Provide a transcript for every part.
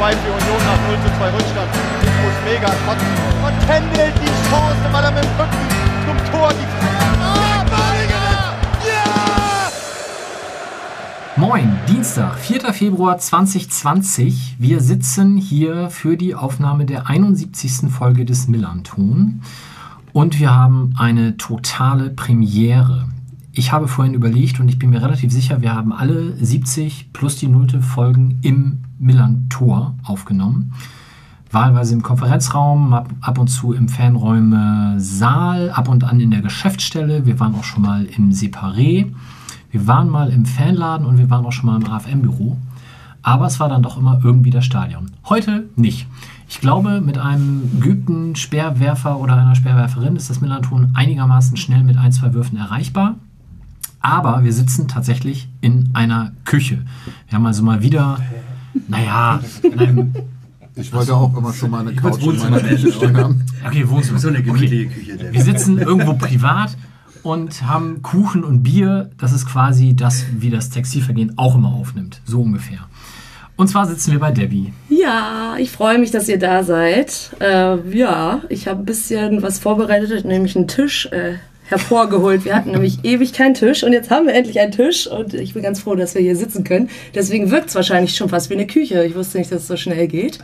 2 für Union nach 0:2 Rückstand. Ich muss mega kotzen. Und händelt die Chance, weil er mit dem Rücken zum Tor die Moin, Dienstag, 4. Februar 2020. Wir sitzen hier für die Aufnahme der 71. Folge des Millern-Ton und wir haben eine totale Premiere. Ich habe vorhin überlegt und ich bin mir relativ sicher, wir haben alle 70 plus die 0. Folgen im Millern-Tor aufgenommen. Wahlweise im Konferenzraum, ab und zu im Fanräume-Saal, ab und an in der Geschäftsstelle. Wir waren auch schon mal im Separé. Wir waren mal im Fanladen und wir waren auch schon mal im AFM-Büro. Aber es war dann doch immer irgendwie das Stadion. Heute nicht. Ich glaube, mit einem geübten Speerwerfer oder einer Speerwerferin ist das Millern-Ton einigermaßen schnell mit 1-2 Würfen erreichbar. Aber wir sitzen tatsächlich in einer Küche. Wir haben also mal wieder, in einem... Ich wollte auch immer schon mal eine Couch in meiner Küche stehen haben. Okay, Wohnzimmer. So eine gemütliche Küche. Wir sitzen irgendwo privat und haben Kuchen und Bier. Das ist quasi das, wie das Textilvergehen auch immer aufnimmt. So ungefähr. Und zwar sitzen wir bei Debbie. Ja, ich freue mich, dass ihr da seid. Ich habe ein bisschen was vorbereitet, nämlich einen Tisch hervorgeholt. Wir hatten nämlich ewig keinen Tisch und jetzt haben wir endlich einen Tisch und ich bin ganz froh, dass wir hier sitzen können. Deswegen wirkt es wahrscheinlich schon fast wie eine Küche. Ich wusste nicht, dass es so schnell geht.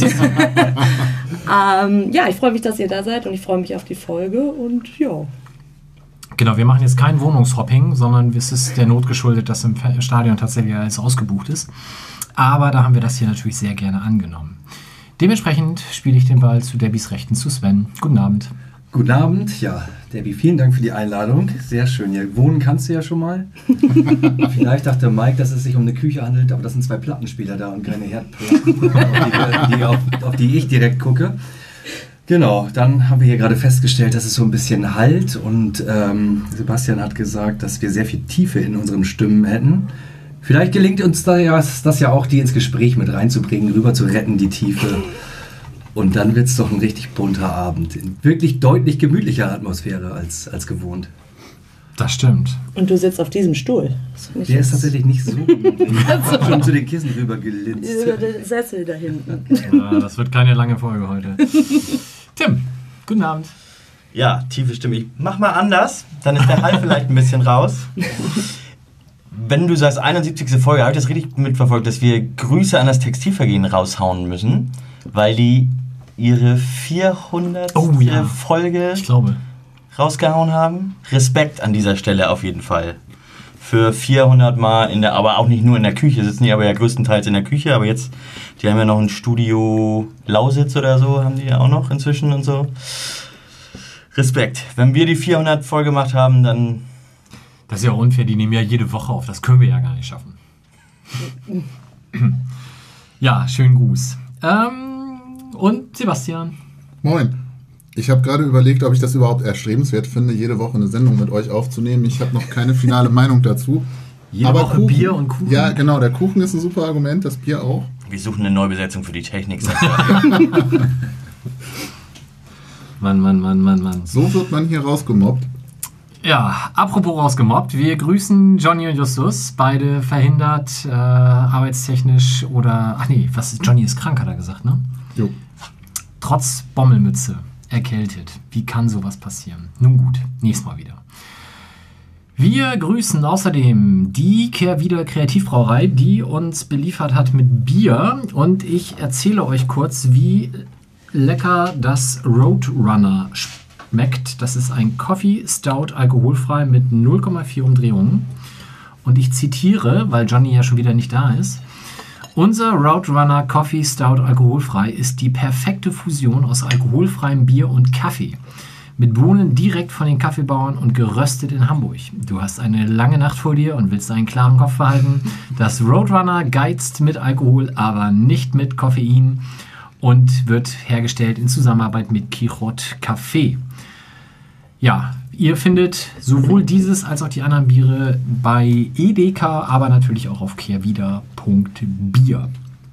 Ich freue mich, dass ihr da seid und ich freue mich auf die Folge und ja. Genau, wir machen jetzt kein Wohnungshopping, sondern es ist der Not geschuldet, dass im Stadion tatsächlich alles ausgebucht ist. Aber da haben wir das hier natürlich sehr gerne angenommen. Dementsprechend spiele ich den Ball zu Debbys Rechten zu Sven. Guten Abend. Guten Abend, ja, Debbie, vielen Dank für die Einladung. Sehr schön. Ja, wohnen kannst du ja schon mal. Vielleicht dachte Mike, dass es sich um eine Küche handelt, aber das sind 2 Plattenspieler da und keine Herdplatten, auf die ich direkt gucke. Genau, dann haben wir hier gerade festgestellt, dass es so ein bisschen halt und Sebastian hat gesagt, dass wir sehr viel Tiefe in unseren Stimmen hätten. Vielleicht gelingt uns das ja auch, die ins Gespräch mit reinzubringen, rüber zu retten, die Tiefe. Und dann wird es doch ein richtig bunter Abend. In wirklich deutlich gemütlicher Atmosphäre als gewohnt. Das stimmt. Und du sitzt auf diesem Stuhl. Der ist tatsächlich nicht so gemütlich. Ich habe schon zu den Kissen rüber gelinst. Über den Sessel da hinten. Ja, das wird keine lange Folge heute. Tim, guten Abend. Ja, tiefe Stimme. Ich mach mal anders, dann ist der Hall vielleicht ein bisschen raus. Wenn du sagst 71. Folge, habe ich das richtig mitverfolgt, dass wir Grüße an das Textilvergehen raushauen müssen, weil die ihre 400. Folge rausgehauen haben. Respekt an dieser Stelle auf jeden Fall. Für 400 Mal, aber auch nicht nur in der Küche, sitzen die aber ja größtenteils in der Küche, aber jetzt, die haben ja noch ein Studio Lausitz oder so, haben die ja auch noch inzwischen und so. Respekt. Wenn wir die 400 voll gemacht haben, dann... Das ist ja unfair, die nehmen ja jede Woche auf, das können wir ja gar nicht schaffen. Ja, schönen Gruß. Und Sebastian. Moin. Ich habe gerade überlegt, ob ich das überhaupt erstrebenswert finde, jede Woche eine Sendung mit euch aufzunehmen. Ich habe noch keine finale Meinung dazu. Jede Woche Kuchen, Bier und Kuchen? Ja, genau. Der Kuchen ist ein super Argument, das Bier auch. Wir suchen eine Neubesetzung für die Technik. Mann. So wird man hier rausgemobbt. Ja, apropos rausgemobbt, wir grüßen Johnny und Justus, beide verhindert, arbeitstechnisch oder... Ach nee, Johnny ist krank, hat er gesagt, ne? Jo. Trotz Bommelmütze, erkältet. Wie kann sowas passieren? Nun gut, nächstes Mal wieder. Wir grüßen außerdem die Kehrwieder Kreativbrauerei, die uns beliefert hat mit Bier. Und ich erzähle euch kurz, wie lecker das Roadrunner schmeckt. Das ist ein Coffee Stout alkoholfrei mit 0,4 Umdrehungen. Und ich zitiere, weil Johnny ja schon wieder nicht da ist. Unser Roadrunner Coffee Stout alkoholfrei ist die perfekte Fusion aus alkoholfreiem Bier und Kaffee. Mit Bohnen direkt von den Kaffeebauern und geröstet in Hamburg. Du hast eine lange Nacht vor dir und willst einen klaren Kopf behalten. Das Roadrunner geizt mit Alkohol, aber nicht mit Koffein und wird hergestellt in Zusammenarbeit mit Quijote Café. Ja, ihr findet sowohl dieses als auch die anderen Biere bei Edeka, aber natürlich auch auf kehrwieder.bier.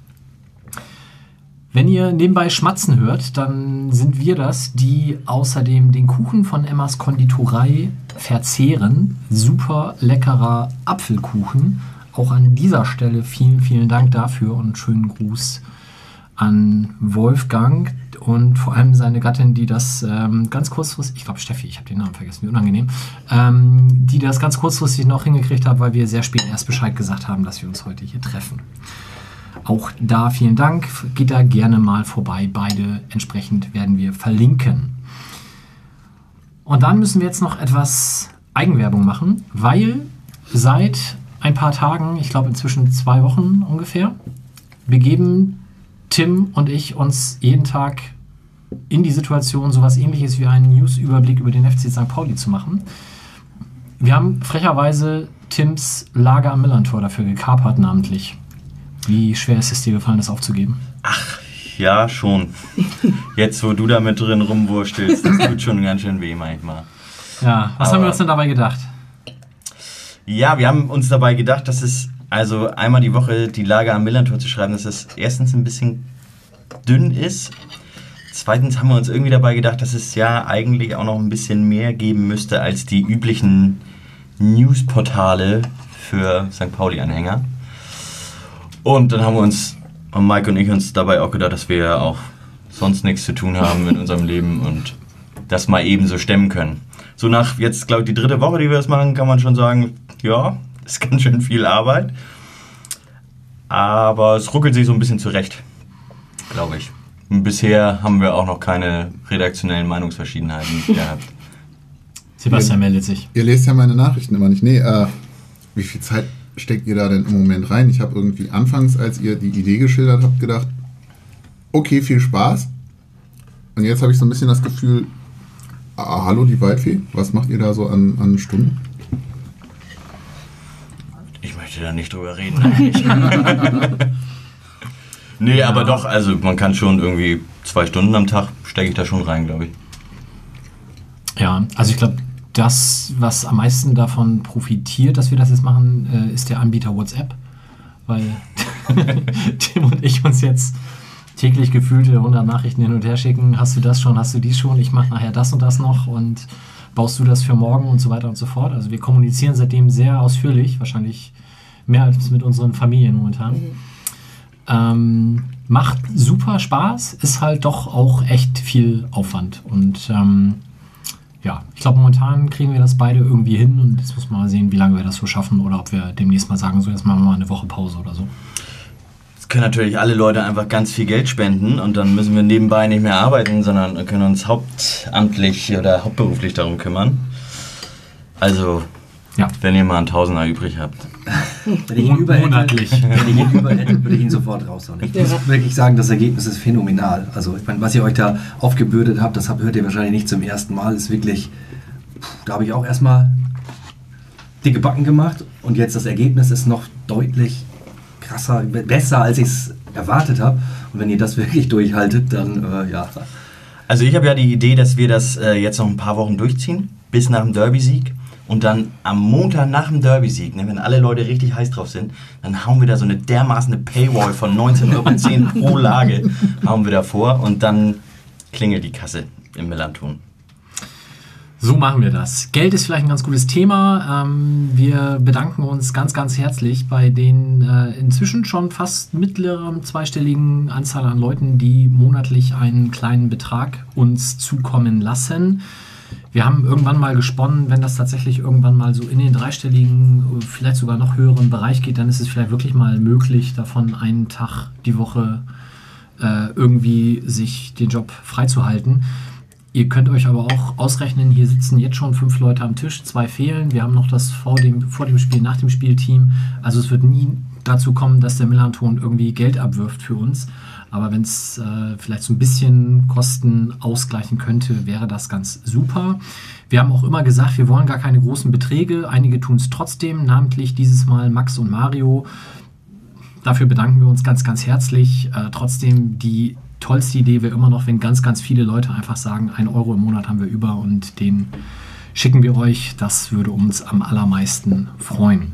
Wenn ihr nebenbei Schmatzen hört, dann sind wir das, die außerdem den Kuchen von Emmas Konditorei verzehren. Super leckerer Apfelkuchen. Auch an dieser Stelle vielen, vielen Dank dafür und schönen Gruß an Wolfgang und vor allem seine Gattin, die das ganz kurzfristig, ich glaube Steffi, ich habe den Namen vergessen, wie unangenehm, die das ganz kurzfristig noch hingekriegt hat, weil wir sehr spät erst Bescheid gesagt haben, dass wir uns heute hier treffen. Auch da vielen Dank, geht da gerne mal vorbei, beide entsprechend werden wir verlinken. Und dann müssen wir jetzt noch etwas Eigenwerbung machen, weil seit ein paar Tagen, ich glaube inzwischen 2 Wochen ungefähr, begeben Tim und ich uns jeden Tag in die Situation, sowas Ähnliches wie einen News-Überblick über den FC St. Pauli zu machen. Wir haben frecherweise Tims Lager am Millerntor dafür gekapert, namentlich. Wie schwer ist es dir gefallen, das aufzugeben? Ach, ja, schon. Jetzt, wo du da mit drin rumwurstelst, das tut schon ganz schön weh manchmal. Ja, was haben wir uns denn dabei gedacht? Ja, wir haben uns dabei gedacht, dass es also einmal die Woche die Lager am Millerntor zu schreiben, dass es erstens ein bisschen dünn ist. Zweitens haben wir uns irgendwie dabei gedacht, dass es ja eigentlich auch noch ein bisschen mehr geben müsste als die üblichen Newsportale für St. Pauli-Anhänger. Und dann haben Mike und ich uns dabei auch gedacht, dass wir ja auch sonst nichts zu tun haben in unserem Leben und das mal eben so stemmen können. So nach jetzt, glaube ich, die 3. Woche, die wir das machen, kann man schon sagen, ja, ist ganz schön viel Arbeit. Aber es ruckelt sich so ein bisschen zurecht, glaube ich. Und bisher haben wir auch noch keine redaktionellen Meinungsverschiedenheiten gehabt. Sebastian meldet sich. Ihr lest ja meine Nachrichten immer nicht. Nee, wie viel Zeit steckt ihr da denn im Moment rein? Ich habe irgendwie anfangs, als ihr die Idee geschildert habt, gedacht, okay, viel Spaß. Und jetzt habe ich so ein bisschen das Gefühl, hallo die Waldfee, was macht ihr da so an Stunden? Ich möchte da nicht drüber reden eigentlich. Nee, aber doch, also man kann schon irgendwie 2 Stunden am Tag, stecke ich da schon rein, glaube ich. Ja, also ich glaube, das, was am meisten davon profitiert, dass wir das jetzt machen, ist der Anbieter WhatsApp, weil Tim und ich uns jetzt täglich gefühlte 100 Nachrichten hin und her schicken. Hast du das schon, hast du dies schon? Ich mache nachher das und das noch und baust du das für morgen und so weiter und so fort. Also wir kommunizieren seitdem sehr ausführlich, wahrscheinlich mehr als mit unseren Familien momentan. Macht super Spaß, ist halt doch auch echt viel Aufwand und ja, ich glaube, momentan kriegen wir das beide irgendwie hin und jetzt muss man mal sehen, wie lange wir das so schaffen oder ob wir demnächst mal sagen, so jetzt machen wir mal eine Woche Pause oder so. Jetzt können natürlich alle Leute einfach ganz viel Geld spenden und dann müssen wir nebenbei nicht mehr arbeiten, sondern können uns hauptamtlich oder hauptberuflich darum kümmern. Also, ja, wenn ihr mal einen Tausender übrig habt. Wenn ich ihn über hätte, würde ich ihn sofort raushauen. Ich muss wirklich sagen, das Ergebnis ist phänomenal. Also, ich meine, was ihr euch da aufgebürdet habt, das hört ihr wahrscheinlich nicht zum ersten Mal. Ist wirklich, da habe ich auch erstmal dicke Backen gemacht und jetzt das Ergebnis ist noch deutlich krasser, besser, als ich es erwartet habe. Und wenn ihr das wirklich durchhaltet, dann ja. Also, ich habe ja die Idee, dass wir das jetzt noch ein paar Wochen durchziehen, bis nach dem Derby-Sieg. Und dann am Montag nach dem Derby-Sieg, ne, wenn alle Leute richtig heiß drauf sind, dann hauen wir da so eine dermaßene Paywall von 19,10 € pro Lage, hauen wir da vor und dann klingelt die Kasse im Millerntor. So machen wir das. Geld ist vielleicht ein ganz gutes Thema. Wir bedanken uns ganz, ganz herzlich bei den inzwischen schon fast mittleren zweistelligen Anzahl an Leuten, die monatlich einen kleinen Betrag uns zukommen lassen. Wir haben irgendwann mal gesponnen, wenn das tatsächlich irgendwann mal so in den dreistelligen, vielleicht sogar noch höheren Bereich geht, dann ist es vielleicht wirklich mal möglich, davon einen Tag die Woche irgendwie sich den Job freizuhalten. Ihr könnt euch aber auch ausrechnen, hier sitzen jetzt schon 5 Leute am Tisch, 2 fehlen. Wir haben noch das vor dem Spiel, nach dem Spiel-Team. Also es wird nie dazu kommen, dass der Millerntor irgendwie Geld abwirft für uns. Aber wenn es vielleicht so ein bisschen Kosten ausgleichen könnte, wäre das ganz super. Wir haben auch immer gesagt, wir wollen gar keine großen Beträge. Einige tun es trotzdem, namentlich dieses Mal Max und Mario. Dafür bedanken wir uns ganz, ganz herzlich. Trotzdem die tollste Idee wäre immer noch, wenn ganz, ganz viele Leute einfach sagen, 1 € im Monat haben wir über und den schicken wir euch. Das würde uns am allermeisten freuen.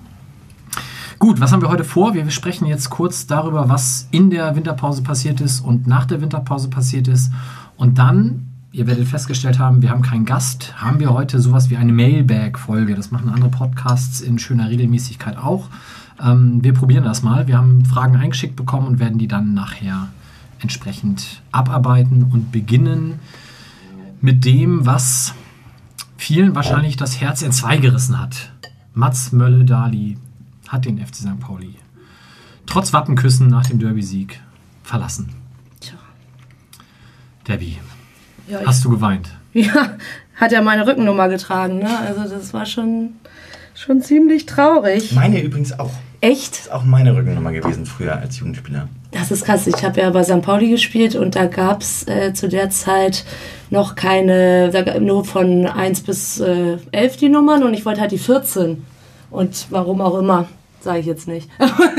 Gut, was haben wir heute vor? Wir sprechen jetzt kurz darüber, was in der Winterpause passiert ist und nach der Winterpause passiert ist. Und dann, ihr werdet festgestellt haben, wir haben keinen Gast, haben wir heute sowas wie eine Mailbag-Folge. Das machen andere Podcasts in schöner Regelmäßigkeit auch. Wir probieren das mal. Wir haben Fragen eingeschickt bekommen und werden die dann nachher entsprechend abarbeiten und beginnen mit dem, was vielen wahrscheinlich das Herz in zwei gerissen hat. Mats Mölle-Dali hat den FC St. Pauli trotz Wappenküssen nach dem Derby-Sieg verlassen. Tja. Debbie, Ja, hast du geweint? Ja, hat ja meine Rückennummer getragen, ne? Also das war schon ziemlich traurig. Meine übrigens auch. Echt? Das ist auch meine Rückennummer gewesen früher als Jugendspieler. Das ist krass. Ich habe ja bei St. Pauli gespielt und da gab es zu der Zeit noch keine, nur von 1 bis 11 die Nummern und ich wollte halt die 14. Und warum auch immer, sage ich jetzt nicht.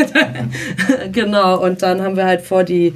Genau, und dann haben wir halt vor die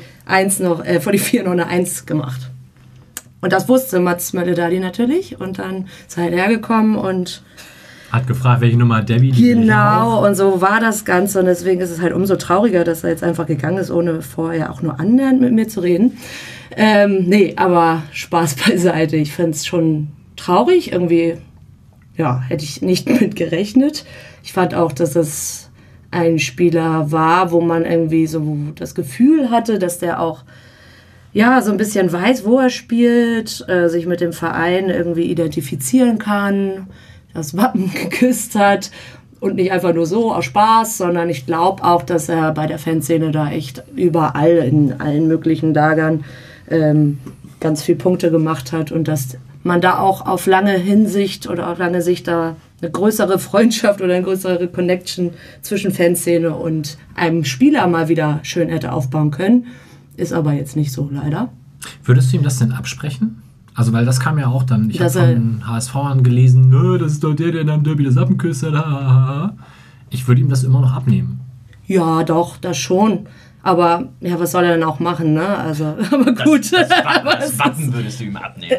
4 noch eine 1 gemacht. Und das wusste Mats Mölle-Dali natürlich und dann ist er halt hergekommen und Hat gefragt, welche Nummer hat Debbie? genau, und so war das Ganze und deswegen ist es halt umso trauriger, dass er jetzt einfach gegangen ist, ohne vorher auch nur annähernd mit mir zu reden. Nee, aber Spaß beiseite. Ich finde es schon traurig. Irgendwie, ja, hätte ich nicht mit gerechnet. Ich fand auch, dass es ein Spieler war, wo man irgendwie so das Gefühl hatte, dass der auch ja, so ein bisschen weiß, wo er spielt, sich mit dem Verein irgendwie identifizieren kann, das Wappen geküsst hat und nicht einfach nur so aus Spaß, sondern ich glaube auch, dass er bei der Fanszene da echt überall in allen möglichen Lagern ganz viel Punkte gemacht hat und dass man da auch auf lange Hinsicht oder auf lange Sicht da eine größere Freundschaft oder eine größere Connection zwischen Fanszene und einem Spieler mal wieder schön hätte aufbauen können. Ist aber jetzt nicht so, leider. Würdest du ihm das denn absprechen? Also, weil das kam ja auch dann. Ich habe Dass er- von HSVern gelesen, das ist doch der am Derby das Wappenküsst hat. Ich würde ihm das immer noch abnehmen. Ja, doch, das schon. Aber ja, was soll er denn auch machen, ne? Also, aber gut. Das Wappen würdest du ihm abnehmen.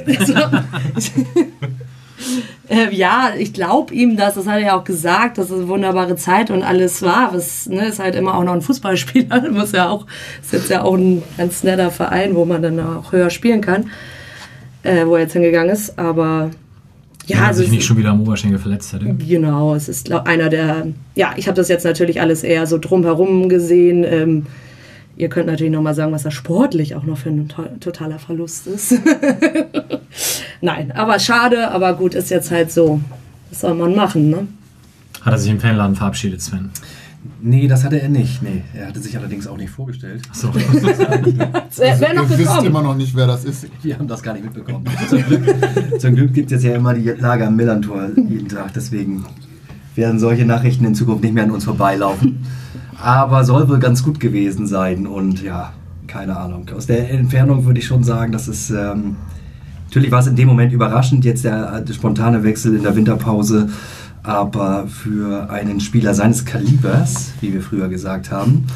Ja, ich glaube ihm das hat er ja auch gesagt, dass es eine wunderbare Zeit und alles war. Was, ne, ist halt immer auch noch ein Fußballspieler, ist jetzt ja auch ein ganz netter Verein, wo man dann auch höher spielen kann, wo er jetzt hingegangen ist. Aber ja, Wenn er also sich nicht schon wieder am Oberschenkel verletzt hätte. genau, es ist einer der, ja, ich habe das jetzt natürlich alles eher so drumherum gesehen. Ihr könnt natürlich nochmal sagen, was das sportlich auch noch für ein totaler Verlust ist. Nein, aber schade, aber gut, ist jetzt halt so. Was soll man machen, ne? Hat er sich im Fanladen verabschiedet, Sven? Nee, das hatte er nicht. Nee, er hatte sich allerdings auch nicht vorgestellt. Achso. Wer noch Ihr wisst gekommen? immer noch nicht, wer das ist. Wir haben das gar nicht mitbekommen. Zum Glück gibt es jetzt ja immer die Lager am Millantor jeden Tag. Deswegen werden solche Nachrichten in Zukunft nicht mehr an uns vorbeilaufen. Aber soll wohl ganz gut gewesen sein. Und ja, keine Ahnung. Aus der Entfernung würde ich schon sagen, dass es... natürlich war es in dem Moment überraschend, jetzt der spontane Wechsel in der Winterpause. Aber für einen Spieler seines Kalibers, wie wir früher gesagt haben,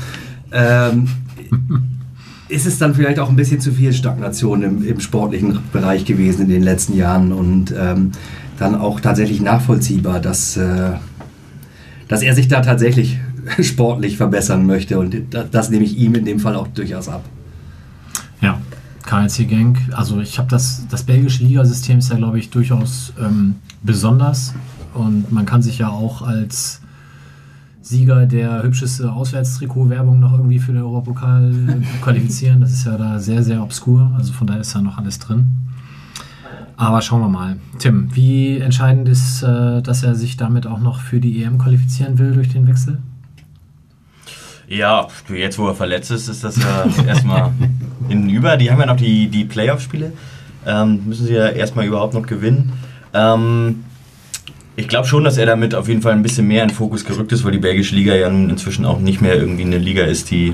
ist es dann vielleicht auch ein bisschen zu viel Stagnation im sportlichen Bereich gewesen in den letzten Jahren und dann auch tatsächlich nachvollziehbar, dass er sich da tatsächlich sportlich verbessern möchte und das nehme ich ihm in dem Fall auch durchaus ab. Ja, KLC Genk. Also ich habe das belgische Ligasystem ist ja, glaube ich, durchaus besonders. Und man kann sich ja auch als Sieger der hübscheste Auswärtstrikot-Werbung noch irgendwie für den Europapokal qualifizieren. Das ist ja da sehr, sehr obskur. Also von daher ist da noch alles drin. Aber schauen wir mal. Tim, wie entscheidend ist, dass er sich damit auch noch für die EM qualifizieren will durch den Wechsel? Ja, jetzt wo er verletzt ist das ja erstmal hinüber. Die haben ja noch die Playoff-Spiele. Müssen sie ja erstmal überhaupt noch gewinnen. Ich glaube schon, dass er damit auf jeden Fall ein bisschen mehr in den Fokus gerückt ist, weil die belgische Liga ja nun inzwischen auch nicht mehr irgendwie eine Liga ist, die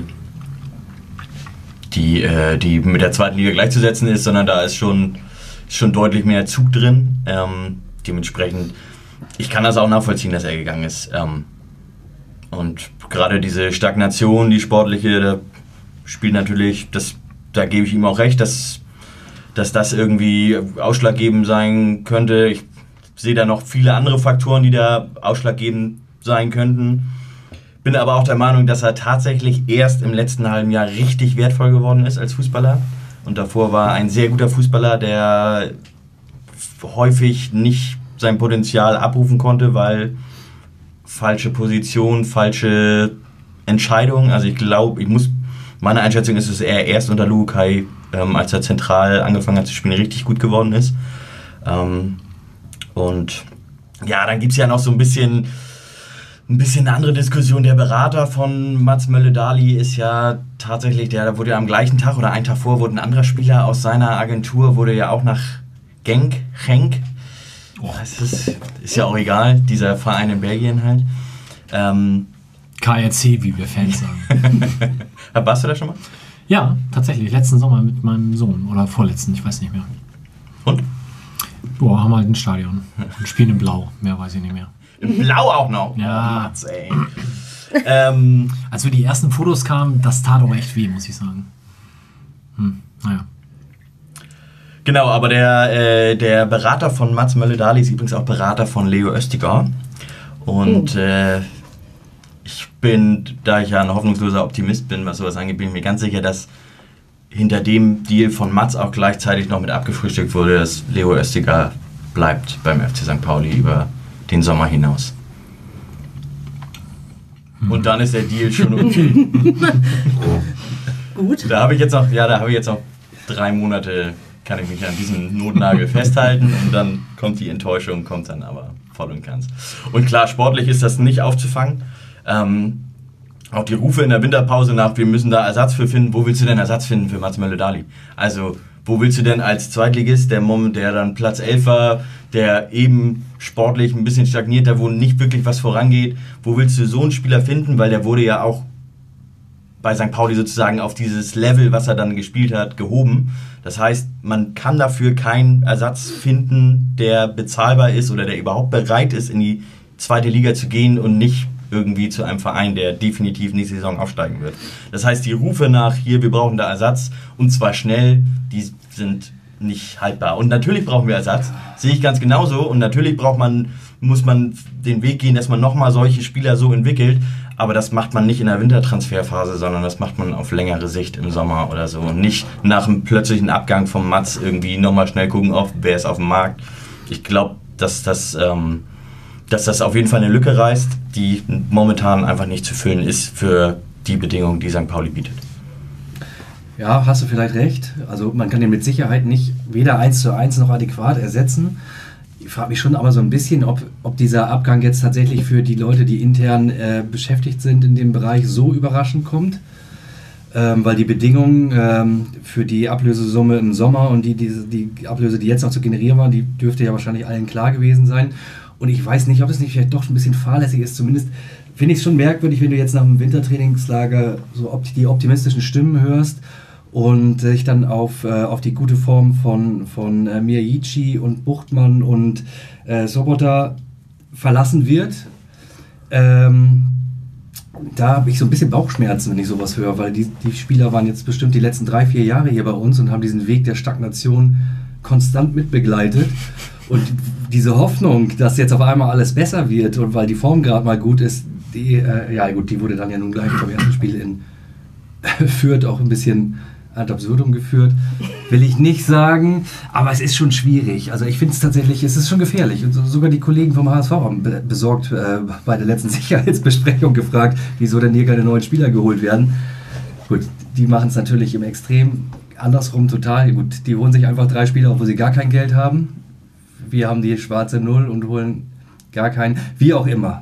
mit der zweiten Liga gleichzusetzen ist, sondern da ist schon deutlich mehr Zug drin. Dementsprechend, ich kann das auch nachvollziehen, dass er gegangen ist. Und gerade diese Stagnation, die sportliche, da spielt natürlich, da gebe ich ihm auch recht, dass das irgendwie ausschlaggebend sein könnte. Ich sehe da noch viele andere Faktoren, die da ausschlaggebend sein könnten. Bin aber auch der Meinung, dass er tatsächlich erst im letzten halben Jahr richtig wertvoll geworden ist als Fußballer. Und davor war ein sehr guter Fußballer, der häufig nicht sein Potenzial abrufen konnte, weil falsche Position, falsche Entscheidung. Also ich glaube, ich muss Meine Einschätzung ist, dass er erst unter Lukai, als er zentral angefangen hat zu spielen, richtig gut geworden ist. Und ja, dann gibt es ja noch so ein bisschen eine andere Diskussion. Der Berater von Mats Mölle-Dali ist ja tatsächlich, da wurde ja am gleichen Tag oder einen Tag vor, wurde ein anderer Spieler aus seiner Agentur, wurde ja auch nach Genk, das ist ja auch egal, dieser Verein in Belgien halt. KRC, wie wir Fans sagen. Warst du da schon mal? Ja, tatsächlich. Letzten Sommer mit meinem Sohn. Oder vorletzten, ich weiß nicht mehr. Und? Boah, haben halt ein Stadion. Und spielen in Blau. Mehr weiß ich nicht mehr. In Blau auch noch? Ja. Oh, Mats, ey. Als wir die ersten Fotos kamen, das tat auch echt weh, muss ich sagen. Naja. Genau, aber der Berater von Mats Mölle-Dali ist übrigens auch Berater von Leo Östigard. Und ich bin, da ich ja ein hoffnungsloser Optimist bin, was sowas angeht, bin ich mir ganz sicher, dass hinter dem Deal von Mats auch gleichzeitig noch mit abgefrühstückt wurde, dass Leo Östigard bleibt beim FC St. Pauli über den Sommer hinaus. Und dann ist der Deal schon okay. Gut. Da habe ich jetzt noch 3 Monate, kann ich mich an diesem Notnagel festhalten und dann kommt die Enttäuschung, kommt dann aber voll und ganz. Und klar, sportlich ist das nicht aufzufangen. Auch die Rufe in der Winterpause nach, wir müssen da Ersatz für finden. Wo willst du denn Ersatz finden für Mats Mölle-Dali? Also, wo willst du denn als Zweitligist, der dann Platz 11 war, der eben sportlich ein bisschen stagniert, da wo nicht wirklich was vorangeht, wo willst du so einen Spieler finden? Weil der wurde ja auch bei St. Pauli sozusagen auf dieses Level, was er dann gespielt hat, gehoben. Das heißt, man kann dafür keinen Ersatz finden, der bezahlbar ist oder der überhaupt bereit ist, in die zweite Liga zu gehen und nicht irgendwie zu einem Verein, der definitiv nächste Saison aufsteigen wird. Das heißt, die Rufe nach, hier, wir brauchen da Ersatz, und zwar schnell, die sind nicht haltbar. Und natürlich brauchen wir Ersatz, sehe ich ganz genauso. Und natürlich muss man den Weg gehen, dass man nochmal solche Spieler so entwickelt. Aber das macht man nicht in der Wintertransferphase, sondern das macht man auf längere Sicht im Sommer oder so. Und nicht nach einem plötzlichen Abgang vom Mats irgendwie nochmal schnell gucken, wer ist auf dem Markt. Ich glaube, dass das auf jeden Fall eine Lücke reißt, die momentan einfach nicht zu füllen ist für die Bedingungen, die St. Pauli bietet. Ja, hast du vielleicht recht. Also man kann den mit Sicherheit nicht weder 1:1 noch adäquat ersetzen. Ich frage mich schon aber so ein bisschen, ob dieser Abgang jetzt tatsächlich für die Leute, die intern beschäftigt sind in dem Bereich, so überraschend kommt. Weil die Bedingungen für die Ablösesumme im Sommer und die Ablöse, die jetzt noch zu generieren waren, die dürfte ja wahrscheinlich allen klar gewesen sein. Und ich weiß nicht, ob es nicht vielleicht doch ein bisschen fahrlässig ist. Zumindest finde ich es schon merkwürdig, wenn du jetzt nach dem Wintertrainingslager so die optimistischen Stimmen hörst und dich dann auf die gute Form von Miyagichi und Buchtmann und Sobota verlassen wird. Da habe ich so ein bisschen Bauchschmerzen, wenn ich sowas höre, weil die Spieler waren jetzt bestimmt die letzten 3-4 Jahre hier bei uns und haben diesen Weg der Stagnation konstant mitbegleitet. Und diese Hoffnung, dass jetzt auf einmal alles besser wird und weil die Form gerade mal gut ist, die wurde dann ja nun gleich vom ersten Spiel in Fürth auch ein bisschen ad absurdum geführt, will ich nicht sagen, aber es ist schon schwierig. Also ich finde es tatsächlich, es ist schon gefährlich. Und sogar die Kollegen vom HSV haben besorgt bei der letzten Sicherheitsbesprechung gefragt, wieso denn hier keine neuen Spieler geholt werden. Gut, die machen es natürlich im Extrem andersrum total. Gut, die holen sich einfach 3 Spieler, obwohl sie gar kein Geld haben. Wir haben die schwarze Null und holen gar keinen. Wie auch immer.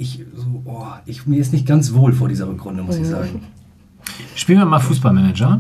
Mir ist nicht ganz wohl vor dieser Rückrunde, muss ich sagen. Spielen wir mal Fußballmanager.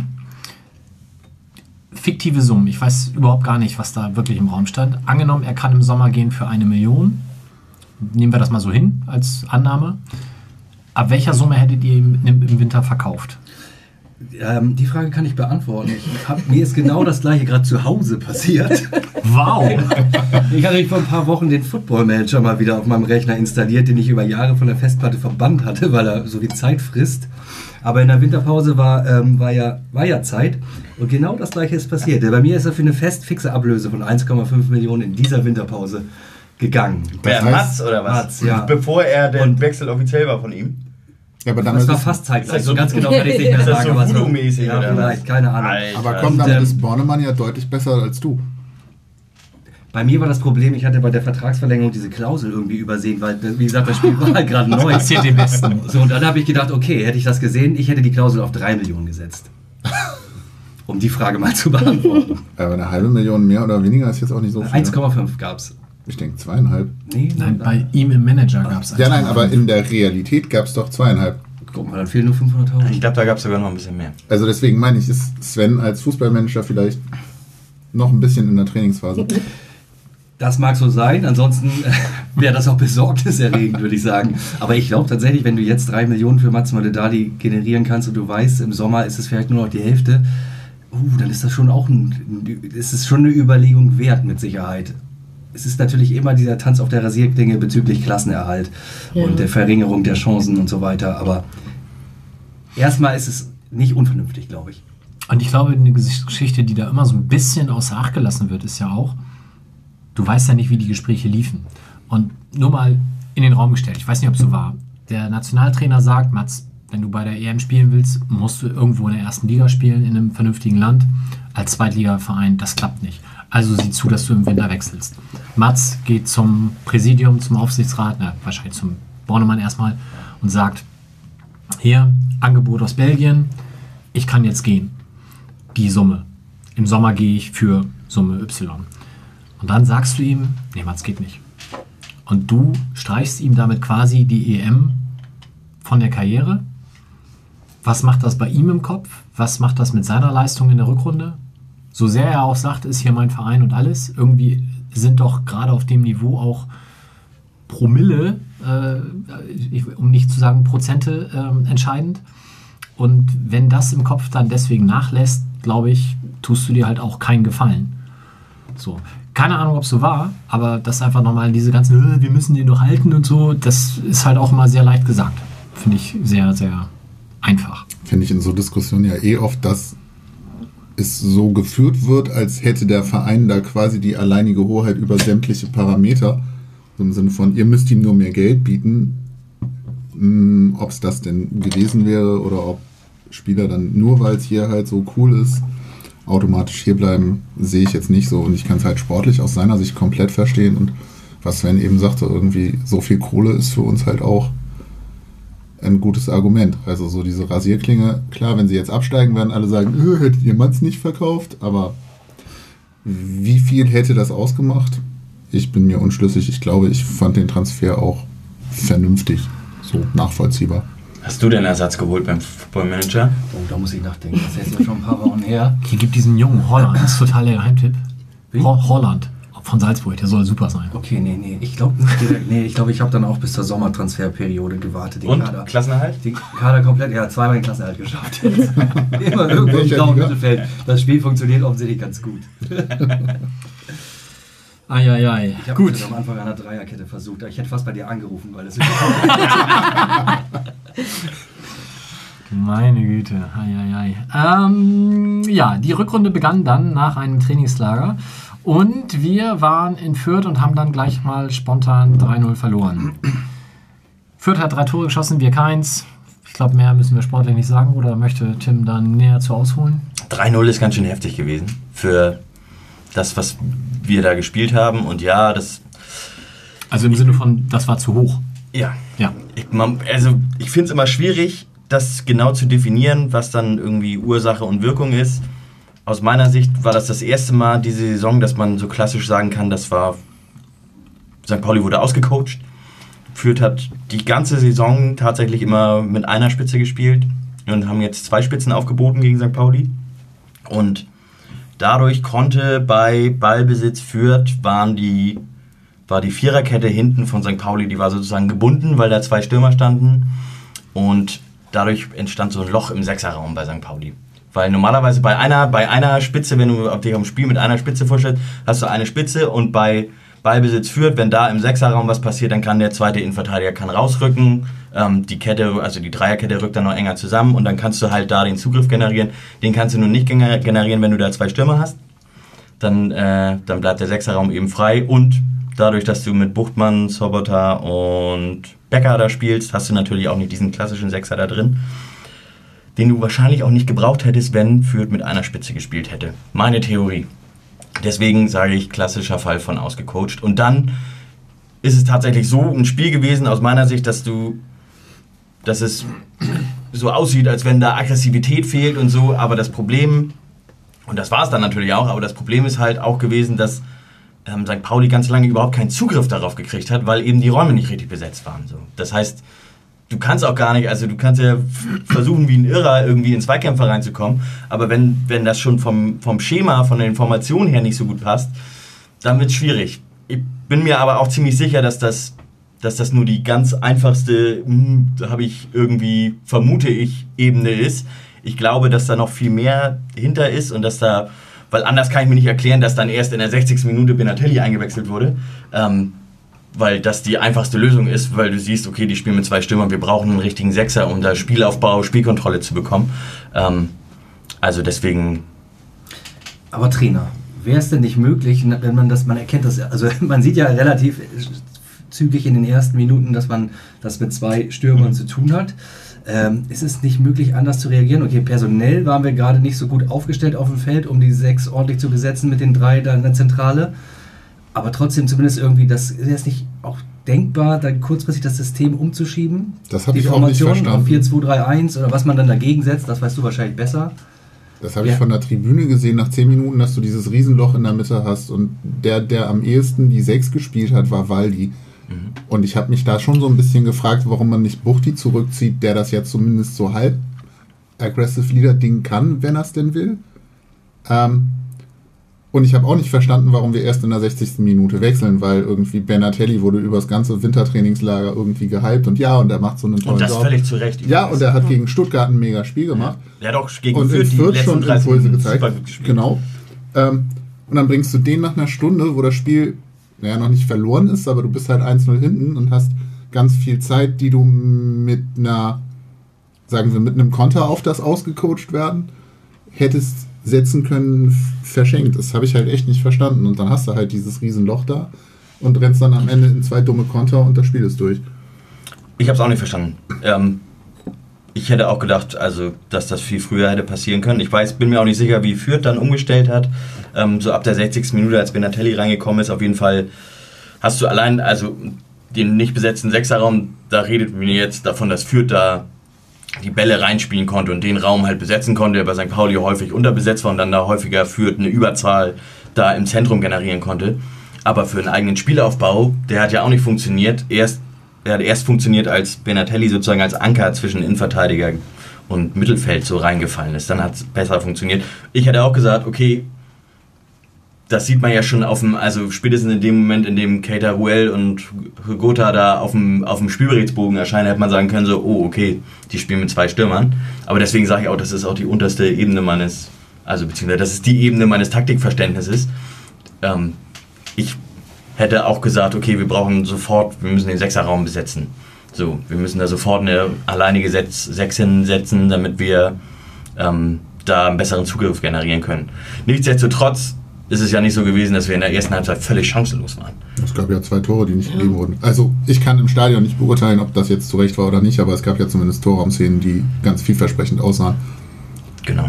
Fiktive Summen. Ich weiß überhaupt gar nicht, was da wirklich im Raum stand. Angenommen, er kann im Sommer gehen für 1 Million. Nehmen wir das mal so hin als Annahme. Ab welcher Summe hättet ihr ihn im Winter verkauft? Die Frage kann ich beantworten. Mir ist genau das gleiche gerade zu Hause passiert. Wow! Ich hatte vor ein paar Wochen den Football Manager mal wieder auf meinem Rechner installiert, den ich über Jahre von der Festplatte verbannt hatte, weil er so viel Zeit frisst. Aber in der Winterpause war ja Zeit und genau das gleiche ist passiert. Bei mir ist er für eine fixe Ablöse von 1,5 Millionen in dieser Winterpause gegangen. Wer, Mats oder was? Mats, ja. Bevor der Wechsel offiziell war von ihm? Ja, aber Das war fast zeitgleich. So ganz genau kann ich nicht mehr Ist das sagen. so aber es war- Voodoo-mäßig Ja, oder vielleicht, was? keine Ahnung. Alter. Aber komm, damit ist Bornemann ja deutlich besser als du. Bei mir war das Problem, ich hatte bei der Vertragsverlängerung diese Klausel irgendwie übersehen, weil, wie gesagt, das Spiel war halt gerade neu. Passiert dem Besten. So, und dann habe ich gedacht, okay, hätte ich das gesehen, ich hätte die Klausel auf 3 Millionen gesetzt. Um die Frage mal zu beantworten. Aber eine halbe Million mehr oder weniger ist jetzt auch nicht so viel. 1,5 gab's. Ich denke 2,5. Nee, Nein, bei ihm im Manager gab es Ja, nein, aber in der Realität gab es doch 2,5. Guck mal, dann fehlen nur 500.000. Ich glaube, da gab es sogar noch ein bisschen mehr. Also deswegen meine ich, ist Sven als Fußballmanager vielleicht noch ein bisschen in der Trainingsphase. Das mag so sein, ansonsten wäre das auch besorgniserregend, würde ich sagen. Aber ich glaube tatsächlich, wenn du jetzt 3 Millionen für Mats Maledali generieren kannst und du weißt, im Sommer ist es vielleicht nur noch die Hälfte, dann ist das schon auch eine Überlegung wert, mit Sicherheit. Es ist natürlich immer dieser Tanz auf der Rasierklinge bezüglich Klassenerhalt und der Verringerung der Chancen und so weiter. Aber erstmal ist es nicht unvernünftig, glaube ich. Und ich glaube, eine Geschichte, die da immer so ein bisschen außer Acht gelassen wird, ist ja auch, du weißt ja nicht, wie die Gespräche liefen. Und nur mal in den Raum gestellt, ich weiß nicht, ob es so war. Der Nationaltrainer sagt, Mats, wenn du bei der EM spielen willst, musst du irgendwo in der ersten Liga spielen, in einem vernünftigen Land. Als Zweitligaverein, das klappt nicht. Also sieh zu, dass du im Winter wechselst. Mats geht zum Präsidium, zum Aufsichtsrat, wahrscheinlich zum Bornemann erstmal und sagt, hier, Angebot aus Belgien, ich kann jetzt gehen. Die Summe. Im Sommer gehe ich für Summe Y. Und dann sagst du ihm, nee, Mats, geht nicht. Und du streichst ihm damit quasi die EM von der Karriere. Was macht das bei ihm im Kopf? Was macht das mit seiner Leistung in der Rückrunde? So sehr er auch sagt, ist hier mein Verein und alles, irgendwie sind doch gerade auf dem Niveau auch Promille, um nicht zu sagen Prozente, entscheidend. Und wenn das im Kopf dann deswegen nachlässt, glaube ich, tust du dir halt auch keinen Gefallen. So. Keine Ahnung, ob es so war, aber das einfach nochmal diese ganzen, wir müssen den doch halten und so, das ist halt auch immer sehr leicht gesagt. Finde ich sehr, sehr einfach. Finde ich in so Diskussionen ja oft, dass es so geführt wird, als hätte der Verein da quasi die alleinige Hoheit über sämtliche Parameter. Im Sinne von, ihr müsst ihm nur mehr Geld bieten. Ob es das denn gewesen wäre oder ob Spieler dann nur, weil es hier halt so cool ist, automatisch hier bleiben, sehe ich jetzt nicht so. Und ich kann es halt sportlich aus seiner Sicht komplett verstehen. Und was Sven eben sagte, irgendwie so viel Kohle ist für uns halt auch ein gutes Argument. Also so diese Rasierklinge, klar, wenn sie jetzt absteigen, werden alle sagen, hättet ihr Mats nicht verkauft, aber wie viel hätte das ausgemacht? Ich bin mir unschlüssig. Ich glaube, ich fand den Transfer auch vernünftig, so nachvollziehbar. Hast du den Ersatz geholt beim Footballmanager? Oh, da muss ich nachdenken. Das ist jetzt ja schon ein paar Wochen her. Hier gibt diesen jungen Holland, das ist total der Geheimtipp. Wie? Holland von Salzburg, der soll super sein. Okay, nee. Ich glaube nicht direkt. Nee, ich glaube, ich habe dann auch bis zur Sommertransferperiode gewartet. Den Und? Kader. Klassenerhalt? Den Kader komplett, zweimal den Klassenerhalt geschafft. Immer irgendwo im grauen Mittelfeld. Das Spiel funktioniert offensichtlich ganz gut. Eieiei. Ich habe Gut. am Anfang einer Dreierkette versucht. Ich hätte fast bei dir angerufen, weil das Meine Güte. Eieiei. Ja, die Rückrunde begann dann nach einem Trainingslager und wir waren in Fürth und haben dann gleich mal spontan 3-0 verloren. Fürth hat 3 Tore geschossen, wir keins. Ich glaube, mehr müssen wir sportlich nicht sagen. Oder möchte Tim dann näher zu ausholen? 3-0 ist ganz schön heftig gewesen für das, was wir da gespielt haben. Und ja, das... Also im Sinne von, das war zu hoch. Ja. Ja. Ich finde es immer schwierig, das genau zu definieren, was dann irgendwie Ursache und Wirkung ist. Aus meiner Sicht war das erste Mal diese Saison, dass man so klassisch sagen kann, das war... St. Pauli wurde ausgecoacht. Fürth hat die ganze Saison tatsächlich immer mit einer Spitze gespielt und haben jetzt 2 Spitzen aufgeboten gegen St. Pauli. Und dadurch konnte bei Ballbesitz Fürth war die Viererkette hinten von St. Pauli, die war sozusagen gebunden, weil da 2 Stürmer standen. Und dadurch entstand so ein Loch im Sechserraum bei St. Pauli. Weil normalerweise bei einer Spitze, wenn du dich am Spiel mit einer Spitze vorstellst, hast du eine Spitze und bei Ballbesitz Fürth, wenn da im Sechserraum was passiert, dann kann der zweite Innenverteidiger rausrücken. Die Kette, also die Dreierkette rückt dann noch enger zusammen und dann kannst du halt da den Zugriff generieren. Den kannst du nur nicht generieren, wenn du da 2 Stürmer hast. Dann bleibt der Sechserraum eben frei und dadurch, dass du mit Buchtmann, Sobota und Becker da spielst, hast du natürlich auch nicht diesen klassischen Sechser da drin, den du wahrscheinlich auch nicht gebraucht hättest, wenn Fürth mit einer Spitze gespielt hätte. Meine Theorie. Deswegen sage ich, klassischer Fall von ausgecoacht. Und dann ist es tatsächlich so ein Spiel gewesen, aus meiner Sicht, dass es so aussieht, als wenn da Aggressivität fehlt und so, aber das Problem, und das war es dann natürlich auch, aber das Problem ist halt auch gewesen, dass St. Pauli ganz lange überhaupt keinen Zugriff darauf gekriegt hat, weil eben die Räume nicht richtig besetzt waren. So. Das heißt, du kannst auch gar nicht, also du kannst ja versuchen, wie ein Irrer irgendwie in Zweikämpfe reinzukommen, aber wenn das schon vom Schema, von der Information her nicht so gut passt, dann wird es schwierig. Ich bin mir aber auch ziemlich sicher, dass das nur die ganz einfachste, vermute ich, Ebene ist. Ich glaube, dass da noch viel mehr hinter ist und dass da, weil anders kann ich mir nicht erklären, dass dann erst in der 60. Minute Benatelli eingewechselt wurde, weil das die einfachste Lösung ist, weil du siehst, okay, die spielen mit 2 Stürmern, wir brauchen einen richtigen Sechser, um da Spielaufbau, Spielkontrolle zu bekommen. Also deswegen... Aber Trainer, wäre es denn nicht möglich, wenn man erkennt das, also man sieht ja relativ zügig in den ersten Minuten, dass man das mit 2 Stürmern zu tun hat. Ist es nicht möglich, anders zu reagieren? Okay, personell waren wir gerade nicht so gut aufgestellt auf dem Feld, um die 6 ordentlich zu besetzen mit den 3 da in der Zentrale. Aber trotzdem zumindest irgendwie, das ist jetzt nicht auch denkbar, dann kurzfristig das System umzuschieben? Das habe ich auch nicht verstanden. Auf 4-2-3-1 oder was man dann dagegen setzt, das weißt du wahrscheinlich besser. Das habe ich von der Tribüne gesehen, nach 10 Minuten, dass du dieses Riesenloch in der Mitte hast und der am ehesten die 6 gespielt hat, war Waldi. Und ich habe mich da schon so ein bisschen gefragt, warum man nicht Buchti zurückzieht, der das jetzt zumindest so halb Aggressive Leader Ding kann, wenn er es denn will. Und ich habe auch nicht verstanden, warum wir erst in der 60. Minute wechseln, weil irgendwie Benatelli wurde über das ganze Wintertrainingslager irgendwie gehypt und er macht so einen tollen Job. Und das völlig zu Recht. Ja, und er hat gegen Stuttgart ein mega Spiel gemacht. Ja, der hat auch gegen und Fürth in Fürth schon Impulse gezeigt. Genau. Und dann bringst du den nach einer Stunde, wo das Spiel noch nicht verloren ist, aber du bist halt 1-0 hinten und hast ganz viel Zeit, die du mit einem Konter auf das ausgecoacht werden, hättest setzen können, verschenkt. Das habe ich halt echt nicht verstanden. Und dann hast du halt dieses Riesenloch da und rennst dann am Ende in 2 dumme Konter und das Spiel ist durch. Ich habe es auch nicht verstanden. Ich hätte auch gedacht, dass das viel früher hätte passieren können. Ich bin mir auch nicht sicher, wie Fürth dann umgestellt hat. So ab der 60. Minute, als Benatelli reingekommen ist, auf jeden Fall hast du allein, den nicht besetzten Sechserraum, da redet man jetzt davon, dass Fürth da die Bälle reinspielen konnte und den Raum halt besetzen konnte, der bei St. Pauli häufig unterbesetzt war und dann da häufiger Fürth eine Überzahl da im Zentrum generieren konnte. Aber für einen eigenen Spielaufbau, der hat ja auch nicht funktioniert. Er hat erst funktioniert, als Benatelli sozusagen als Anker zwischen Innenverteidiger und Mittelfeld so reingefallen ist. Dann hat es besser funktioniert. Ich hätte auch gesagt, okay, das sieht man ja schon spätestens in dem Moment, in dem Keita Ruel und Gotha da auf dem Spielberichtsbogen erscheinen, hätte man sagen können, so, oh, okay, die spielen mit 2 Stürmern. Aber deswegen sage ich auch, das ist auch die unterste Ebene beziehungsweise das ist die Ebene meines Taktikverständnisses. Ich hätte auch gesagt, okay, wir müssen den Sechserraum besetzen. So, wir müssen da sofort eine alleinige 6 hinsetzen, damit wir da einen besseren Zugriff generieren können. Nichtsdestotrotz ist es ja nicht so gewesen, dass wir in der ersten Halbzeit völlig chancenlos waren. Es gab ja 2 Tore, die nicht gegeben wurden. Also ich kann im Stadion nicht beurteilen, ob das jetzt zu Recht war oder nicht, aber es gab ja zumindest Torraumszenen, die ganz vielversprechend aussahen. Genau.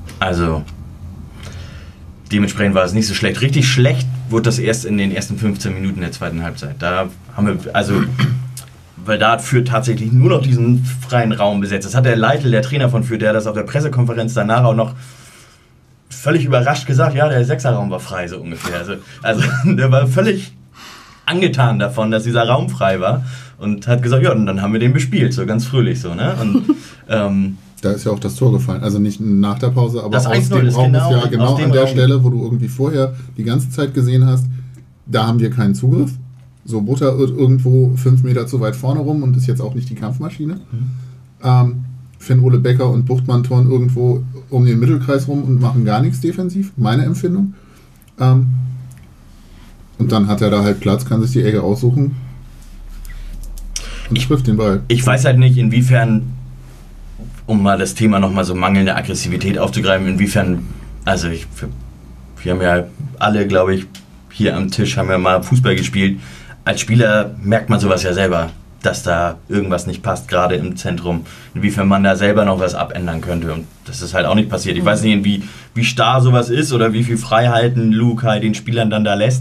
Dementsprechend war es nicht so schlecht. Richtig schlecht wurde das erst in den ersten 15 Minuten der zweiten Halbzeit. Da haben wir, weil da hat Fürth tatsächlich nur noch diesen freien Raum besetzt. Das hat der Leitl, der Trainer von Fürth, der das auf der Pressekonferenz danach auch noch völlig überrascht gesagt, ja, der Sechserraum war frei, so ungefähr. Also der war völlig angetan davon, dass dieser Raum frei war und hat gesagt, ja, und dann haben wir den bespielt, so ganz fröhlich so, ne? Und da ist ja auch das Tor gefallen, also nicht nach der Pause, aber das aus dem Raum ist genau an der Stelle, wo du irgendwie vorher die ganze Zeit gesehen hast, da haben wir keinen Zugriff. So, Butter irrt irgendwo 5 Meter zu weit vorne rum und ist jetzt auch nicht die Kampfmaschine. Finn-Ole Becker und Buchtmann turnen irgendwo um den Mittelkreis rum und machen gar nichts defensiv, meine Empfindung. Und dann hat er da halt Platz, kann sich die Ecke aussuchen und trifft den Ball. Ich weiß halt nicht, inwiefern, um mal das Thema nochmal so mangelnde Aggressivität aufzugreifen, inwiefern, wir haben ja alle, glaube ich, hier am Tisch haben wir mal Fußball gespielt. Als Spieler merkt man sowas ja selber dass da irgendwas nicht passt, gerade im Zentrum, inwiefern man da selber noch was abändern könnte. Und das ist halt auch nicht passiert. Ich weiß nicht, wie starr sowas ist oder wie viel Freiheiten Lukai den Spielern dann da lässt.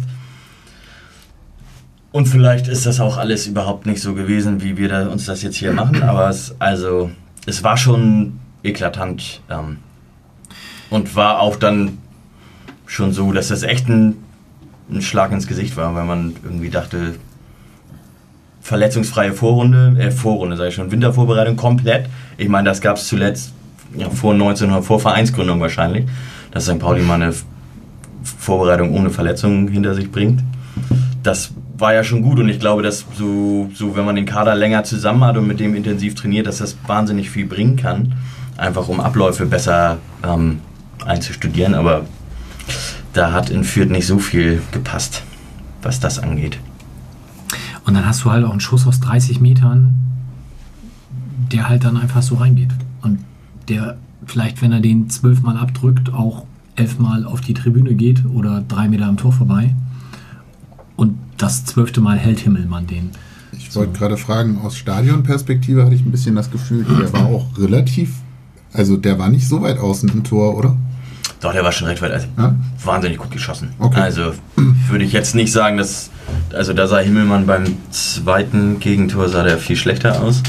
Und vielleicht ist das auch alles überhaupt nicht so gewesen, wie wir uns das jetzt hier machen, aber es war schon eklatant und war auch dann schon so, dass das echt ein Schlag ins Gesicht war, weil man irgendwie dachte, verletzungsfreie Vorrunde, sage ich schon, Wintervorbereitung komplett. Ich meine, das gab es zuletzt vor Vereinsgründung wahrscheinlich, dass St. Pauli mal eine Vorbereitung ohne Verletzungen hinter sich bringt. Das war ja schon gut und ich glaube, dass so wenn man den Kader länger zusammen hat und mit dem intensiv trainiert, dass das wahnsinnig viel bringen kann, einfach um Abläufe besser einzustudieren, aber da hat in Fürth nicht so viel gepasst, was das angeht. Und dann hast du halt auch einen Schuss aus 30 Metern, der halt dann einfach so reingeht. Und der vielleicht, wenn er den 12 Mal abdrückt, auch 11 Mal auf die Tribüne geht oder 3 Meter am Tor vorbei. Und das 12. Mal hält Himmelmann den. Ich wollte gerade fragen, aus Stadionperspektive hatte ich ein bisschen das Gefühl, der war auch relativ, also der war nicht so weit außen im Tor, oder? Doch, der war schon recht weit, also wahnsinnig gut geschossen. Okay. Also würde ich jetzt nicht sagen, also da sah Himmelmann beim zweiten Gegentor sah der viel schlechter aus.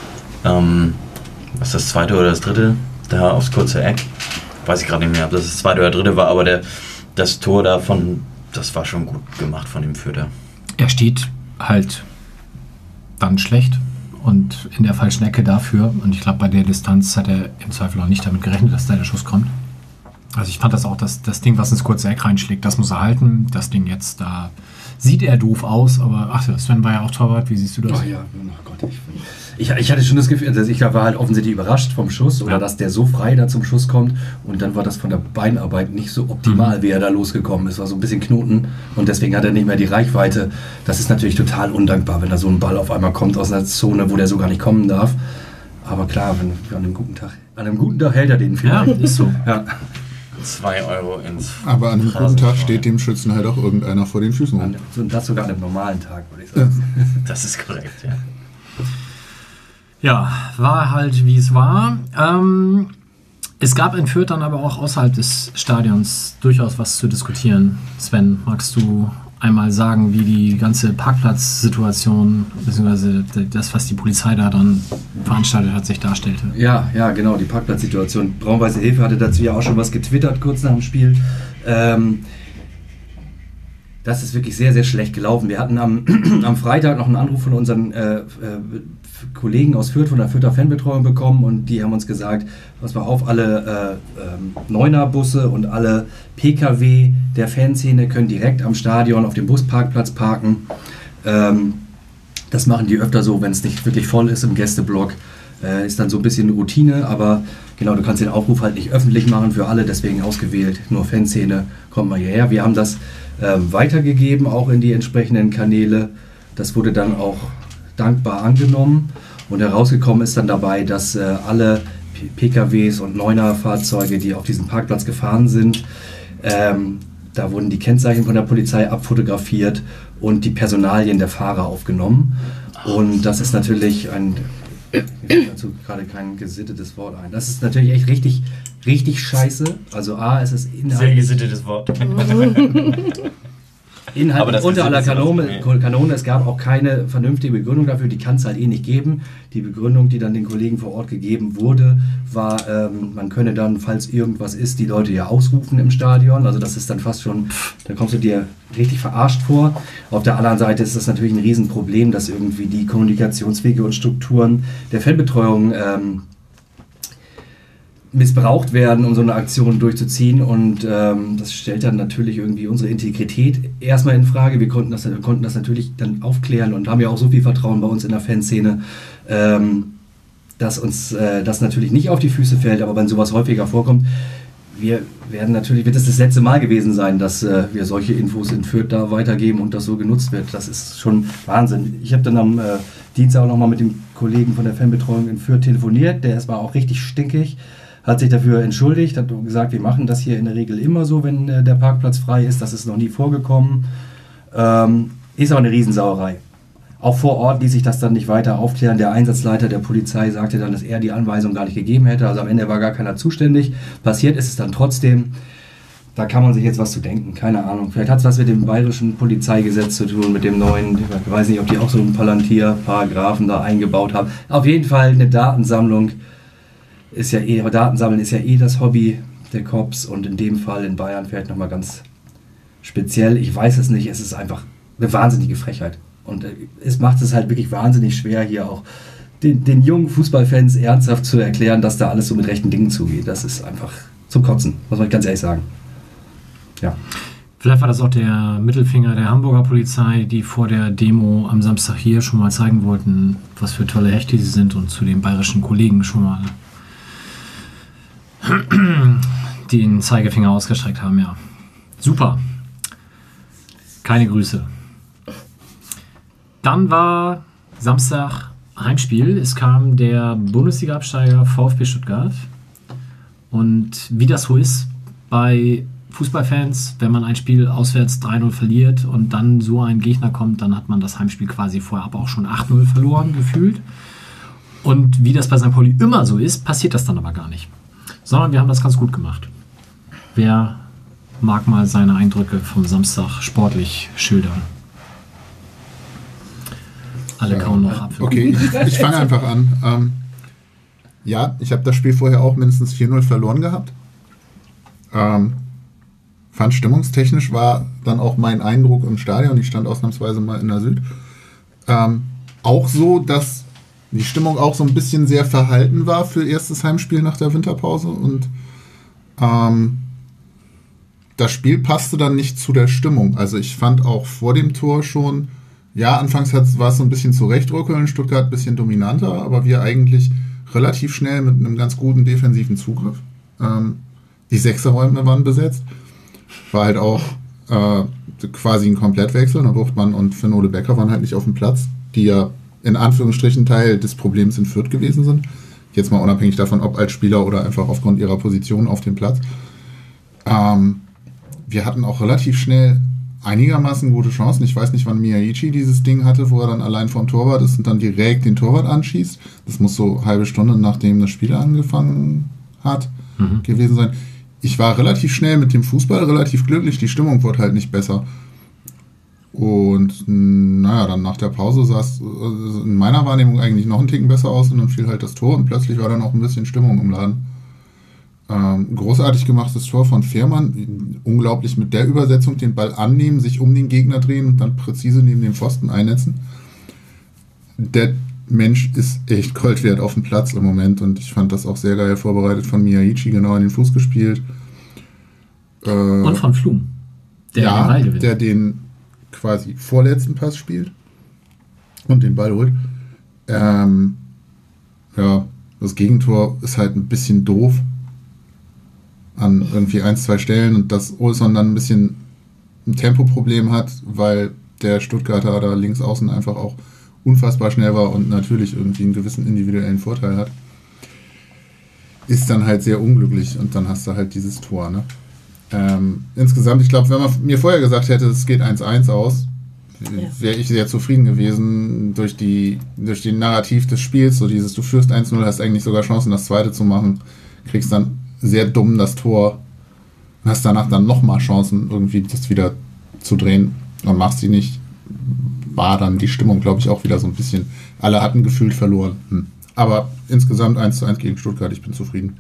Was das zweite oder das dritte? Da aufs kurze Eck. Weiß ich gerade nicht mehr, ob das das zweite oder dritte war, aber das Tor davon, das war schon gut gemacht von dem Fürther. Er steht halt dann schlecht und in der falschen Ecke dafür. Und ich glaube, bei der Distanz hat er im Zweifel auch nicht damit gerechnet, dass da der Schuss kommt. Also ich fand das auch, das Ding, was ins kurze Eck reinschlägt, das muss er halten. Das Ding jetzt, da sieht er doof aus, aber ach, Sven war ja auch Torwart, wie siehst du das? Oh ja, oh Gott, ich hatte schon das Gefühl, also ich war halt offensichtlich überrascht vom Schuss oder dass der so frei da zum Schuss kommt und dann war das von der Beinarbeit nicht so optimal, wie er da losgekommen ist. War so ein bisschen Knoten und deswegen hat er nicht mehr die Reichweite. Das ist natürlich total undankbar, wenn da so ein Ball auf einmal kommt aus einer Zone, wo der so gar nicht kommen darf. Aber klar, an einem guten Tag hält er den vielleicht. Ja, ist so. Ja. 2 Euro ins Aber an einem guten Tag steht dem Schützen halt auch irgendeiner vor den Füßen rum. Und das sogar an einem normalen Tag, würde ich sagen. Das ist korrekt, ja. Ja, war halt wie es war. Es gab in Fürth dann aber auch außerhalb des Stadions durchaus was zu diskutieren. Sven, magst du einmal sagen, wie die ganze Parkplatzsituation bzw. das, was die Polizei da dann veranstaltet hat, sich darstellte? Ja, genau, die Parkplatzsituation. Braun-Weiße Hilfe hatte dazu ja auch schon was getwittert kurz nach dem Spiel. Das ist wirklich sehr, sehr schlecht gelaufen. Wir hatten am Freitag noch einen Anruf von unseren Kollegen aus Fürth, von der Fürther Fanbetreuung bekommen und die haben uns gesagt, pass mal auf, alle Neuner-Busse und alle PKW der Fanszene können direkt am Stadion auf dem Busparkplatz parken. Das machen die öfter so, wenn es nicht wirklich voll ist im Gästeblock. Ist dann so ein bisschen Routine, aber genau, du kannst den Aufruf halt nicht öffentlich machen für alle, deswegen ausgewählt, nur Fanszene, kommt mal hierher. Wir haben das weitergegeben, auch in die entsprechenden Kanäle. Das wurde dann auch dankbar angenommen und herausgekommen ist dann dabei, dass alle PKWs und Neuner-Fahrzeuge, die auf diesen Parkplatz gefahren sind, da wurden die Kennzeichen von der Polizei abfotografiert und die Personalien der Fahrer aufgenommen. Und das ist natürlich mir fällt dazu gerade kein gesittetes Wort ein. Das ist natürlich echt richtig, richtig scheiße. Also A, es ist sehr gesittetes Wort. Inhaltlich unter aller Kanone. Es gab auch keine vernünftige Begründung dafür. Die kann es halt nicht geben. Die Begründung, die dann den Kollegen vor Ort gegeben wurde, war, man könne dann, falls irgendwas ist, die Leute ja ausrufen im Stadion. Also das ist dann fast schon, da kommst du dir richtig verarscht vor. Auf der anderen Seite ist das natürlich ein Riesenproblem, dass irgendwie die Kommunikationswege und Strukturen der Fanbetreuung missbraucht werden, um so eine Aktion durchzuziehen und das stellt dann natürlich irgendwie unsere Integrität erstmal in Frage. Wir konnten das natürlich dann aufklären und haben ja auch so viel Vertrauen bei uns in der Fanszene, dass uns das natürlich nicht auf die Füße fällt, aber wenn sowas häufiger vorkommt, wird das letzte Mal gewesen sein, dass wir solche Infos in Fürth da weitergeben und das so genutzt wird. Das ist schon Wahnsinn. Ich habe dann am Dienstag auch nochmal mit dem Kollegen von der Fanbetreuung in Fürth telefoniert, der war auch richtig stinkig, hat sich dafür entschuldigt, hat gesagt, wir machen das hier in der Regel immer so, wenn der Parkplatz frei ist, das ist noch nie vorgekommen. Ist aber eine Riesensauerei. Auch vor Ort ließ sich das dann nicht weiter aufklären. Der Einsatzleiter der Polizei sagte dann, dass er die Anweisung gar nicht gegeben hätte. Also am Ende war gar keiner zuständig. Passiert ist es dann trotzdem. Da kann man sich jetzt was zu denken. Keine Ahnung. Vielleicht hat es was mit dem bayerischen Polizeigesetz zu tun, mit dem neuen. Ich weiß nicht, ob die auch so einen Palantir-Paragraphen da eingebaut haben. Auf jeden Fall eine Datensammlung. Datensammeln ist ja eh das Hobby der Cops. Und in dem Fall in Bayern vielleicht nochmal ganz speziell. Ich weiß es nicht. Es ist einfach eine wahnsinnige Frechheit. Und es macht es halt wirklich wahnsinnig schwer, hier auch den jungen Fußballfans ernsthaft zu erklären, dass da alles so mit rechten Dingen zugeht. Das ist einfach zum Kotzen, muss man ganz ehrlich sagen. Ja. Vielleicht war das auch der Mittelfinger der Hamburger Polizei, die vor der Demo am Samstag hier schon mal zeigen wollten, was für tolle Hechte sie sind und zu den bayerischen Kollegen schon mal den Zeigefinger ausgestreckt haben. Ja, super. Keine Grüße. Dann war Samstag Heimspiel. Es kam der Bundesliga-Absteiger VfB Stuttgart. Und wie das so ist bei Fußballfans, wenn man ein Spiel auswärts 3-0 verliert und dann so ein Gegner kommt, dann hat man das Heimspiel quasi vorab auch schon 8-0 verloren gefühlt. Und wie das bei St. Pauli immer so ist, passiert das dann aber gar nicht. Sondern wir haben das ganz gut gemacht. Wer mag mal seine Eindrücke vom Samstag sportlich schildern? Alle kauen noch ab. Okay, ich fange einfach an. Ja, ich habe das Spiel vorher auch mindestens 4-0 verloren gehabt. Fand stimmungstechnisch war dann auch mein Eindruck im Stadion, ich stand ausnahmsweise mal in der Süd, auch so, dass die Stimmung auch so ein bisschen sehr verhalten war für erstes Heimspiel nach der Winterpause und das Spiel passte dann nicht zu der Stimmung. Also ich fand auch vor dem Tor schon, ja, anfangs war es so ein bisschen zurechtrückeln, Stuttgart ein bisschen dominanter, aber wir eigentlich relativ schnell mit einem ganz guten defensiven Zugriff. Die Sechserräume waren besetzt. War halt auch quasi ein Komplettwechsel. Buchtmann und Fenole Becker waren halt nicht auf dem Platz, die ja in Anführungsstrichen Teil des Problems in Fürth gewesen sind. Jetzt mal unabhängig davon, ob als Spieler oder einfach aufgrund ihrer Position auf dem Platz. Wir hatten auch relativ schnell einigermaßen gute Chancen. Ich weiß nicht, wann Miyaichi dieses Ding hatte, wo er dann allein vorm Torwart ist und dann direkt den Torwart anschießt. Das muss so eine halbe Stunde, nachdem das Spiel angefangen hat, gewesen sein. Ich war relativ schnell mit dem Fußball relativ glücklich. Die Stimmung wurde halt nicht besser. Und naja, dann nach der Pause sah es in meiner Wahrnehmung eigentlich noch einen Ticken besser aus und dann fiel halt das Tor und plötzlich war dann auch ein bisschen Stimmung im Laden. Großartig gemachtes Tor von Fehrmann, unglaublich mit der Übersetzung, den Ball annehmen, sich um den Gegner drehen und dann präzise neben den Pfosten einnetzen. Der Mensch ist echt Gold wert auf dem Platz im Moment und ich fand das auch sehr geil vorbereitet von Miyaichi, genau in den Fuß gespielt. Und von Flum, der den Ball gewinnt. Der den quasi vorletzten Pass spielt und den Ball holt. Ja, das Gegentor ist halt ein bisschen doof an irgendwie 1-2 Stellen und dass Olsson dann ein bisschen ein Tempoproblem hat, weil der Stuttgarter da links außen einfach auch unfassbar schnell war und natürlich irgendwie einen gewissen individuellen Vorteil hat, ist dann halt sehr unglücklich und dann hast du halt dieses Tor, ne? Insgesamt, ich glaube, wenn man mir vorher gesagt hätte, es geht 1-1 aus, wäre ich sehr zufrieden gewesen durch den Narrativ des Spiels, so dieses, du führst 1-0, hast eigentlich sogar Chancen, das zweite zu machen, kriegst dann sehr dumm das Tor, hast danach dann nochmal Chancen, irgendwie das wieder zu drehen und machst sie nicht, war dann die Stimmung, glaube ich, auch wieder so ein bisschen, alle hatten gefühlt verloren. Aber insgesamt 1-1 gegen Stuttgart, ich bin zufrieden.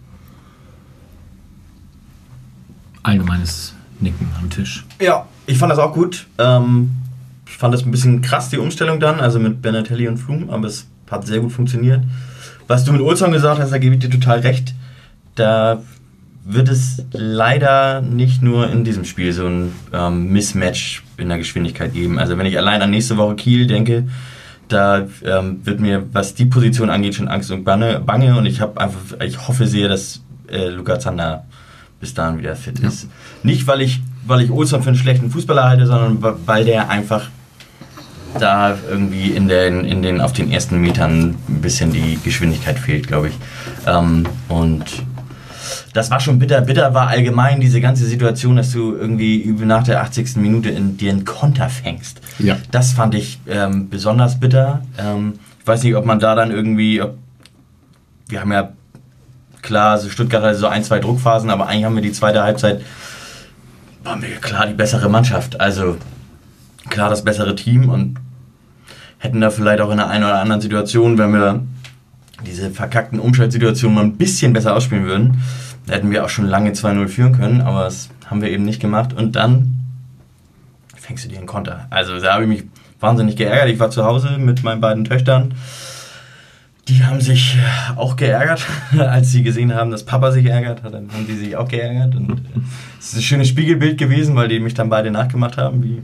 Allgemeines Nicken am Tisch. Ja, ich fand das auch gut. Ich fand das ein bisschen krass, die Umstellung dann, also mit Benatelli und Flum, aber es hat sehr gut funktioniert. Was du mit Olsson gesagt hast, da gebe ich dir total recht. Da wird es leider nicht nur in diesem Spiel so ein Mismatch in der Geschwindigkeit geben. Also wenn ich allein an nächste Woche Kiel denke, da wird mir, was die Position angeht, schon Angst und Bange und ich hoffe sehr, dass Luca Zander bis dahin wieder fit ist. Nicht, weil ich Olsson für einen schlechten Fußballer halte, sondern weil der einfach da irgendwie auf den ersten Metern ein bisschen die Geschwindigkeit fehlt, glaube ich. Und das war schon bitter. Bitter war allgemein diese ganze Situation, dass du irgendwie nach der 80. Minute dir einen Konter fängst. Ja. Das fand ich besonders bitter. Ich weiß nicht, ob man da dann irgendwie... Wir haben ja, klar, so Stuttgart hatte so 1, 2 Druckphasen, aber eigentlich haben wir die zweite Halbzeit... waren wir klar die bessere Mannschaft. Also klar das bessere Team und hätten da vielleicht auch in der einen oder anderen Situation, wenn wir diese verkackten Umschaltsituationen mal ein bisschen besser ausspielen würden, hätten wir auch schon lange 2-0 führen können, aber das haben wir eben nicht gemacht und dann fängst du dir einen Konter. Also da habe ich mich wahnsinnig geärgert. Ich war zu Hause mit meinen beiden Töchtern. Die haben sich auch geärgert, als sie gesehen haben, dass Papa sich ärgert. Dann haben die sich auch geärgert. Und es ist ein schönes Spiegelbild gewesen, weil die mich dann beide nachgemacht haben.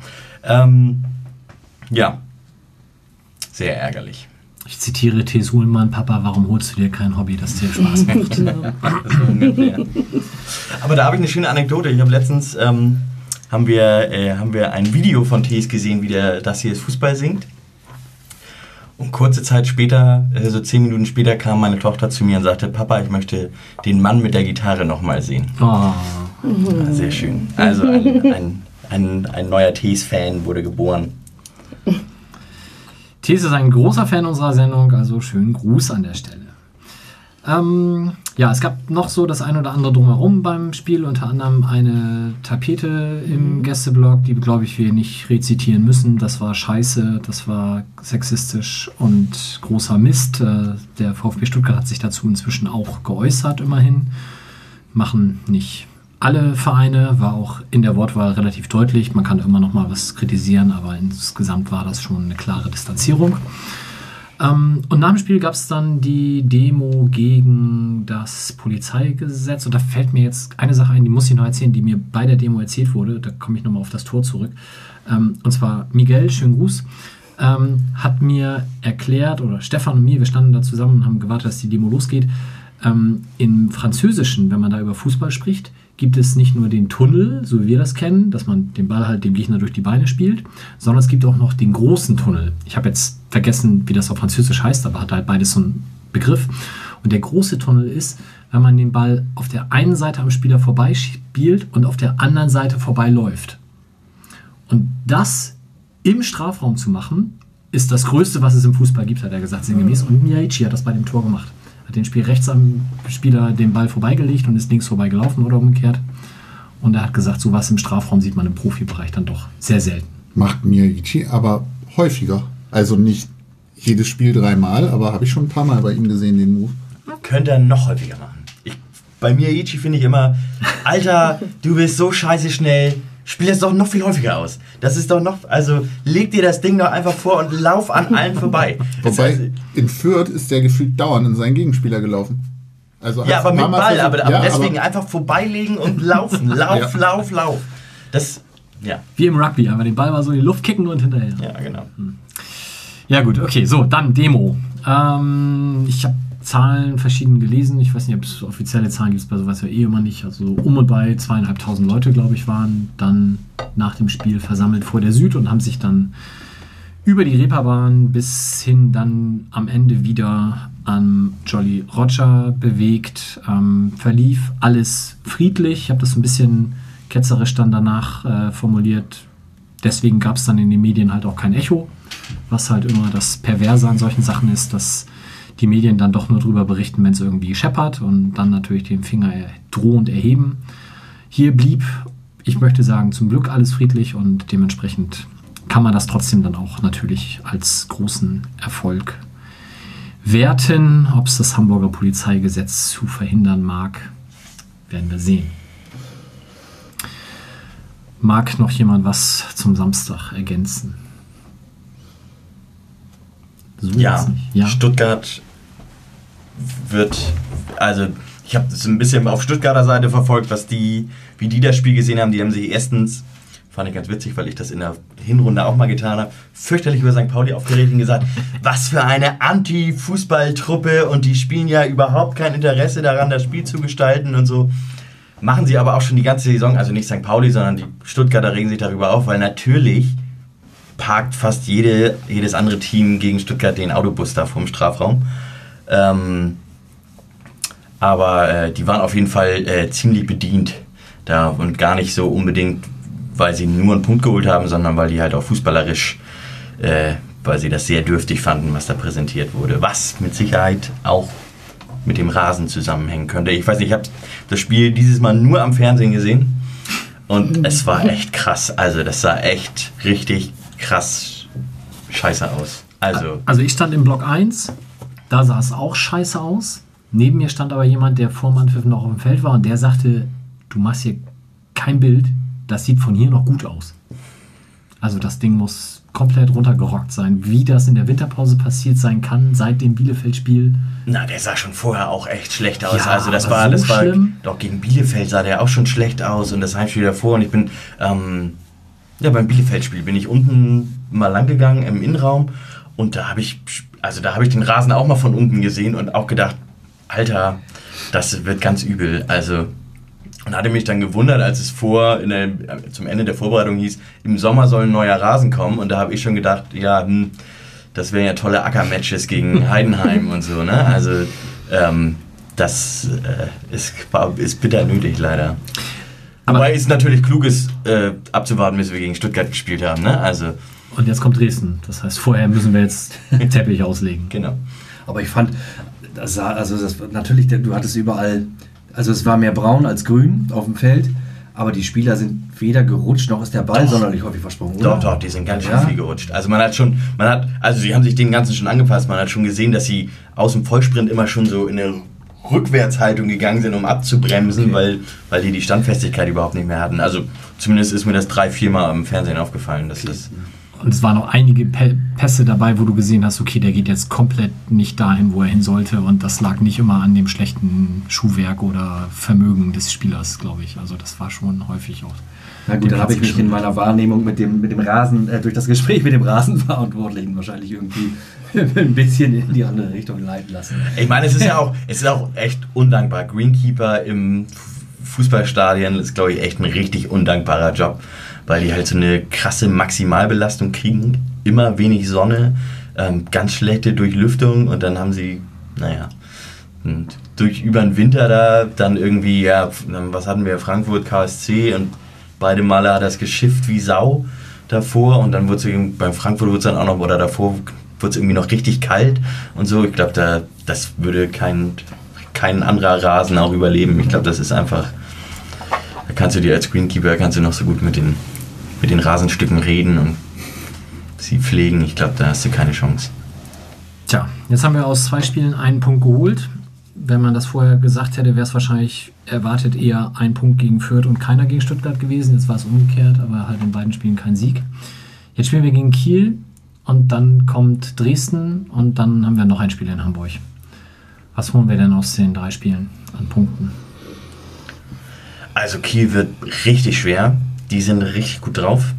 Ja, sehr ärgerlich. Ich zitiere T. Suhlmann, Papa, warum holst du dir kein Hobby, das dir Spaß macht? Das ist ungefähr. Aber da habe ich eine schöne Anekdote. Ich habe letztens haben wir ein Video von Tees gesehen, wie der Das hier ist Fußball singt. Und kurze Zeit später, so 10 Minuten später, kam meine Tochter zu mir und sagte, Papa, ich möchte den Mann mit der Gitarre nochmal sehen. Oh. Ja, sehr schön. Also ein neuer Tees-Fan wurde geboren. Tees ist ein großer Fan unserer Sendung, also schönen Gruß an der Stelle. Ja, es gab noch so das ein oder andere drumherum beim Spiel, unter anderem eine Tapete im Gästeblock, die, glaube ich, wir nicht rezitieren müssen. Das war scheiße, das war sexistisch und großer Mist. Der VfB Stuttgart hat sich dazu inzwischen auch geäußert, immerhin. Machen nicht alle Vereine, war auch in der Wortwahl relativ deutlich. Man kann immer noch mal was kritisieren, aber insgesamt war das schon eine klare Distanzierung. Und nach dem Spiel gab es dann die Demo gegen das Polizeigesetz. Und da fällt mir jetzt eine Sache ein, die muss ich noch erzählen, die mir bei der Demo erzählt wurde. Da komme ich nochmal auf das Tor zurück. Und zwar Miguel, schönen Gruß, hat mir erklärt, oder Stefan und mir, wir standen da zusammen und haben gewartet, dass die Demo losgeht. Im Französischen, wenn man da über Fußball spricht, gibt es nicht nur den Tunnel, so wie wir das kennen, dass man den Ball halt dem Gegner durch die Beine spielt, sondern es gibt auch noch den großen Tunnel. Ich habe jetzt vergessen, wie das auf Französisch heißt, aber hat halt beides so einen Begriff. Und der große Tunnel ist, wenn man den Ball auf der einen Seite am Spieler vorbeispielt und auf der anderen Seite vorbeiläuft. Und das im Strafraum zu machen, ist das Größte, was es im Fußball gibt, hat er gesagt, sinngemäß. Und Miyaichi hat das bei dem Tor gemacht. Hat den Spiel rechts am Spieler den Ball vorbeigelegt und ist links vorbeigelaufen oder umgekehrt. Und er hat gesagt, sowas im Strafraum sieht man im Profibereich dann doch sehr selten. Macht Miyaichi aber häufiger. Also nicht jedes Spiel 3-mal, aber habe ich schon ein paar Mal bei ihm gesehen, den Move. Könnte er noch häufiger machen. Bei Miyaichi finde ich immer, Alter, du bist so scheiße schnell, spiel das doch noch viel häufiger aus. Das ist doch noch, also leg dir das Ding doch einfach vor und lauf an allen vorbei. Wobei, in Fürth ist der gefühlt dauernd in seinen Gegenspieler gelaufen. Also ja, aber mit Ball, aber ja, deswegen einfach vorbeilegen und laufen. Lauf, ja. Lauf. Das, ja. Wie im Rugby, aber den Ball mal so in die Luft kicken und hinterher. Ja, genau. Ja gut, okay, so, dann Demo. Ich habe Zahlen verschieden gelesen. Ich weiß nicht, ob es offizielle Zahlen gibt, bei sowas ja immer nicht. Also und bei 2.500 Leute, glaube ich, waren dann nach dem Spiel versammelt vor der Süd und haben sich dann über die Reeperbahn bis hin dann am Ende wieder am Jolly Roger bewegt. Verlief alles friedlich. Ich habe das ein bisschen ketzerisch dann danach formuliert. Deswegen gab es dann in den Medien halt auch kein Echo, was halt immer das Perverse an solchen Sachen ist, dass die Medien dann doch nur drüber berichten, wenn es irgendwie scheppert und dann natürlich den Finger drohend erheben. Hier blieb, ich möchte sagen, zum Glück alles friedlich und dementsprechend kann man das trotzdem dann auch natürlich als großen Erfolg werten. Ob es das Hamburger Polizeigesetz zu verhindern mag, werden wir sehen. Mag noch jemand was zum Samstag ergänzen? So ja, Stuttgart wird, also ich habe das ein bisschen auf Stuttgarter Seite verfolgt, wie die das Spiel gesehen haben. Die haben sich erstens, fand ich ganz witzig, weil ich das in der Hinrunde auch mal getan habe, fürchterlich über St. Pauli aufgeregt und gesagt, was für eine Anti-Fußballtruppe und die spielen ja überhaupt kein Interesse daran, das Spiel zu gestalten und so. Machen sie aber auch schon die ganze Saison, also nicht St. Pauli, sondern die Stuttgarter regen sich darüber auf, weil natürlich parkt fast jedes andere Team gegen Stuttgart den Autobus da vorm Strafraum. aber die waren auf jeden Fall ziemlich bedient da und gar nicht so unbedingt, weil sie nur einen Punkt geholt haben, sondern weil die halt auch fußballerisch, weil sie das sehr dürftig fanden, was da präsentiert wurde. Was mit Sicherheit auch mit dem Rasen zusammenhängen könnte. Ich weiß nicht, ich habe das Spiel dieses Mal nur am Fernsehen gesehen und es war echt krass. Also das sah echt richtig krass scheiße aus. Also ich stand im Block 1, da sah es auch scheiße aus. Neben mir stand aber jemand, der vor dem Anpfiff noch auf dem Feld war und der sagte, du machst hier kein Bild, das sieht von hier noch gut aus. Also das Ding muss komplett runtergerockt sein. Wie das in der Winterpause passiert sein kann, seit dem Bielefeld-Spiel. Na, der sah schon vorher auch echt schlecht aus. Ja, also das aber war, so schlimm. Doch gegen Bielefeld sah der auch schon schlecht aus und das Heimspiel davor. Und ich bin, beim Bielefeld-Spiel bin ich unten mal lang gegangen im Innenraum und da habe ich den Rasen auch mal von unten gesehen und auch gedacht, Alter, das wird ganz übel. Also, und hatte mich dann gewundert, als es zum Ende der Vorbereitung hieß, im Sommer soll ein neuer Rasen kommen. Und da habe ich schon gedacht, ja, das wären ja tolle Ackermatches gegen Heidenheim und so, ne? Also, das ist bitter nötig, leider. Wobei es natürlich klug ist, abzuwarten, bis wir gegen Stuttgart gespielt haben, ne? Also. Und jetzt kommt Dresden. Das heißt, vorher müssen wir jetzt den Teppich auslegen. Genau. Aber ich fand, natürlich, du hattest überall, also es war mehr braun als grün auf dem Feld, aber die Spieler sind weder gerutscht, noch ist der Ball sonderlich häufig versprungen. Doch, die sind ganz schön viel gerutscht. Also sie haben sich dem Ganzen schon angepasst, man hat schon gesehen, dass sie aus dem Vollsprint immer schon so in eine Rückwärtshaltung gegangen sind, um abzubremsen, weil die Standfestigkeit überhaupt nicht mehr hatten. Also zumindest ist mir das 3-4 Mal im Fernsehen aufgefallen, dass das... Und es waren noch einige Pässe dabei, wo du gesehen hast, okay, der geht jetzt komplett nicht dahin, wo er hin sollte. Und das lag nicht immer an dem schlechten Schuhwerk oder Vermögen des Spielers, glaube ich. Also das war schon häufig auch. Na gut, dann habe ich mich in meiner Wahrnehmung mit dem Rasen, durch das Gespräch mit dem Rasenverantwortlichen wahrscheinlich irgendwie ein bisschen in die andere Richtung leiten lassen. Ich meine, es ist auch echt undankbar. Greenkeeper im Fußballstadion ist, glaube ich, echt ein richtig undankbarer Job, weil die halt so eine krasse Maximalbelastung kriegen, immer wenig Sonne, ganz schlechte Durchlüftung und dann haben sie, und über den Winter da dann irgendwie, was hatten wir, Frankfurt, KSC und beide Male hat das geschifft wie Sau davor und dann wurde es beim Frankfurt wurde es dann auch noch, oder davor wurde es irgendwie noch richtig kalt und so. Ich glaube, das würde kein anderer Rasen auch überleben. Ich glaube, das ist einfach, da kannst du dir als Greenkeeper noch so gut mit den Rasenstücken reden und sie pflegen. Ich glaube, da hast du keine Chance. Tja, jetzt haben wir aus 2 Spielen einen Punkt geholt. Wenn man das vorher gesagt hätte, wäre es wahrscheinlich erwartet eher ein Punkt gegen Fürth und keiner gegen Stuttgart gewesen. Jetzt war es umgekehrt, aber halt in beiden Spielen kein Sieg. Jetzt spielen wir gegen Kiel und dann kommt Dresden und dann haben wir noch ein Spiel in Hamburg. Was holen wir denn aus den 3 Spielen an Punkten? Also Kiel wird richtig schwer. Die sind richtig gut drauf.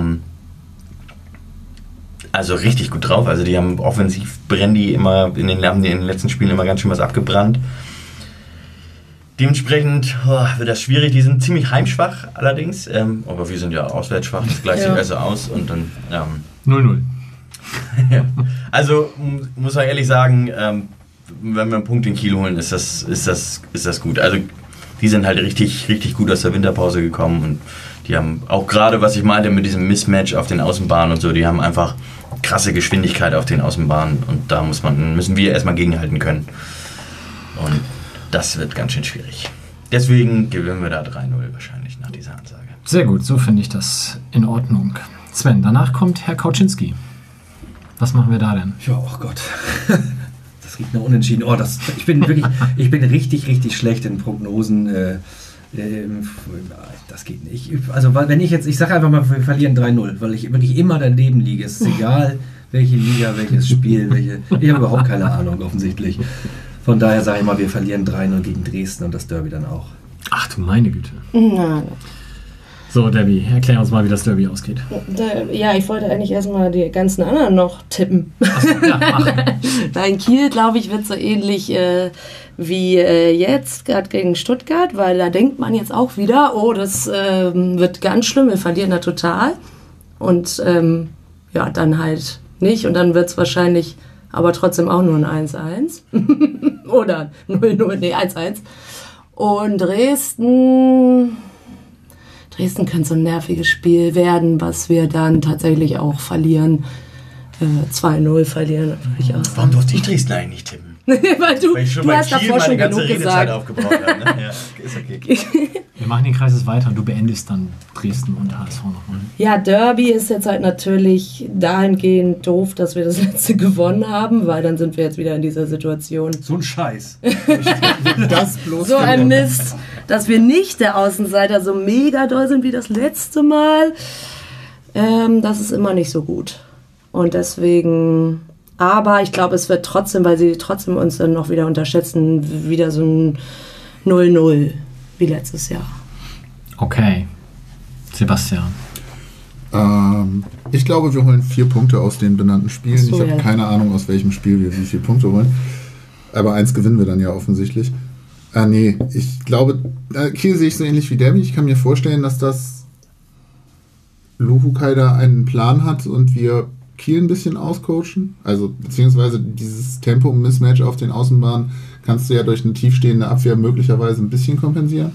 Also die haben offensiv brennen die immer in den letzten Spielen immer ganz schön was abgebrannt. Dementsprechend wird das schwierig. Die sind ziemlich heimschwach allerdings. Aber wir sind ja auswärts schwach. Das gleicht sich besser aus. Und dann 0-0. Ja. Also muss man ehrlich sagen, wenn wir einen Punkt in Kiel holen, ist das gut. Also die sind halt richtig, richtig gut aus der Winterpause gekommen und die haben auch gerade, was ich meinte mit diesem Mismatch auf den Außenbahnen und so, die haben einfach krasse Geschwindigkeit auf den Außenbahnen und da müssen wir erstmal gegenhalten können. Und das wird ganz schön schwierig. Deswegen gewinnen wir da 3-0 wahrscheinlich nach dieser Ansage. Sehr gut, so finde ich das in Ordnung. Sven, danach kommt Herr Kauczynski. Was machen wir da denn? Ja, oh Gott. Das riecht nach Unentschieden. Ich bin richtig, richtig schlecht in Prognosen. Das geht nicht. Also wenn ich sage einfach mal, wir verlieren 3-0, weil ich wirklich immer daneben liege. Es ist egal, welche Liga, welches Spiel, ich habe überhaupt keine Ahnung offensichtlich. Von daher sage ich mal, wir verlieren 3-0 gegen Dresden und das Derby dann auch. Ach du meine Güte. Nein. So, Debbie, erklär uns mal, wie das Derby ausgeht. Ja, ich wollte eigentlich erstmal die ganzen anderen noch tippen. Achso, ja, mach. Nein, Kiel, glaube ich, wird so ähnlich wie jetzt, gerade gegen Stuttgart, weil da denkt man jetzt auch wieder, das wird ganz schlimm, wir verlieren da total. Und dann halt nicht. Und dann wird es wahrscheinlich aber trotzdem auch nur ein 1-1. Oder 0-0, nee, 1-1. Und Dresden könnte so ein nerviges Spiel werden, was wir dann tatsächlich auch verlieren. 2-0 verlieren, würde ich auch sagen. Warum durfte ich Dresden eigentlich nicht tippen? Weil du hast davor schon genug Redezeit gesagt. aufgebraucht habe. Ne? Ja, ist okay. Wir machen den Kreis jetzt weiter und du beendest dann Dresden und HSV nochmal. Ja, Derby ist jetzt halt natürlich dahingehend doof, dass wir das letzte gewonnen haben, weil dann sind wir jetzt wieder in dieser Situation. So ein Scheiß. Das bloß So ein Mist, dass wir nicht der Außenseiter so mega doll sind wie das letzte Mal. Das ist immer nicht so gut. Und deswegen, aber ich glaube, es wird trotzdem, weil sie trotzdem uns dann noch wieder unterschätzen, wieder so ein 0-0 wie letztes Jahr. Okay. Sebastian. Ich glaube, wir holen 4 Punkte aus den benannten Spielen. Ach so, ich habe ja. keine Ahnung, aus welchem Spiel wir wie viele Punkte holen. Aber 1 gewinnen wir dann ja offensichtlich. Nee, ich glaube, Kiel sehe ich so ähnlich wie Derby. Ich kann mir vorstellen, dass das Luhukai da einen Plan hat und wir Kiel ein bisschen auscoachen. Also, beziehungsweise dieses Tempo-Mismatch auf den Außenbahnen kannst du ja durch eine tiefstehende Abwehr möglicherweise ein bisschen kompensieren.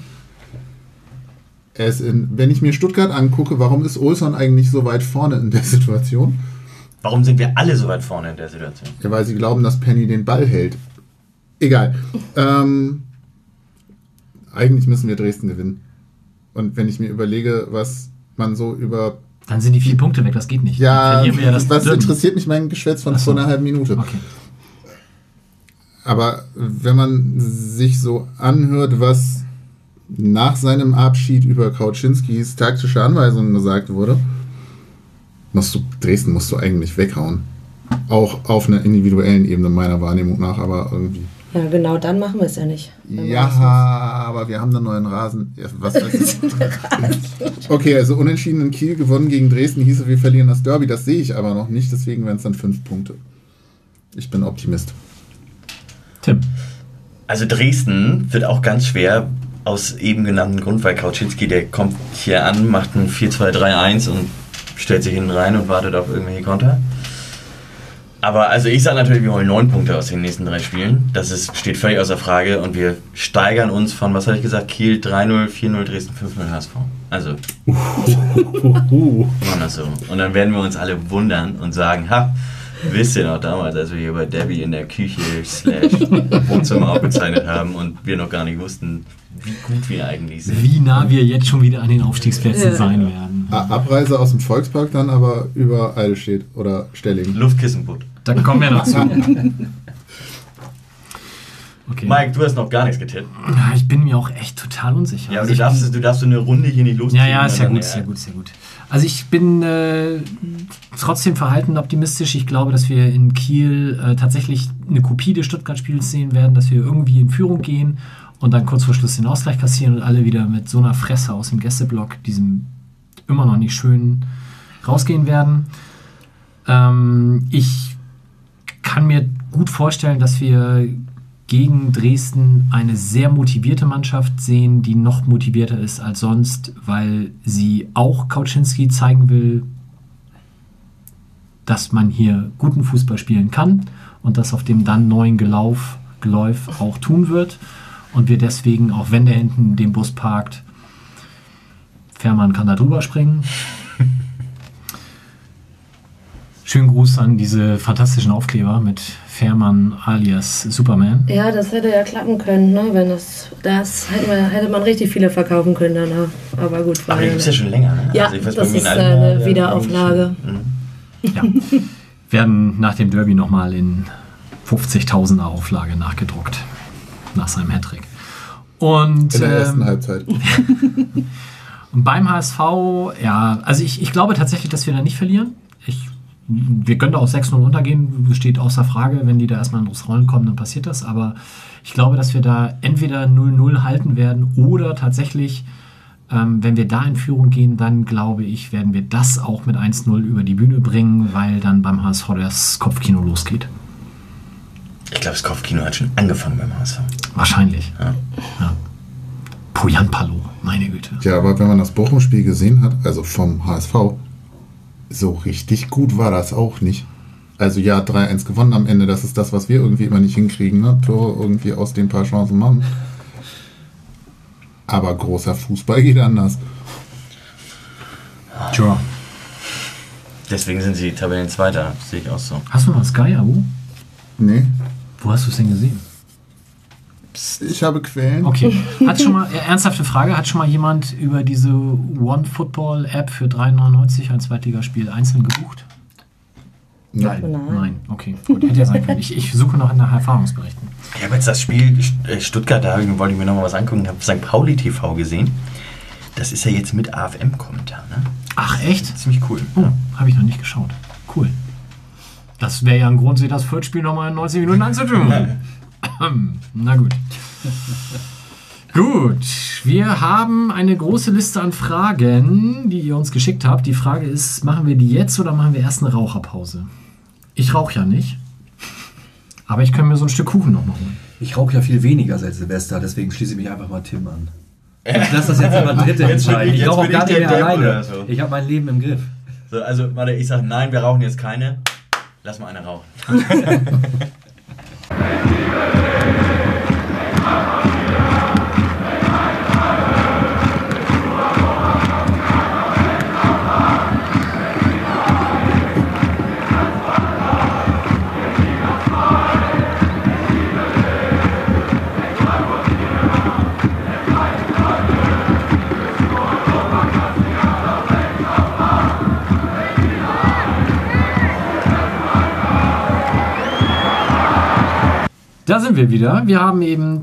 Wenn ich mir Stuttgart angucke, warum ist Olsson eigentlich so weit vorne in der Situation? Warum sind wir alle so weit vorne in der Situation? Ja, weil sie glauben, dass Penny den Ball hält. Egal. Eigentlich müssen wir Dresden gewinnen. Und wenn ich mir überlege, was man so über... Dann sind die 4 Punkte weg, das geht nicht. Ja, Dann verlieren wir das was Derby. interessiert mich mein Geschwätz von Ach so. vor einer halben Minute? Okay. Aber wenn man sich so anhört, was nach seinem Abschied über Kauczynskis taktische Anweisungen gesagt wurde, Dresden musst du eigentlich weghauen. Auch auf einer individuellen Ebene meiner Wahrnehmung nach, aber irgendwie. Ja, genau, dann machen wir es ja nicht. Wenn wir Ja, das aber wir haben einen neuen Rasen. Ja, was weiß ich. Okay, also unentschieden in Kiel, gewonnen gegen Dresden, hieße, wir verlieren das Derby. Das sehe ich aber noch nicht, deswegen wären es dann 5 Punkte. Ich bin Optimist. Tim. Also Dresden wird auch ganz schwer aus eben genannten Grund, weil Kauczynski, der kommt hier an, macht ein 4-2-3-1 und stellt sich hinten rein und wartet auf irgendwelche Konter. Aber also ich sage natürlich, wir holen 9 Punkte aus den nächsten 3 Spielen. Steht völlig außer Frage und wir steigern uns von, was habe ich gesagt, Kiel 3-0, 4-0, Dresden 5-0 HSV. Also, machen das so. Und dann werden wir uns alle wundern und sagen, wisst ihr noch damals, als wir hier bei Debbie in der Küche / Wohnzimmer aufgezeichnet haben und wir noch gar nicht wussten, wie gut wir eigentlich sind. Wie nah wir jetzt schon wieder an den Aufstiegsplätzen sein werden. Abreise aus dem Volkspark dann aber über Eidelstedt oder Stelling. Luftkissenbutt. Da kommen wir noch zu. Okay. Mike, du hast noch gar nichts getippt. Ich bin mir auch echt total unsicher. Ja, aber Also du darfst so eine Runde hier nicht losziehen. Ja, ist ja sondern, gut, sehr gut, sehr gut. Also ich bin trotzdem verhalten optimistisch. Ich glaube, dass wir in Kiel tatsächlich eine Kopie des Stuttgart-Spiels sehen werden, dass wir irgendwie in Führung gehen und dann kurz vor Schluss den Ausgleich kassieren und alle wieder mit so einer Fresse aus dem Gästeblock, diesem immer noch nicht schönen, rausgehen werden. Ich kann mir gut vorstellen, dass wir gegen Dresden eine sehr motivierte Mannschaft sehen, die noch motivierter ist als sonst, weil sie auch Kauczynski zeigen will, dass man hier guten Fußball spielen kann und das auf dem dann neuen Geläuf auch tun wird. Und wir deswegen, auch wenn der hinten den Bus parkt, Fährmann kann da drüber springen. Schönen Gruß an diese fantastischen Aufkleber mit Fährmann alias Superman. Ja, das hätte ja klappen können, ne? Wenn das hätte man richtig viele verkaufen können danach. Aber gut, Aber die gibt es ja schon länger. Ne? Ja, also ich weiß, das bei mir ist in Altenberg, eine ja, Wiederauflage. Ja. Werden nach dem Derby nochmal in 50.000er Auflage nachgedruckt. Nach seinem Hattrick. Und In der ersten Halbzeit. und beim HSV, ja, also ich glaube tatsächlich, dass wir da nicht verlieren. Wir können da auch 6-0 untergehen, steht außer Frage. Wenn die da erstmal ins Rollen kommen, dann passiert das. Aber ich glaube, dass wir da entweder 0-0 halten werden oder tatsächlich, wenn wir da in Führung gehen, dann glaube ich, werden wir das auch mit 1-0 über die Bühne bringen, weil dann beim HSV das Kopfkino losgeht. Ich glaube, das Kopfkino hat schon angefangen beim HSV. Wahrscheinlich. Ja. Poyan Palo, meine Güte. Ja, aber wenn man das Bochum-Spiel gesehen hat, also vom HSV, so richtig gut war das auch nicht. Also ja, 3-1 gewonnen am Ende, das ist das, was wir irgendwie immer nicht hinkriegen, ne? Tore irgendwie aus den paar Chancen machen. Aber großer Fußball geht anders. Tja. Deswegen sind sie Tabellenzweiter, sehe ich auch so. Hast du mal Sky, Abu? Nee, Wo hast du es denn gesehen? ich habe Quellen. Okay. Hat schon mal, ernsthafte Frage, hat schon mal jemand über diese OneFootball-App für 3,99 ein Zweitligaspiel einzeln gebucht? Nein. Okay, gut, hätte ja sein können. Ich suche noch nach Erfahrungsberichten. Ich habe jetzt das Spiel Stuttgart, da wollte ich mir noch mal was angucken, habe St. Pauli TV gesehen. Das ist ja jetzt mit AFM-Kommentar, ne? Ach, echt? Ziemlich cool. Oh, habe ich noch nicht geschaut. Cool. Das wäre ja ein Grund, sich das Fürth-Spiel nochmal in 90 Minuten anzutun. Na gut. Gut, wir haben eine große Liste an Fragen, die ihr uns geschickt habt. Die Frage ist, machen wir die jetzt oder machen wir erst eine Raucherpause? Ich rauche ja nicht, aber ich kann mir so ein Stück Kuchen noch machen. Ich rauche ja viel weniger seit Silvester, deswegen schließe ich mich einfach mal Tim an. Ich lasse das jetzt immer Dritte entscheiden. Ich rauche auch gar nicht mehr alleine. So. Ich habe mein Leben im Griff. So, also, warte, ich sage, nein, wir rauchen jetzt keine. Lass mal eine rauchen. Da sind wir wieder. Wir haben eben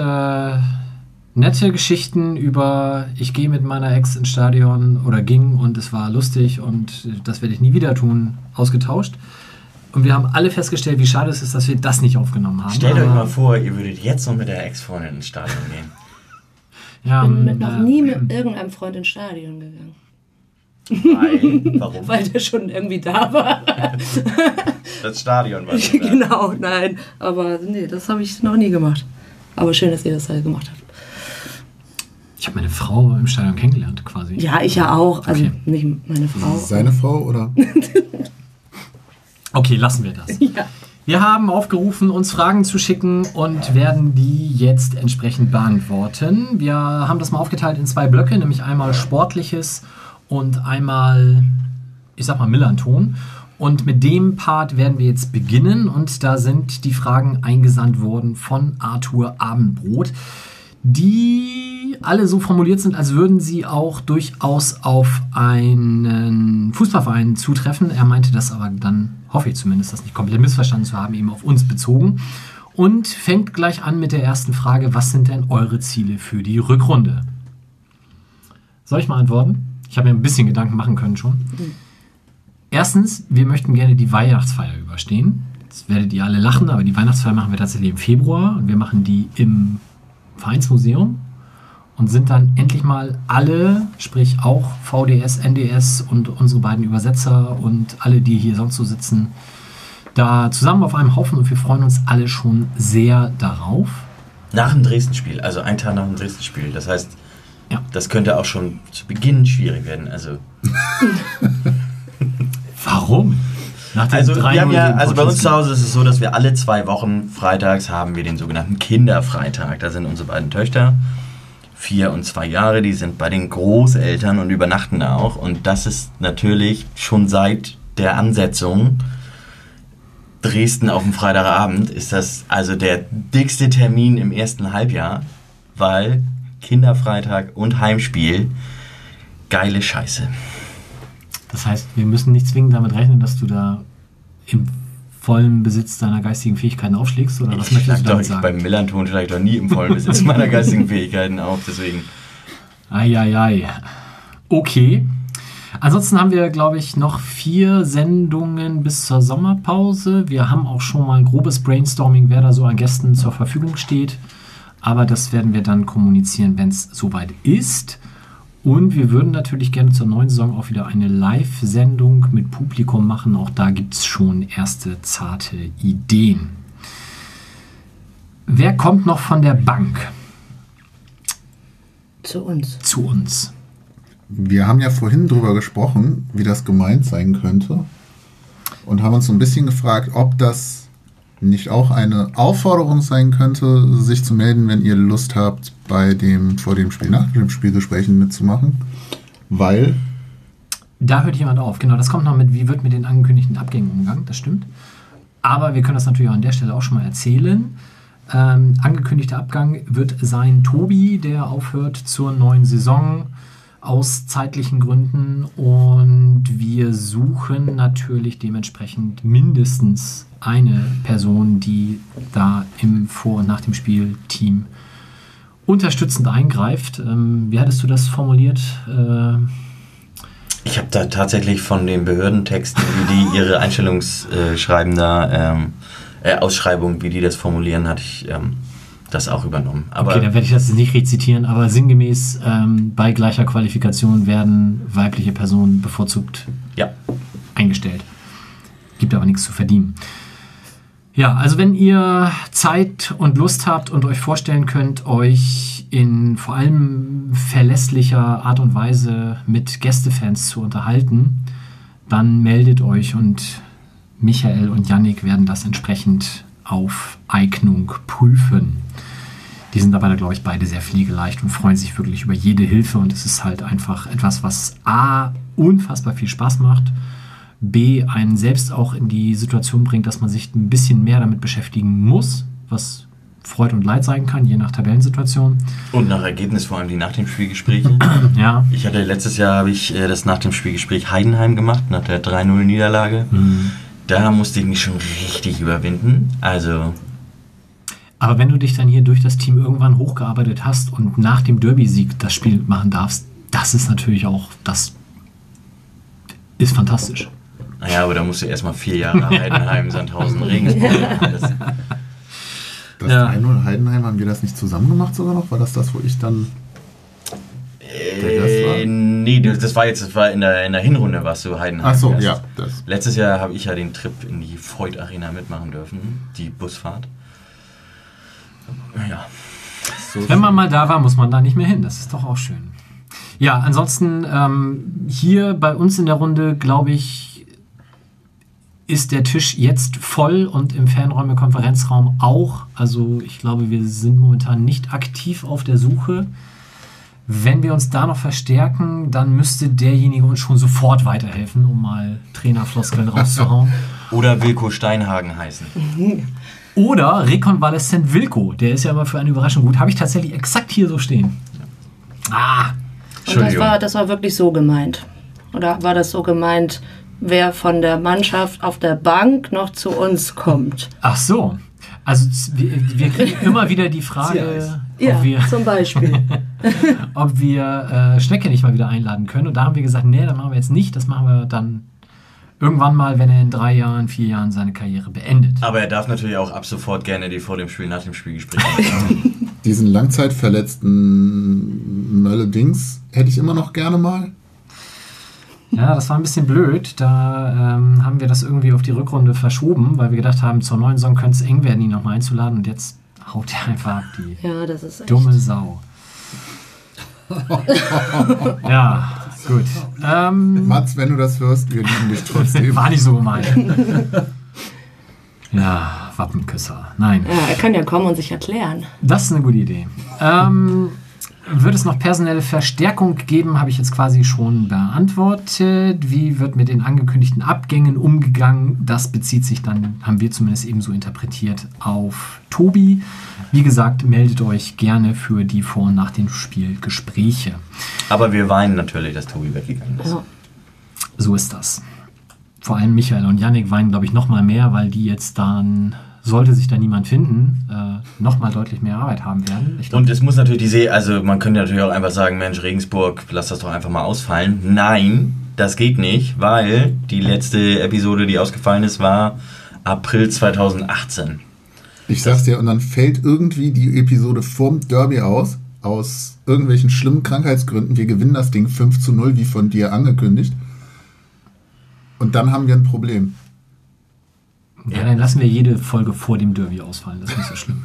nette Geschichten über ich gehe mit meiner Ex ins Stadion oder ging und es war lustig und das werde ich nie wieder tun, ausgetauscht. Und wir haben alle festgestellt, wie schade es ist, dass wir das nicht aufgenommen haben. Stellt euch mal vor, ihr würdet jetzt noch mit der Ex-Freundin ins Stadion gehen. Ja, Ich bin noch nie mit irgendeinem Freund ins Stadion gegangen. Warum? Weil der schon irgendwie da war. Das Stadion war schon da. Genau, nein. Aber nee, das habe ich noch nie gemacht. Aber schön, dass ihr das halt gemacht habt. Ich habe meine Frau im Stadion kennengelernt, quasi. Ja, ich ja auch. Also Okay. nicht meine Frau. Seine Frau oder? Okay, lassen wir das. Ja. Wir haben aufgerufen, uns Fragen zu schicken und werden die jetzt entsprechend beantworten. Wir haben das mal aufgeteilt in 2 Blöcke, nämlich einmal Sportliches und einmal, ich sag mal, Millanton. Und mit dem Part werden wir jetzt beginnen und da sind die Fragen eingesandt worden von Arthur Abendbrot, die alle so formuliert sind, als würden sie auch durchaus auf einen Fußballverein zutreffen. Er meinte das aber dann, hoffe ich zumindest, das nicht komplett missverstanden zu haben, eben auf uns bezogen. Und fängt gleich an mit der ersten Frage, was sind denn eure Ziele für die Rückrunde? Soll ich mal antworten? Ich habe mir ein bisschen Gedanken machen können schon. Erstens, wir möchten gerne die Weihnachtsfeier überstehen. Jetzt werdet ihr alle lachen, aber die Weihnachtsfeier machen wir tatsächlich im Februar und wir machen die im Vereinsmuseum und sind dann endlich mal alle, sprich auch VDS, NDS und unsere beiden Übersetzer und alle, die hier sonst so sitzen, da zusammen auf einem Haufen und wir freuen uns alle schon sehr darauf. Nach dem Dresden-Spiel, also einen Tag nach dem Dresden-Spiel. Das heißt, Ja. das könnte auch schon zu Beginn schwierig werden. Also Warum? Nach dem Also, 3-0 wir haben ja, gegen also bei uns zu Portugal. Hause ist es so, dass wir alle 2 Wochen freitags haben wir den sogenannten Kinderfreitag. Da sind unsere beiden Töchter, 4 und 2 Jahre, die sind bei den Großeltern und übernachten da auch. Und das ist natürlich schon seit der Ansetzung Dresden auf dem Freitagabend ist das also der dickste Termin im ersten Halbjahr, weil Kinderfreitag und Heimspiel, geile Scheiße. Das heißt, wir müssen nicht zwingend damit rechnen, dass du da im vollen Besitz deiner geistigen Fähigkeiten aufschlägst? Oder was möchtest du damit sagen? Beim Millanton schlage ich doch nie im vollen Besitz meiner geistigen Fähigkeiten auf, deswegen. Eieiei. Okay. Ansonsten haben wir, glaube ich, noch 4 Sendungen bis zur Sommerpause. Wir haben auch schon mal ein grobes Brainstorming, wer da so an Gästen zur Verfügung steht. Aber das werden wir dann kommunizieren, wenn es soweit ist. Und wir würden natürlich gerne zur neuen Saison auch wieder eine Live-Sendung mit Publikum machen. Auch da gibt es schon erste zarte Ideen. Wer kommt noch von der Bank Zu uns. zu uns? Wir haben ja vorhin drüber gesprochen, wie das gemeint sein könnte. und haben uns so ein bisschen gefragt, ob das nicht auch eine Aufforderung sein könnte, sich zu melden, wenn ihr Lust habt, bei dem vor dem Spiel, nach dem Spielgesprächen mitzumachen. Weil... Da hört jemand auf. Genau, das kommt noch mit, wie wird mit den angekündigten Abgängen umgegangen, das stimmt. Aber wir können das natürlich auch an der Stelle auch schon mal erzählen. Angekündigter Abgang wird sein Tobi, der aufhört zur neuen Saison aus zeitlichen Gründen. Und wir suchen natürlich dementsprechend mindestens eine Person, die da im Vor- und Nach dem Spiel-Team unterstützend eingreift. Wie hattest du das formuliert? Ich habe da tatsächlich von den Behördentexten, wie die ihre Einstellungsschreiben da, Ausschreibung, wie die das formulieren, hatte ich das auch übernommen. Aber okay, dann werde ich das nicht rezitieren, aber sinngemäß bei gleicher Qualifikation werden weibliche Personen bevorzugt eingestellt. Gibt aber nichts zu verdienen. Ja, also wenn ihr Zeit und Lust habt und euch vorstellen könnt, euch in vor allem verlässlicher Art und Weise mit Gästefans zu unterhalten, dann meldet euch und Michael und Yannick werden das entsprechend auf Eignung prüfen. Die sind aber, glaube ich, beide sehr pflegeleicht und freuen sich wirklich über jede Hilfe und es ist halt einfach etwas, was A, unfassbar viel Spaß macht, B, einen selbst auch in die Situation bringt, dass man sich ein bisschen mehr damit beschäftigen muss, was Freude und Leid sein kann, je nach Tabellensituation. Und nach Ergebnis, vor allem die nach dem Spielgespräche. Ja. Ich hatte letztes Jahr, habe ich das nach dem Spielgespräch Heidenheim gemacht, nach der 3-0-Niederlage. Da musste ich mich schon richtig überwinden. Also. Aber wenn du dich dann hier durch das Team irgendwann hochgearbeitet hast und nach dem Derby-Sieg das Spiel machen darfst, das ist natürlich auch, das ist fantastisch. Naja, aber da musst du erstmal 4 Jahre Heidenheim, Sandhausen, Regensburg. Das 3-0 Heidenheim, haben wir das nicht zusammen gemacht sogar noch? War das, wo ich dann der Gast war? Nee, das war in der Hinrunde, warst du Heidenheim. Ach so, Gast. ja. Das. Letztes Jahr habe ich ja den Trip in die Voigt Arena mitmachen dürfen, die Busfahrt. Ja. So Wenn man mal da war, muss man da nicht mehr hin. Das ist doch auch schön. Ja, ansonsten hier bei uns in der Runde, glaube ich, ist der Tisch jetzt voll und im Fernräume-Konferenzraum auch. Also ich glaube, wir sind momentan nicht aktiv auf der Suche. Wenn wir uns da noch verstärken, dann müsste derjenige uns schon sofort weiterhelfen, um mal Trainerfloskeln rauszuhauen. Oder Wilko Steinhagen heißen. Oder Rekonvaleszent Wilko. Der ist ja immer für eine Überraschung gut. Habe ich tatsächlich exakt hier so stehen. Und das war wirklich so gemeint. Oder war das so gemeint, wer von der Mannschaft auf der Bank noch zu uns kommt? Ach so. Also wir kriegen immer wieder die Frage, Ja, zum Beispiel. ob wir Schnecke nicht mal wieder einladen können. Und da haben wir gesagt, nee, das machen wir jetzt nicht. Das machen wir dann irgendwann mal, wenn er in 3 Jahren, 4 Jahren seine Karriere beendet. Aber er darf natürlich auch ab sofort gerne die vor dem Spiel, nach dem Spielgespräch machen. Diesen langzeitverletzten Mölle-Dings hätte ich immer noch gerne mal. Ja, das war ein bisschen blöd. Da haben wir das irgendwie auf die Rückrunde verschoben, weil wir gedacht haben, zur neuen Saison könnte es eng werden, ihn nochmal einzuladen. Und jetzt haut er einfach die Das ist echt dumme Sau. Ja, gut. Mats, wenn du das hörst, wir lieben dich trotzdem. War nicht so gemeint. Ja, Wappenküsser. Nein. Ja, er kann ja kommen und sich erklären. Das ist eine gute Idee. Wird es noch personelle Verstärkung geben, habe ich jetzt quasi schon beantwortet. Wie wird mit den angekündigten Abgängen umgegangen? Das bezieht sich dann, haben wir zumindest eben so interpretiert, auf Tobi. Wie gesagt, meldet euch gerne für die Vor- und Nach dem Spiel Gespräche. Aber wir weinen natürlich, dass Tobi weggegangen ist. Ja. So ist das. Vor allem Michael und Yannick weinen, glaube ich, noch mal mehr, weil die jetzt dann, sollte sich da niemand finden, noch mal deutlich mehr Arbeit haben werden. Ich glaub, Und es muss natürlich also man könnte natürlich auch einfach sagen, Mensch, Regensburg, lass das doch einfach mal ausfallen. Nein, das geht nicht, weil die letzte Episode, die ausgefallen ist, war April 2018. Ich sag's dir, und dann fällt irgendwie die Episode vorm Derby aus irgendwelchen schlimmen Krankheitsgründen. Wir gewinnen das Ding 5-0, wie von dir angekündigt. Und dann haben wir ein Problem. ja, dann lassen wir jede Folge vor dem Derby ausfallen. Das ist nicht so schlimm.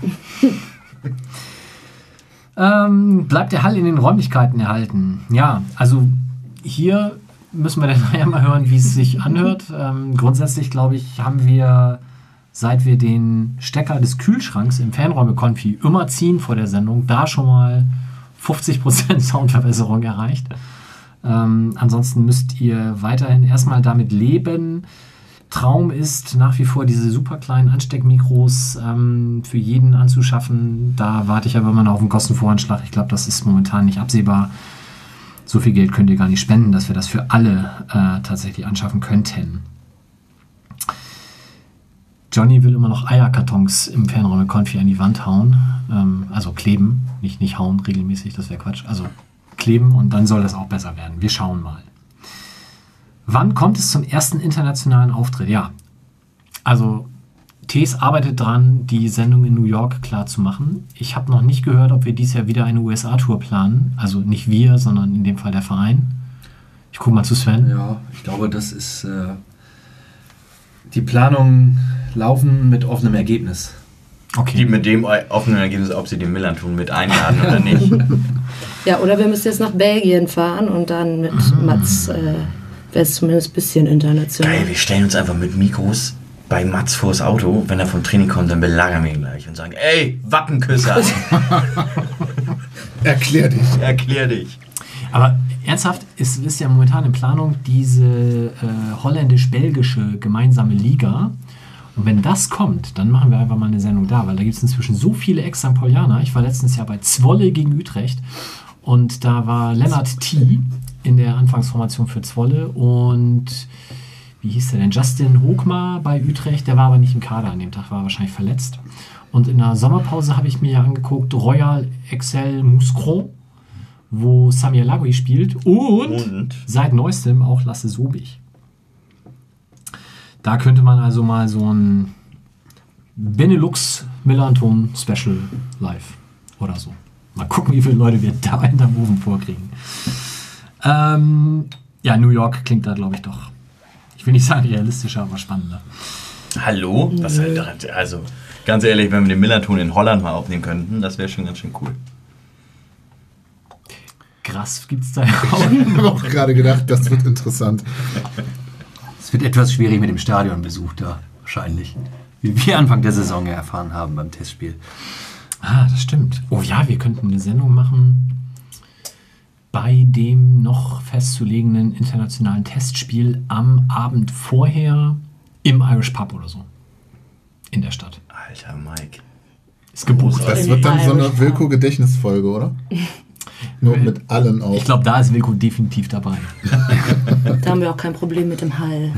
Bleibt der Hall in den Räumlichkeiten erhalten? Ja, also hier müssen wir dann nachher mal hören, wie es sich anhört. Grundsätzlich, glaube ich, haben wir, seit wir den Stecker des Kühlschranks im Fernräume-Konfi immer ziehen vor der Sendung, da schon mal 50% Soundverbesserung erreicht. Ansonsten müsst ihr weiterhin erstmal damit leben. Traum ist nach wie vor diese super kleinen Ansteckmikros für jeden anzuschaffen. Da warte ich aber immer noch auf einen Kostenvoranschlag. Ich glaube, das ist momentan nicht absehbar. So viel Geld könnt ihr gar nicht spenden, dass wir das für alle tatsächlich anschaffen könnten. Johnny will immer noch Eierkartons im Fernräume-Konfi an die Wand hauen. Also kleben, nicht hauen regelmäßig, das wäre Quatsch. Also kleben und dann soll das auch besser werden. Wir schauen mal. Wann kommt es zum ersten internationalen Auftritt? Ja, also Tees arbeitet dran, die Sendung in New York klar zu machen. Ich habe noch nicht gehört, ob wir dieses Jahr wieder eine USA-Tour planen. Also nicht wir, sondern in dem Fall der Verein. Ich gucke mal zu Sven. Ja, ich glaube, das ist... die Planungen laufen mit offenem Ergebnis. Okay. Die mit dem offenen Ergebnis, ob sie den Millanton mit einladen oder nicht. Ja, oder wir müssen jetzt nach Belgien fahren und dann mit Mats wäre es zumindest ein bisschen international. Geil, wir stellen uns einfach mit Mikros bei Mats vors Auto. Wenn er vom Training kommt, dann belagern wir ihn gleich und sagen, ey, Wappenküsser. Erklär dich. Aber ernsthaft, es ist ja momentan in Planung diese holländisch-belgische gemeinsame Liga. Und wenn das kommt, dann machen wir einfach mal eine Sendung da, weil da gibt es inzwischen so viele Ex-St. Paulianer. Ich war letztens Jahr bei Zwolle gegen Utrecht und da war Lennart T. in der Anfangsformation für Zwolle und wie hieß der denn? Justin Hochmar bei Utrecht, der war aber nicht im Kader an dem Tag, war wahrscheinlich verletzt. Und in der Sommerpause habe ich mir ja angeguckt Royal Excel Mouscron, wo Samir Lagui spielt und seit neuestem auch Lasse Sobich. Da könnte man also mal so ein Benelux Millanton Special live oder so. Mal gucken, wie viele Leute wir da in der Ofen vorkriegen. Ja, New York klingt da, glaube ich, doch, ich will nicht sagen realistischer, aber spannender. Hallo? Was also, ganz ehrlich, wenn wir den Millanton in Holland mal aufnehmen könnten, das wäre schon ganz schön cool. Krass, gibt's da ja auch. Ich habe auch gerade gedacht, das wird interessant. Es wird etwas schwierig mit dem Stadionbesuch da, wahrscheinlich. Wie wir Anfang der Saison ja erfahren haben beim Testspiel. Ah, das stimmt. Oh ja, wir könnten eine Sendung machen bei dem noch festzulegenden internationalen Testspiel am Abend vorher im Irish Pub oder so. In der Stadt. Alter Mike. Ist Geburt. Das wird dann so eine Wilko-Gedächtnisfolge, oder? Nur mit allen auch. Ich glaube, da ist Wilko definitiv dabei. Da haben wir auch kein Problem mit dem Hall.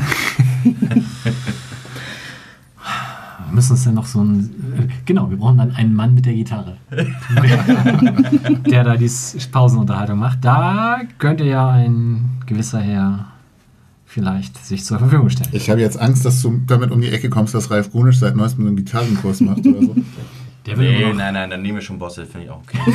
Wir müssen uns dann noch so ein... Genau, wir brauchen dann einen Mann mit der Gitarre. Der da die Pausenunterhaltung macht. Da könnte ja ein gewisser Herr vielleicht sich zur Verfügung stellen. Ich habe jetzt Angst, dass du damit um die Ecke kommst, dass Ralf Grunisch seit neuestem einen Gitarrenkurs macht oder so. Der will immer noch... Nein, dann nehmen wir schon Bosse, finde ich auch okay.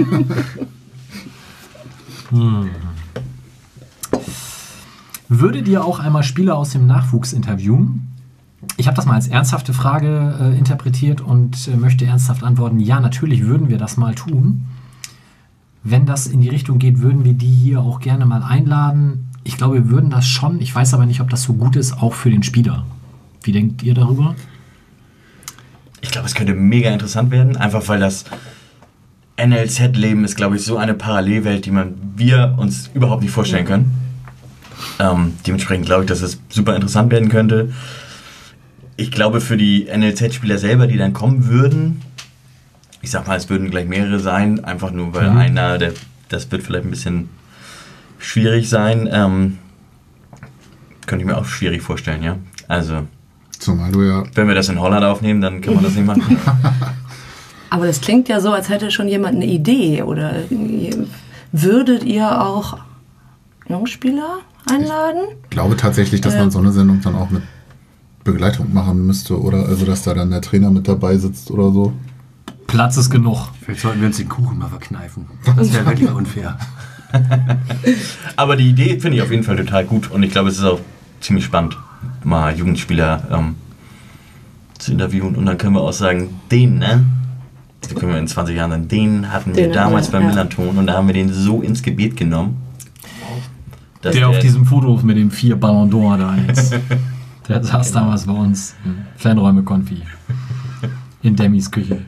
Würdet ihr auch einmal Spieler aus dem Nachwuchs interviewen? Ich habe das mal als ernsthafte Frage interpretiert und möchte ernsthaft antworten, ja, natürlich würden wir das mal tun. Wenn das in die Richtung geht, würden wir die hier auch gerne mal einladen. Ich glaube, wir würden das schon. Ich weiß aber nicht, ob das so gut ist, auch für den Spieler. Wie denkt ihr darüber? Ich glaube, es könnte mega interessant werden, einfach weil das NLZ-Leben ist, glaube ich, so eine Parallelwelt, die wir uns überhaupt nicht vorstellen können. Dementsprechend glaube ich, dass es super interessant werden könnte. Ich glaube, für die NLZ-Spieler selber, die dann kommen würden, ich sag mal, es würden gleich mehrere sein, einfach nur weil einer, das wird vielleicht ein bisschen schwierig sein. Könnte ich mir auch schwierig vorstellen, ja. Also, zumal du ja... wenn wir das in Holland aufnehmen, dann kann man das nicht machen. Aber das klingt ja so, als hätte schon jemand eine Idee. Oder würdet ihr auch Jungspieler einladen? Ich glaube tatsächlich, dass man so eine Sendung dann auch mit Begleitung machen müsste, oder? Also, dass da dann der Trainer mit dabei sitzt oder so. Platz ist genug. Vielleicht sollten wir uns den Kuchen mal verkneifen. Das wäre wirklich unfair. Aber die Idee finde ich auf jeden Fall total gut und ich glaube, es ist auch ziemlich spannend, mal Jugendspieler zu interviewen und dann können wir auch sagen, den, ne? Da können wir in 20 Jahren sagen, den hatten wir damals beim Millanton und da haben wir den so ins Gebet genommen. Der auf diesem Foto mit dem 4 Ballon d'Or da jetzt. Der saß damals bei uns im Fernräume-Konfi. In Demmys Küche.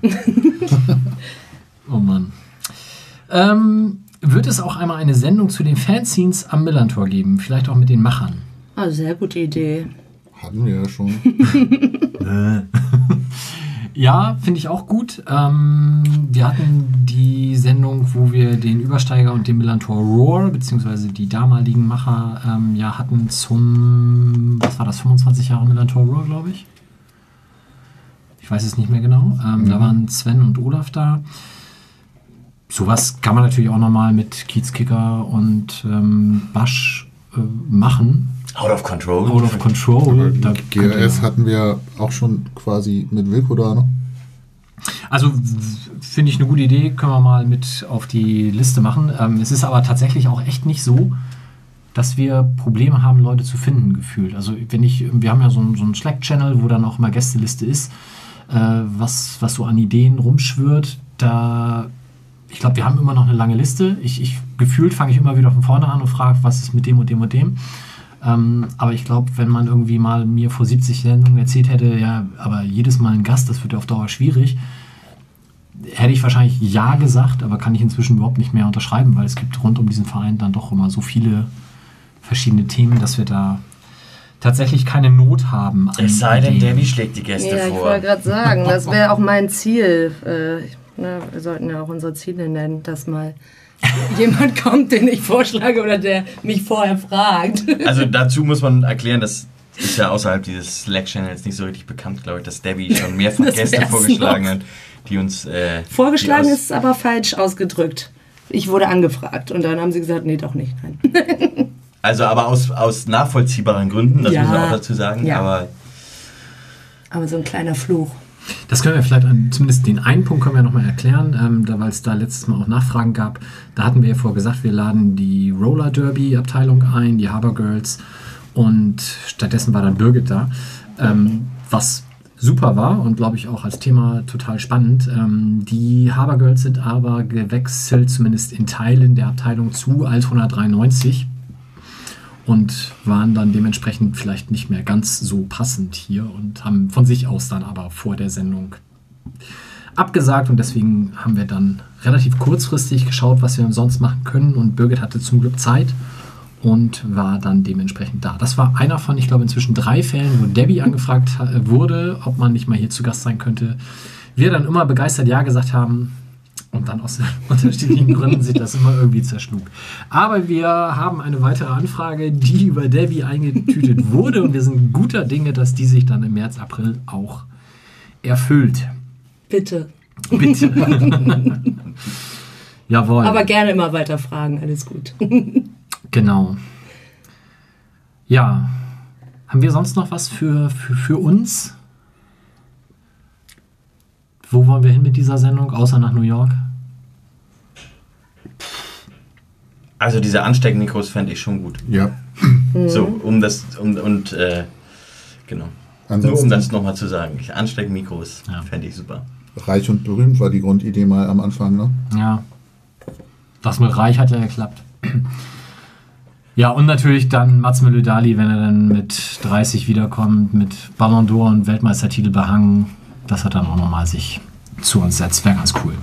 Oh Mann. Wird es auch einmal eine Sendung zu den Fanscenes am Millantor geben? Vielleicht auch mit den Machern? Ah, sehr gute Idee. Hatten wir ja schon. Ja, finde ich auch gut. Wir hatten die Sendung, wo wir den Übersteiger und den Millantor Roar, beziehungsweise die damaligen Macher, hatten zum, was war das, 25 Jahre Millantor Roar, glaube ich. Ich weiß es nicht mehr genau. Da waren Sven und Olaf da. Sowas kann man natürlich auch nochmal mit Kiezkicker und Basch machen. Out of Control. Out of Control. Da GRS hatten wir auch schon quasi mit Wilko da, ne? Also finde ich eine gute Idee, können wir mal mit auf die Liste machen. Es ist aber tatsächlich auch echt nicht so, dass wir Probleme haben, Leute zu finden, gefühlt. Also wir haben ja so einen Slack-Channel, wo dann auch immer Gästeliste ist, was so an Ideen rumschwirrt. Ich glaube, wir haben immer noch eine lange Liste. Gefühlt fange ich immer wieder von vorne an und frage, was ist mit dem und dem und dem. Aber ich glaube, wenn man irgendwie mal mir vor 70 Sendungen erzählt hätte, ja, aber jedes Mal ein Gast, das wird ja auf Dauer schwierig, hätte ich wahrscheinlich ja gesagt, aber kann ich inzwischen überhaupt nicht mehr unterschreiben, weil es gibt rund um diesen Verein dann doch immer so viele verschiedene Themen, dass wir da tatsächlich keine Not haben. Es sei denn, Debbie schlägt die Gäste Ja, ich vor. wollte gerade sagen, das wäre auch mein Ziel. Wir sollten ja auch unsere Ziele nennen, dass mal jemand kommt, den ich vorschlage oder der mich vorher fragt. Also dazu muss man erklären, das ist ja außerhalb dieses Slack-Channels nicht so richtig bekannt, glaube ich, dass Debbie schon mehrfach Gäste vorgeschlagen hat, die uns... Vorgeschlagen ist aber falsch ausgedrückt. Ich wurde angefragt und dann haben sie gesagt, nee, doch nicht. Nein. Also aber aus nachvollziehbaren Gründen, das muss man auch dazu sagen. Ja. Aber so ein kleiner Fluch. Das können wir vielleicht, zumindest den einen Punkt können wir nochmal erklären, weil es da letztes Mal auch Nachfragen gab. Da hatten wir ja vorher gesagt, wir laden die Roller Derby Abteilung ein, die Harbour Girls, und stattdessen war dann Birgit da, was super war und glaube ich auch als Thema total spannend. Die Harbour Girls sind aber gewechselt, zumindest in Teilen der Abteilung zu Alt 193. Und waren dann dementsprechend vielleicht nicht mehr ganz so passend hier und haben von sich aus dann aber vor der Sendung abgesagt. Und deswegen haben wir dann relativ kurzfristig geschaut, was wir sonst machen können. Und Birgit hatte zum Glück Zeit und war dann dementsprechend da. Das war einer von, ich glaube, inzwischen 3 Fällen, wo Debbie angefragt wurde, ob man nicht mal hier zu Gast sein könnte. Wir dann immer begeistert Ja gesagt haben. Und dann aus unterschiedlichen Gründen sich das immer irgendwie zerschlug. Aber wir haben eine weitere Anfrage, die über Debbie eingetütet wurde. Und wir sind guter Dinge, dass die sich dann im März, April auch erfüllt. Bitte. Bitte. Jawohl. Aber gerne immer weiter fragen, alles gut. Genau. Ja. Haben wir sonst noch was für uns? Wo wollen wir hin mit dieser Sendung, außer nach New York? Also diese Ansteckmikros fände ich schon gut. Ja. So, genau. Ansonsten, nur um das nochmal zu sagen. Ansteckmikros fände ich super. Reich und berühmt war die Grundidee mal am Anfang, ne? Ja. Das mit Reich hat ja geklappt. Ja, und natürlich dann Mats Müller-Dali, wenn er dann mit 30 wiederkommt, mit Ballon d'Or und Weltmeistertitel behangen. Das hat dann auch nochmal sich zu uns setzt. Wäre ganz cool.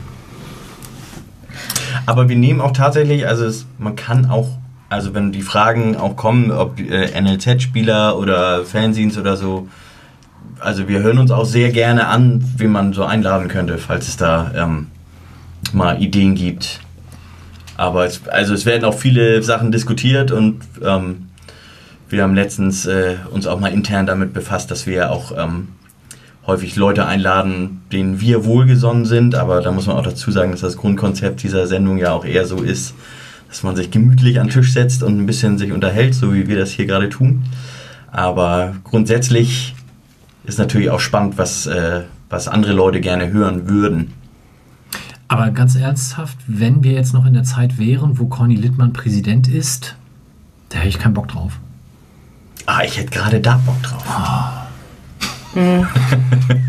Aber wir nehmen auch tatsächlich, man kann auch, also wenn die Fragen auch kommen, ob NLZ-Spieler oder Fanzines oder so, also wir hören uns auch sehr gerne an, wen man so einladen könnte, falls es da mal Ideen gibt. Aber es werden auch viele Sachen diskutiert und wir haben letztens uns auch mal intern damit befasst, dass wir ja auch häufig Leute einladen, denen wir wohlgesonnen sind, aber da muss man auch dazu sagen, dass das Grundkonzept dieser Sendung ja auch eher so ist, dass man sich gemütlich an den Tisch setzt und ein bisschen sich unterhält, so wie wir das hier gerade tun. Aber grundsätzlich ist natürlich auch spannend, was andere Leute gerne hören würden. Aber ganz ernsthaft, wenn wir jetzt noch in der Zeit wären, wo Conny Littmann Präsident ist, da hätte ich keinen Bock drauf. Ich hätte gerade da Bock drauf.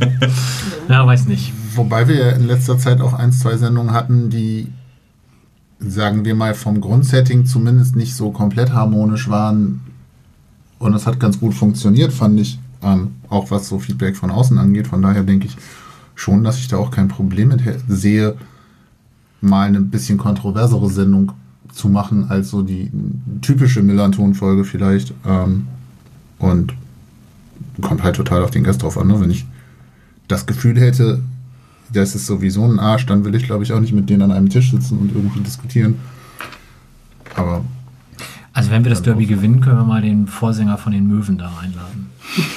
Ja, weiß nicht. Wobei wir ja in letzter Zeit auch 1, 2 Sendungen hatten, die sagen wir mal, vom Grundsetting zumindest nicht so komplett harmonisch waren. Und es hat ganz gut funktioniert, fand ich, auch was so Feedback von außen angeht. Von daher denke ich schon, dass ich da auch kein Problem mit sehe, mal eine bisschen kontroversere Sendung zu machen, als so die typische Millanton-Folge vielleicht. Und kommt halt total auf den Gast drauf an. Ne? Wenn ich das Gefühl hätte, das ist sowieso ein Arsch, dann will ich, glaube ich, auch nicht mit denen an einem Tisch sitzen und irgendwie diskutieren. Aber also wenn wir das Derby gewinnen, können wir mal den Vorsänger von den Möwen da einladen.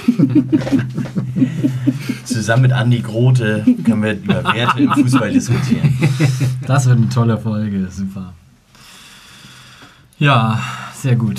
Zusammen mit Andi Grote können wir über Werte im Fußball diskutieren. Das wird eine tolle Folge, super. Ja, sehr gut.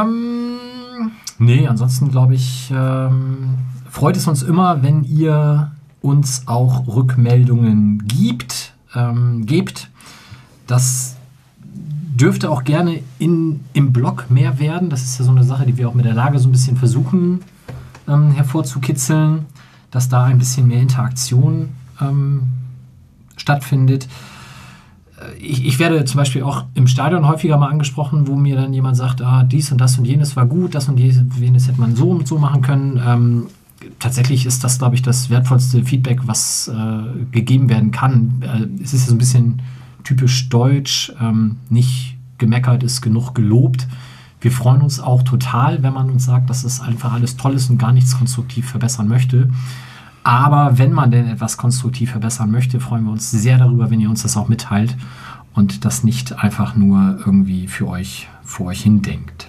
Nee, ansonsten glaube ich, freut es uns immer, wenn ihr uns auch Rückmeldungen gebt. Das dürfte auch gerne im Blog mehr werden. Das ist ja so eine Sache, die wir auch mit der Lage so ein bisschen versuchen hervorzukitzeln, dass da ein bisschen mehr Interaktion stattfindet. Ich werde zum Beispiel auch im Stadion häufiger mal angesprochen, wo mir dann jemand sagt, dies und das und jenes war gut, das und jenes hätte man so und so machen können. Tatsächlich ist das, glaube ich, das wertvollste Feedback, was gegeben werden kann. Es ist ja so ein bisschen typisch deutsch, nicht gemeckert ist genug gelobt. Wir freuen uns auch total, wenn man uns sagt, dass es einfach alles toll ist und gar nichts konstruktiv verbessern möchte. Aber wenn man denn etwas konstruktiv verbessern möchte, freuen wir uns sehr darüber, wenn ihr uns das auch mitteilt und das nicht einfach nur irgendwie vor euch hindenkt.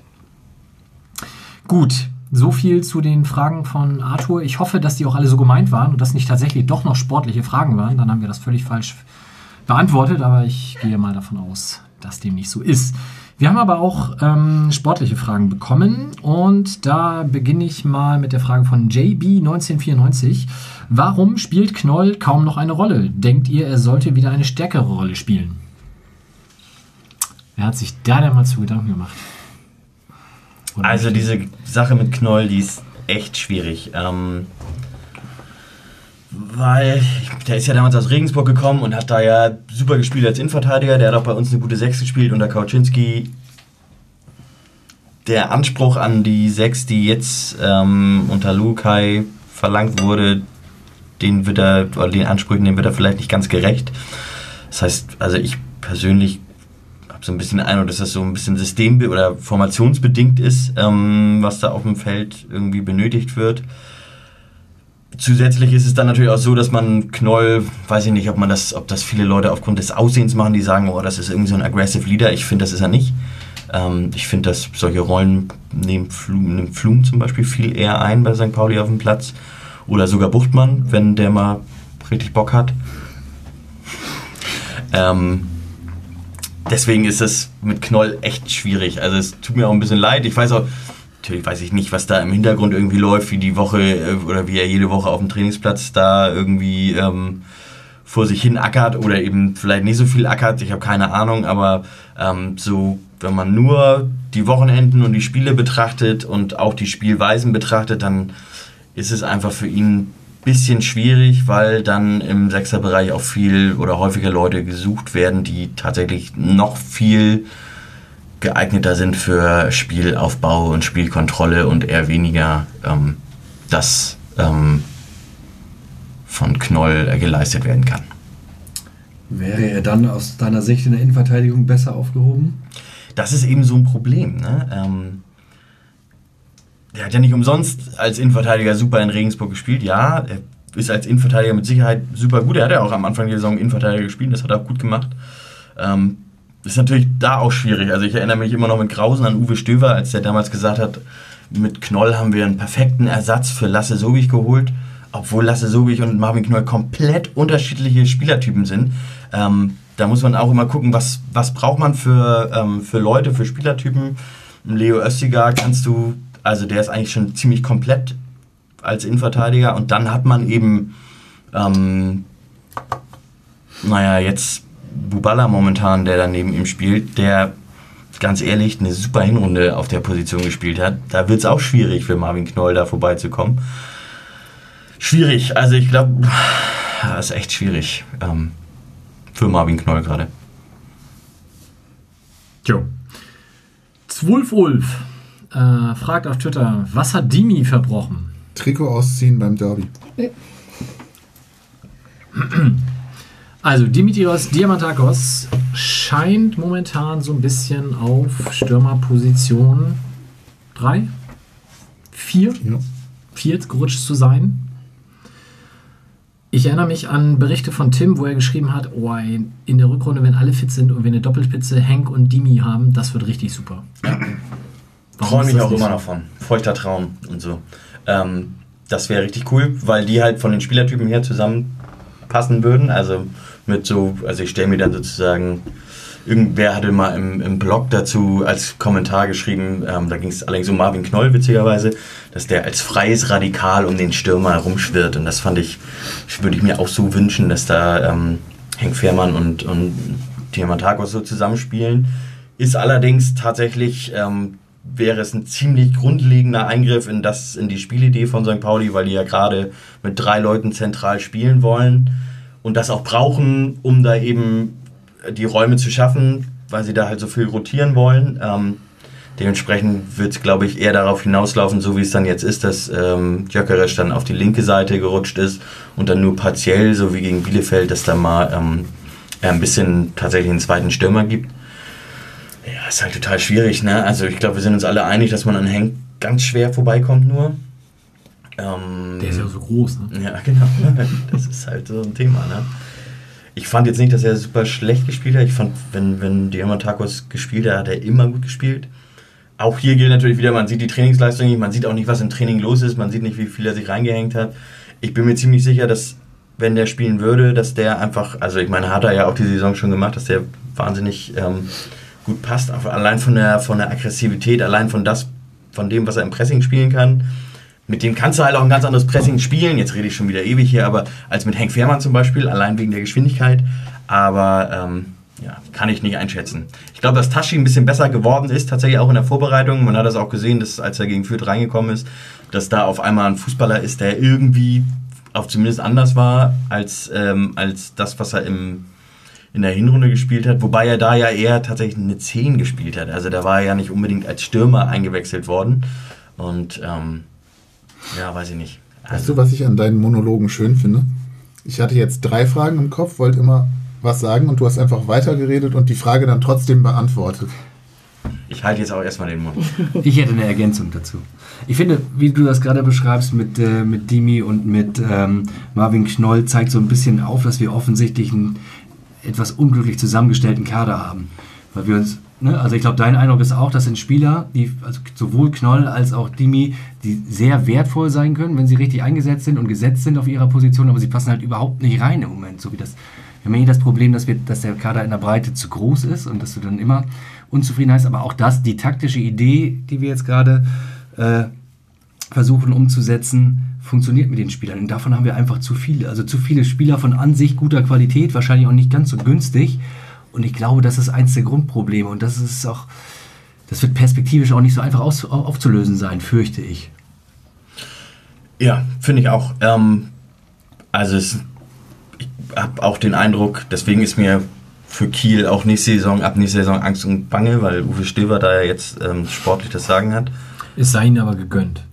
Gut, so viel zu den Fragen von Arthur. Ich hoffe, dass die auch alle so gemeint waren und dass nicht tatsächlich doch noch sportliche Fragen waren. Dann haben wir das völlig falsch beantwortet, aber ich gehe mal davon aus, dass dem nicht so ist. Wir haben aber auch sportliche Fragen bekommen und da beginne ich mal mit der Frage von JB1994. Warum spielt Knoll kaum noch eine Rolle? Denkt ihr, er sollte wieder eine stärkere Rolle spielen? Wer hat sich da denn mal zu Gedanken gemacht? Oder also diese Sache mit Knoll, die ist echt schwierig. Weil der ist ja damals aus Regensburg gekommen und hat da ja super gespielt als Innenverteidiger. Der hat auch bei uns eine gute 6 gespielt unter Kauczynski. Der Anspruch an die 6, die jetzt unter Lukai verlangt wurde, den Ansprüchen wird er vielleicht nicht ganz gerecht. Das heißt, also ich persönlich habe so ein bisschen den Eindruck, dass das so ein bisschen system- oder formationsbedingt ist, was da auf dem Feld irgendwie benötigt wird. Zusätzlich ist es dann natürlich auch so, dass man Knoll, weiß ich nicht, ob das viele Leute aufgrund des Aussehens machen, die sagen, das ist irgendwie so ein aggressive Leader. Ich finde, das ist er nicht. Ich finde, dass solche Rollen nimmt Flum zum Beispiel viel eher ein bei St. Pauli auf dem Platz. Oder sogar Buchtmann, wenn der mal richtig Bock hat. Deswegen ist es mit Knoll echt schwierig. Also es tut mir auch ein bisschen leid. Natürlich weiß ich nicht, was da im Hintergrund irgendwie läuft, wie die Woche oder wie er jede Woche auf dem Trainingsplatz da irgendwie vor sich hin ackert oder eben vielleicht nicht so viel ackert. Ich habe keine Ahnung, aber so, wenn man nur die Wochenenden und die Spiele betrachtet und auch die Spielweisen betrachtet, dann ist es einfach für ihn ein bisschen schwierig, weil dann im Sechserbereich auch viel oder häufiger Leute gesucht werden, die tatsächlich noch viel geeigneter sind für Spielaufbau und Spielkontrolle und eher weniger das von Knoll geleistet werden kann. Wäre er dann aus deiner Sicht in der Innenverteidigung besser aufgehoben? Das ist eben so ein Problem. Ne? Der hat ja nicht umsonst als Innenverteidiger super in Regensburg gespielt. Ja, er ist als Innenverteidiger mit Sicherheit super gut. Er hat ja auch am Anfang der Saison Innenverteidiger gespielt, das hat er auch gut gemacht. Ist natürlich da auch schwierig. Also ich erinnere mich immer noch mit Grausen an Uwe Stöver, als der damals gesagt hat, mit Knoll haben wir einen perfekten Ersatz für Lasse Sobich geholt, obwohl Lasse Sobich und Marvin Knoll komplett unterschiedliche Spielertypen sind. Da muss man auch immer gucken, was braucht man für Leute, für Spielertypen. Leo Östiger der ist eigentlich schon ziemlich komplett als Innenverteidiger und dann hat man eben jetzt Bubala momentan, der da neben ihm spielt, der ganz ehrlich eine super Hinrunde auf der Position gespielt hat. Da wird es auch schwierig für Marvin Knoll da vorbeizukommen. Schwierig, also ich glaube, das ist echt schwierig für Marvin Knoll gerade. Jo. Zwulf fragt auf Twitter, was hat Dimi verbrochen? Trikot ausziehen beim Derby. Also Dimitrios Diamantakos scheint momentan so ein bisschen auf Stürmerposition 3, 4 gerutscht zu sein. Ich erinnere mich an Berichte von Tim, wo er geschrieben hat, oh, in der Rückrunde, wenn alle fit sind und wir eine Doppelspitze Henk und Dimi haben, das wird richtig super. Träume ich auch immer noch von. Feuchter Traum und so. Das wäre richtig cool, weil die halt von den Spielertypen her zusammenpassen würden. Also ich stelle mir dann sozusagen, irgendwer hatte mal im Blog dazu als Kommentar geschrieben, da ging es allerdings um Marvin Knoll, witzigerweise, dass der als freies Radikal um den Stürmer herumschwirrt. Und das würde ich mir auch so wünschen, dass da Henk Fehrmann und Diamantakos so zusammenspielen. Ist allerdings tatsächlich, wäre es ein ziemlich grundlegender Eingriff in die Spielidee von St. Pauli, weil die ja gerade mit 3 Leuten zentral spielen wollen und das auch brauchen, um da eben die Räume zu schaffen, weil sie da halt so viel rotieren wollen. Dementsprechend wird es, glaube ich, eher darauf hinauslaufen, so wie es dann jetzt ist, dass Gyökeres dann auf die linke Seite gerutscht ist und dann nur partiell, so wie gegen Bielefeld, dass da mal ein bisschen tatsächlich einen zweiten Stürmer gibt. Ja, ist halt total schwierig, ne? Also ich glaube, wir sind uns alle einig, dass man an Henk ganz schwer vorbeikommt nur. Der ist ja so groß, ne? Ja, genau. Das ist halt so ein Thema, ne? Ich fand jetzt nicht, dass er super schlecht gespielt hat. Ich fand, wenn Diamantakos gespielt hat, hat er immer gut gespielt. Auch hier gilt natürlich wieder, man sieht die Trainingsleistung nicht, man sieht auch nicht, was im Training los ist, man sieht nicht, wie viel er sich reingehängt hat. Ich bin mir ziemlich sicher, dass, wenn der spielen würde, dass der einfach, also ich meine, hat er ja auch die Saison schon gemacht, dass der wahnsinnig gut passt, allein von der Aggressivität, allein von dem, was er im Pressing spielen kann. Mit dem kannst du halt auch ein ganz anderes Pressing spielen, jetzt rede ich schon wieder ewig hier, aber als mit Henk Fehrmann zum Beispiel, allein wegen der Geschwindigkeit, aber kann ich nicht einschätzen. Ich glaube, dass Taschi ein bisschen besser geworden ist, tatsächlich auch in der Vorbereitung, man hat das auch gesehen, dass als er gegen Fürth reingekommen ist, dass da auf einmal ein Fußballer ist, der irgendwie auch zumindest anders war, als das, was er in der Hinrunde gespielt hat, wobei er da ja eher tatsächlich eine 10 gespielt hat. Also da war er ja nicht unbedingt als Stürmer eingewechselt worden. Und weiß ich nicht. Weißt du, was ich an deinen Monologen schön finde? Ich hatte jetzt 3 Fragen im Kopf, wollte immer was sagen und du hast einfach weitergeredet und die Frage dann trotzdem beantwortet. Ich halte jetzt auch erstmal den Mund. Ich hätte eine Ergänzung dazu. Ich finde, wie du das gerade beschreibst mit Dimi und mit Marvin Knoll, zeigt so ein bisschen auf, dass wir offensichtlich einen etwas unglücklich zusammengestellten Kader haben. Weil wir uns, also ich glaube, dein Eindruck ist auch, das sind Spieler, also sowohl Knoll als auch Dimi, die sehr wertvoll sein können, wenn sie richtig eingesetzt sind und gesetzt sind auf ihrer Position, aber sie passen halt überhaupt nicht rein im Moment. So wie das, wir haben ja das Problem, dass der Kader in der Breite zu groß ist und dass du dann immer unzufrieden hast, aber auch die taktische Idee, die wir jetzt gerade versuchen umzusetzen, funktioniert mit den Spielern. Und davon haben wir einfach zu viele. Also zu viele Spieler von an sich guter Qualität, wahrscheinlich auch nicht ganz so günstig. Und ich glaube, das ist eins der Grundprobleme. Und das wird perspektivisch auch nicht so einfach aufzulösen sein, fürchte ich. Ja, finde ich auch. Ich habe auch den Eindruck, deswegen ist mir für Kiel auch ab nächste Saison Angst und Bange, weil Uwe Stilber da ja jetzt sportlich das Sagen hat. Es sei ihnen aber gegönnt.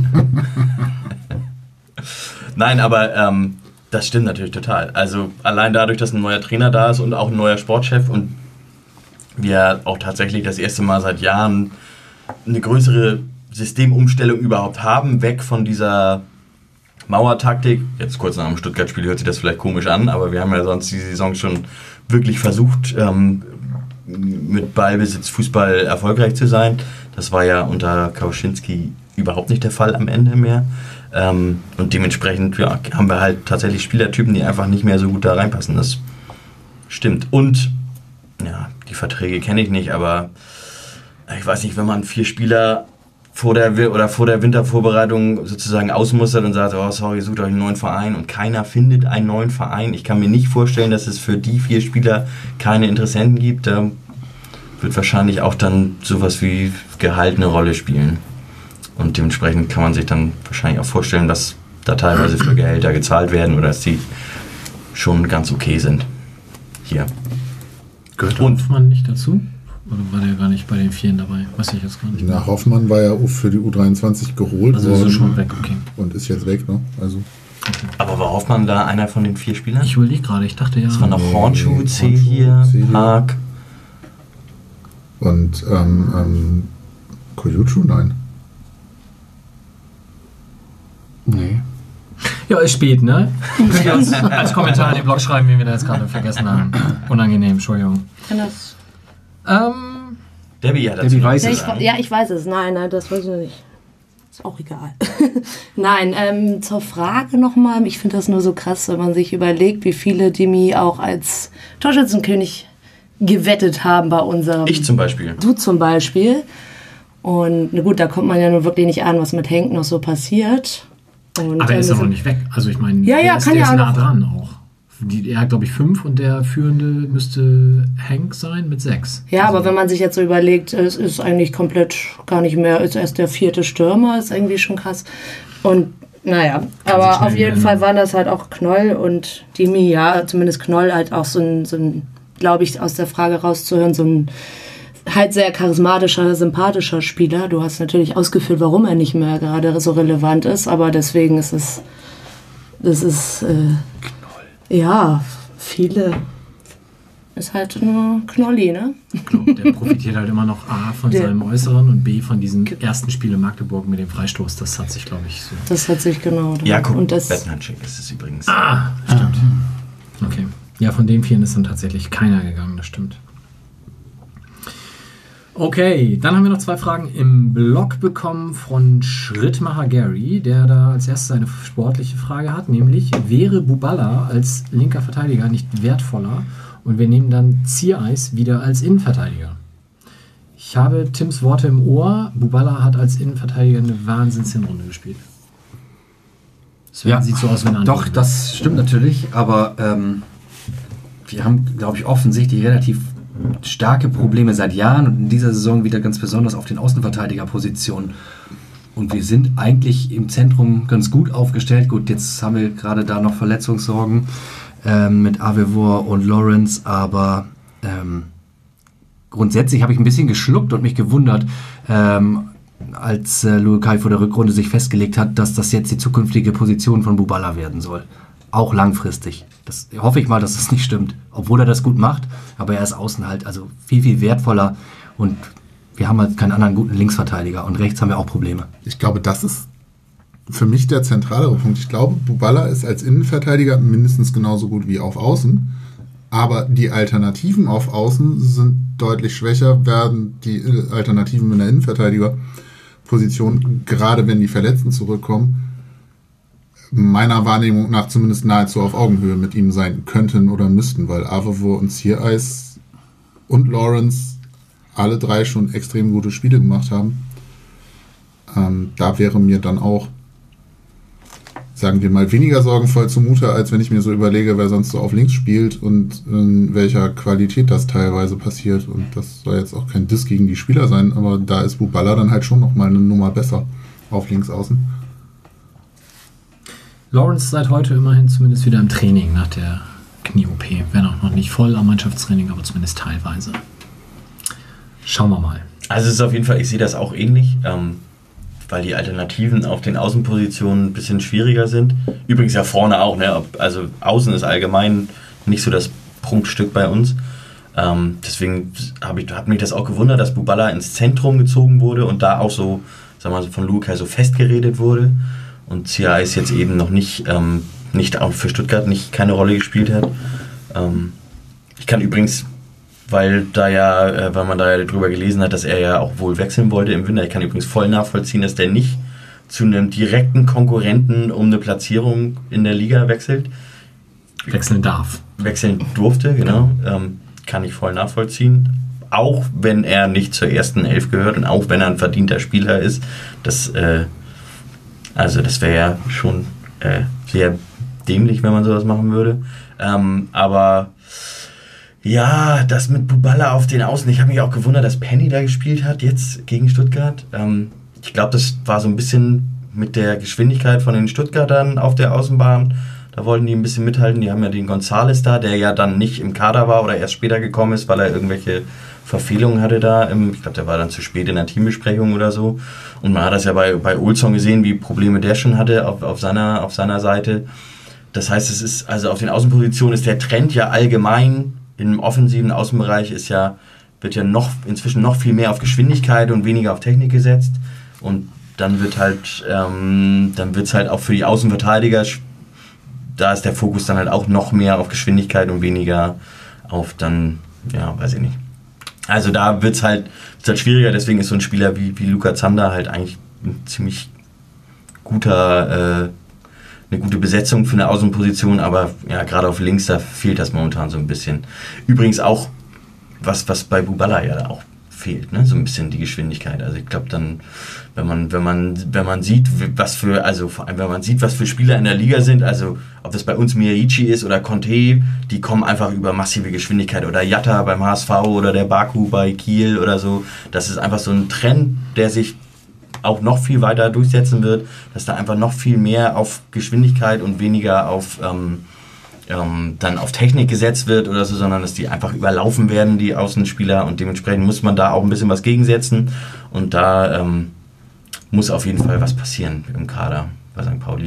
Nein, aber das stimmt natürlich total. Also allein dadurch, dass ein neuer Trainer da ist und auch ein neuer Sportchef und wir auch tatsächlich das erste Mal seit Jahren eine größere Systemumstellung überhaupt haben, weg von dieser Mauertaktik. Jetzt kurz nach dem Stuttgart-Spiel hört sich das vielleicht komisch an, aber wir haben ja sonst die Saison schon wirklich versucht, mit Ballbesitz Fußball erfolgreich zu sein. Das war ja unter Kauschinski überhaupt nicht der Fall am Ende mehr. Und dementsprechend haben wir halt tatsächlich Spielertypen, die einfach nicht mehr so gut da reinpassen. Das stimmt. Und die Verträge kenne ich nicht, aber ich weiß nicht, wenn man 4 Spieler vor der Wintervorbereitung sozusagen ausmustert und sagt, oh sorry, sucht euch einen neuen Verein und keiner findet einen neuen Verein. Ich kann mir nicht vorstellen, dass es für die 4 Spieler keine Interessenten gibt. Da wird wahrscheinlich auch dann sowas wie Gehalt eine Rolle spielen. Und dementsprechend kann man sich dann wahrscheinlich auch vorstellen, dass da teilweise für Gehälter gezahlt werden oder dass die schon ganz okay sind. Hier. Gehört Hoffmann nicht dazu? Oder war der gar nicht bei den Vieren dabei? Weiß ich jetzt gar nicht. Na, Hoffmann war ja für die U23 geholt Also ist er schon weg, okay. und ist jetzt weg, ne? Also Aber war Hoffmann da einer von den 4 Spielern? Ich überlege gerade, ich dachte ja. Das war noch Hornschuh, C Hornschuh, hier, C hier. Haag. und Koyuchu, nein. Nee. Ja, ist spät, ne? als Kommentar in den Blog schreiben, wie wir das gerade vergessen haben. Unangenehm, Entschuldigung. Kann das? Debbie hat dazu Debbie noch weiß was es. zu sagen. Ja, ich weiß es. Nein, das weiß ich nicht. Ist auch egal. Nein, zur Frage nochmal. Ich finde das nur so krass, wenn man sich überlegt, wie viele Dimi auch als Torschützenkönig gewettet haben bei unserem. Ich zum Beispiel. Du zum Beispiel. Und na gut, da kommt man ja nur wirklich nicht an, was mit Henk noch so passiert. Und, Aber er ist das ja noch nicht weg. Also ich meine, Ja, ja, der kann ist ja nah noch- dran auch. Er hat, glaube ich, 5 und der Führende müsste Hank sein mit 6. Ja, aber wenn man sich jetzt so überlegt, es ist eigentlich komplett gar nicht mehr, ist erst der 4. Stürmer, ist irgendwie schon krass. Und naja, sich aber schnell auf jeden ändern. Fall waren das halt auch Knoll und Dimi, ja, zumindest Knoll halt auch so ein glaube ich, aus der Frage rauszuhören, so ein halt sehr charismatischer, sympathischer Spieler. Du hast natürlich ausgeführt, warum er nicht mehr gerade so relevant ist, aber deswegen ist es, ja, viele, ist halt nur Knolli, ne? Der profitiert halt immer noch A von seinem Äußeren und B von diesem ersten Spiel in Magdeburg mit dem Freistoß. Das hat sich, glaube ich, so. Das hat sich genau. Jakob und das, Bettenhandschick ist es übrigens. Stimmt. Okay. Ja, von den 4 ist dann tatsächlich keiner gegangen, das stimmt. Okay, dann haben wir noch 2 Fragen im Blog bekommen von Schrittmacher Gary, der da als erstes eine sportliche Frage hat, nämlich, wäre Buballa als linker Verteidiger nicht wertvoller und wir nehmen dann Ziereis wieder als Innenverteidiger? Ich habe Tims Worte im Ohr, Buballa hat als Innenverteidiger eine Wahnsinns-Hinrunde gespielt. Sven, sieht so aus, wenn er Doch, antwortet. das stimmt natürlich, aber wir haben, glaube ich, offensichtlich relativ starke Probleme seit Jahren und in dieser Saison wieder ganz besonders auf den Außenverteidigerpositionen. Und wir sind eigentlich im Zentrum ganz gut aufgestellt. Gut, jetzt haben wir gerade da noch Verletzungssorgen mit Avevor und Lawrence, aber grundsätzlich habe ich ein bisschen geschluckt und mich gewundert, als Lukai vor der Rückrunde sich festgelegt hat, dass das jetzt die zukünftige Position von Buballa werden soll. Auch langfristig. Das hoffe ich mal, dass das nicht stimmt. Obwohl er das gut macht, aber er ist außen halt also viel, viel wertvoller und wir haben halt keinen anderen guten Linksverteidiger und rechts haben wir auch Probleme. Ich glaube, das ist für mich der zentralere Punkt. Ich glaube, Buballa ist als Innenverteidiger mindestens genauso gut wie auf Außen, aber die Alternativen auf Außen sind deutlich schwächer, werden die Alternativen in der Innenverteidigerposition, gerade wenn die Verletzten zurückkommen, meiner Wahrnehmung nach zumindest nahezu auf Augenhöhe mit ihm sein könnten oder müssten, weil Avevor und Ziereis und Lawrence alle 3 schon extrem gute Spiele gemacht haben. Da wäre mir dann auch, sagen wir mal, weniger sorgenvoll zumute, als wenn ich mir so überlege, wer sonst so auf links spielt und in welcher Qualität das teilweise passiert. Und das soll jetzt auch kein Diss gegen die Spieler sein, aber da ist Buballa dann halt schon nochmal eine Nummer besser auf links außen. Lawrence seit heute immerhin zumindest wieder im Training nach der Knie-OP. Wenn auch noch nicht voll am Mannschaftstraining, aber zumindest teilweise. Schauen wir mal. Also es ist auf jeden Fall, ich sehe das auch ähnlich, weil die Alternativen auf den Außenpositionen ein bisschen schwieriger sind. Übrigens ja vorne auch, ne? Also außen ist allgemein nicht so das Prunkstück bei uns. Deswegen hat mich das auch gewundert, dass Buballa ins Zentrum gezogen wurde und da auch so, sagen wir mal, von Lukai so festgeredet wurde. Und Ziereis jetzt eben noch nicht auch für Stuttgart keine Rolle gespielt hat. Ich kann übrigens, weil man da ja drüber gelesen hat, dass er ja auch wohl wechseln wollte im Winter, ich kann übrigens voll nachvollziehen, dass der nicht zu einem direkten Konkurrenten um eine Platzierung in der Liga wechseln durfte, genau. Kann ich voll nachvollziehen. Auch wenn er nicht zur ersten 11 gehört und auch wenn er ein verdienter Spieler ist, also das wäre ja schon sehr dämlich, wenn man sowas machen würde. Aber ja, das mit Buballa auf den Außen, ich habe mich auch gewundert, dass Penny da gespielt hat, jetzt gegen Stuttgart. Ich glaube, das war so ein bisschen mit der Geschwindigkeit von den Stuttgartern auf der Außenbahn. Da wollten die ein bisschen mithalten. Die haben ja den Gonzales da, der ja dann nicht im Kader war oder erst später gekommen ist, weil er irgendwelche Verfehlungen hatte da. Ich glaube, der war dann zu spät in der Teambesprechung oder so. Und man hat das ja bei Olsson gesehen, wie Probleme der schon hatte auf seiner Seite. Das heißt, es ist, also auf den Außenpositionen ist der Trend ja allgemein im offensiven Außenbereich wird ja inzwischen noch viel mehr auf Geschwindigkeit und weniger auf Technik gesetzt. Und dann wird's halt auch für die Außenverteidiger, da ist der Fokus dann halt auch noch mehr auf Geschwindigkeit und weniger auf dann, ja, weiß ich nicht. Also da wird's halt schwieriger, deswegen ist so ein Spieler wie Luka Zander halt eigentlich ein ziemlich eine gute Besetzung für eine Außenposition, aber ja, gerade auf links, da fehlt das momentan so ein bisschen. Übrigens auch, was bei Bubala ja auch fehlt, ne? So ein bisschen die Geschwindigkeit. Also ich glaube dann, wenn man sieht, vor allem wenn man sieht, was für Spieler in der Liga sind, also ob das bei uns Miyaichi ist oder Conte, die kommen einfach über massive Geschwindigkeit, oder Jatta beim HSV oder der Baku bei Kiel oder so. Das ist einfach so ein Trend, der sich auch noch viel weiter durchsetzen wird, dass da einfach noch viel mehr auf Geschwindigkeit und weniger auf dann auf Technik gesetzt wird oder so, sondern dass die einfach überlaufen werden, die Außenspieler, und dementsprechend muss man da auch ein bisschen was gegensetzen, und da muss auf jeden Fall was passieren im Kader bei St. Pauli.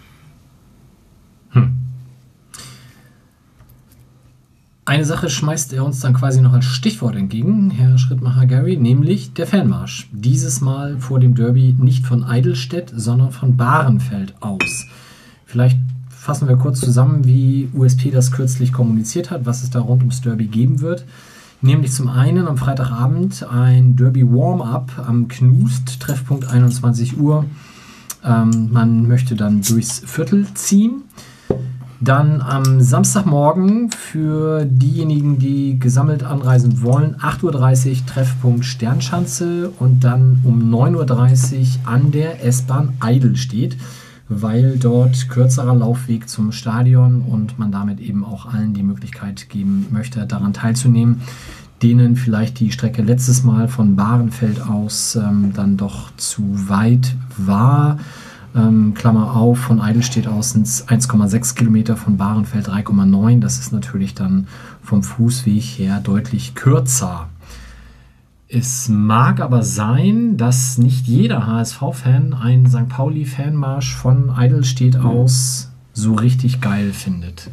Eine Sache schmeißt er uns dann quasi noch als Stichwort entgegen, Herr Schrittmacher Gary, nämlich der Fanmarsch. Dieses Mal vor dem Derby nicht von Eidelstedt, sondern von Bahrenfeld aus. Vielleicht fassen wir kurz zusammen, wie USP das kürzlich kommuniziert hat, was es da rund ums Derby geben wird. Nämlich zum einen am Freitagabend ein Derby-Warm-Up am Knust, Treffpunkt 21 Uhr. Man möchte dann durchs Viertel ziehen. Dann am Samstagmorgen für diejenigen, die gesammelt anreisen wollen, 8.30 Uhr Treffpunkt Sternschanze und dann um 9.30 Uhr an der S-Bahn Eidelstedt, weil dort kürzerer Laufweg zum Stadion und man damit eben auch allen die Möglichkeit geben möchte, daran teilzunehmen, denen vielleicht die Strecke letztes Mal von Bahrenfeld aus dann doch zu weit war. Klammer auf, von Eidelstedt aus sind es 1,6 Kilometer, von Bahrenfeld 3,9. Das ist natürlich dann vom Fußweg her deutlich kürzer. Es mag aber sein, dass nicht jeder HSV-Fan einen St. Pauli-Fanmarsch von Eidelstedt aus so richtig geil findet.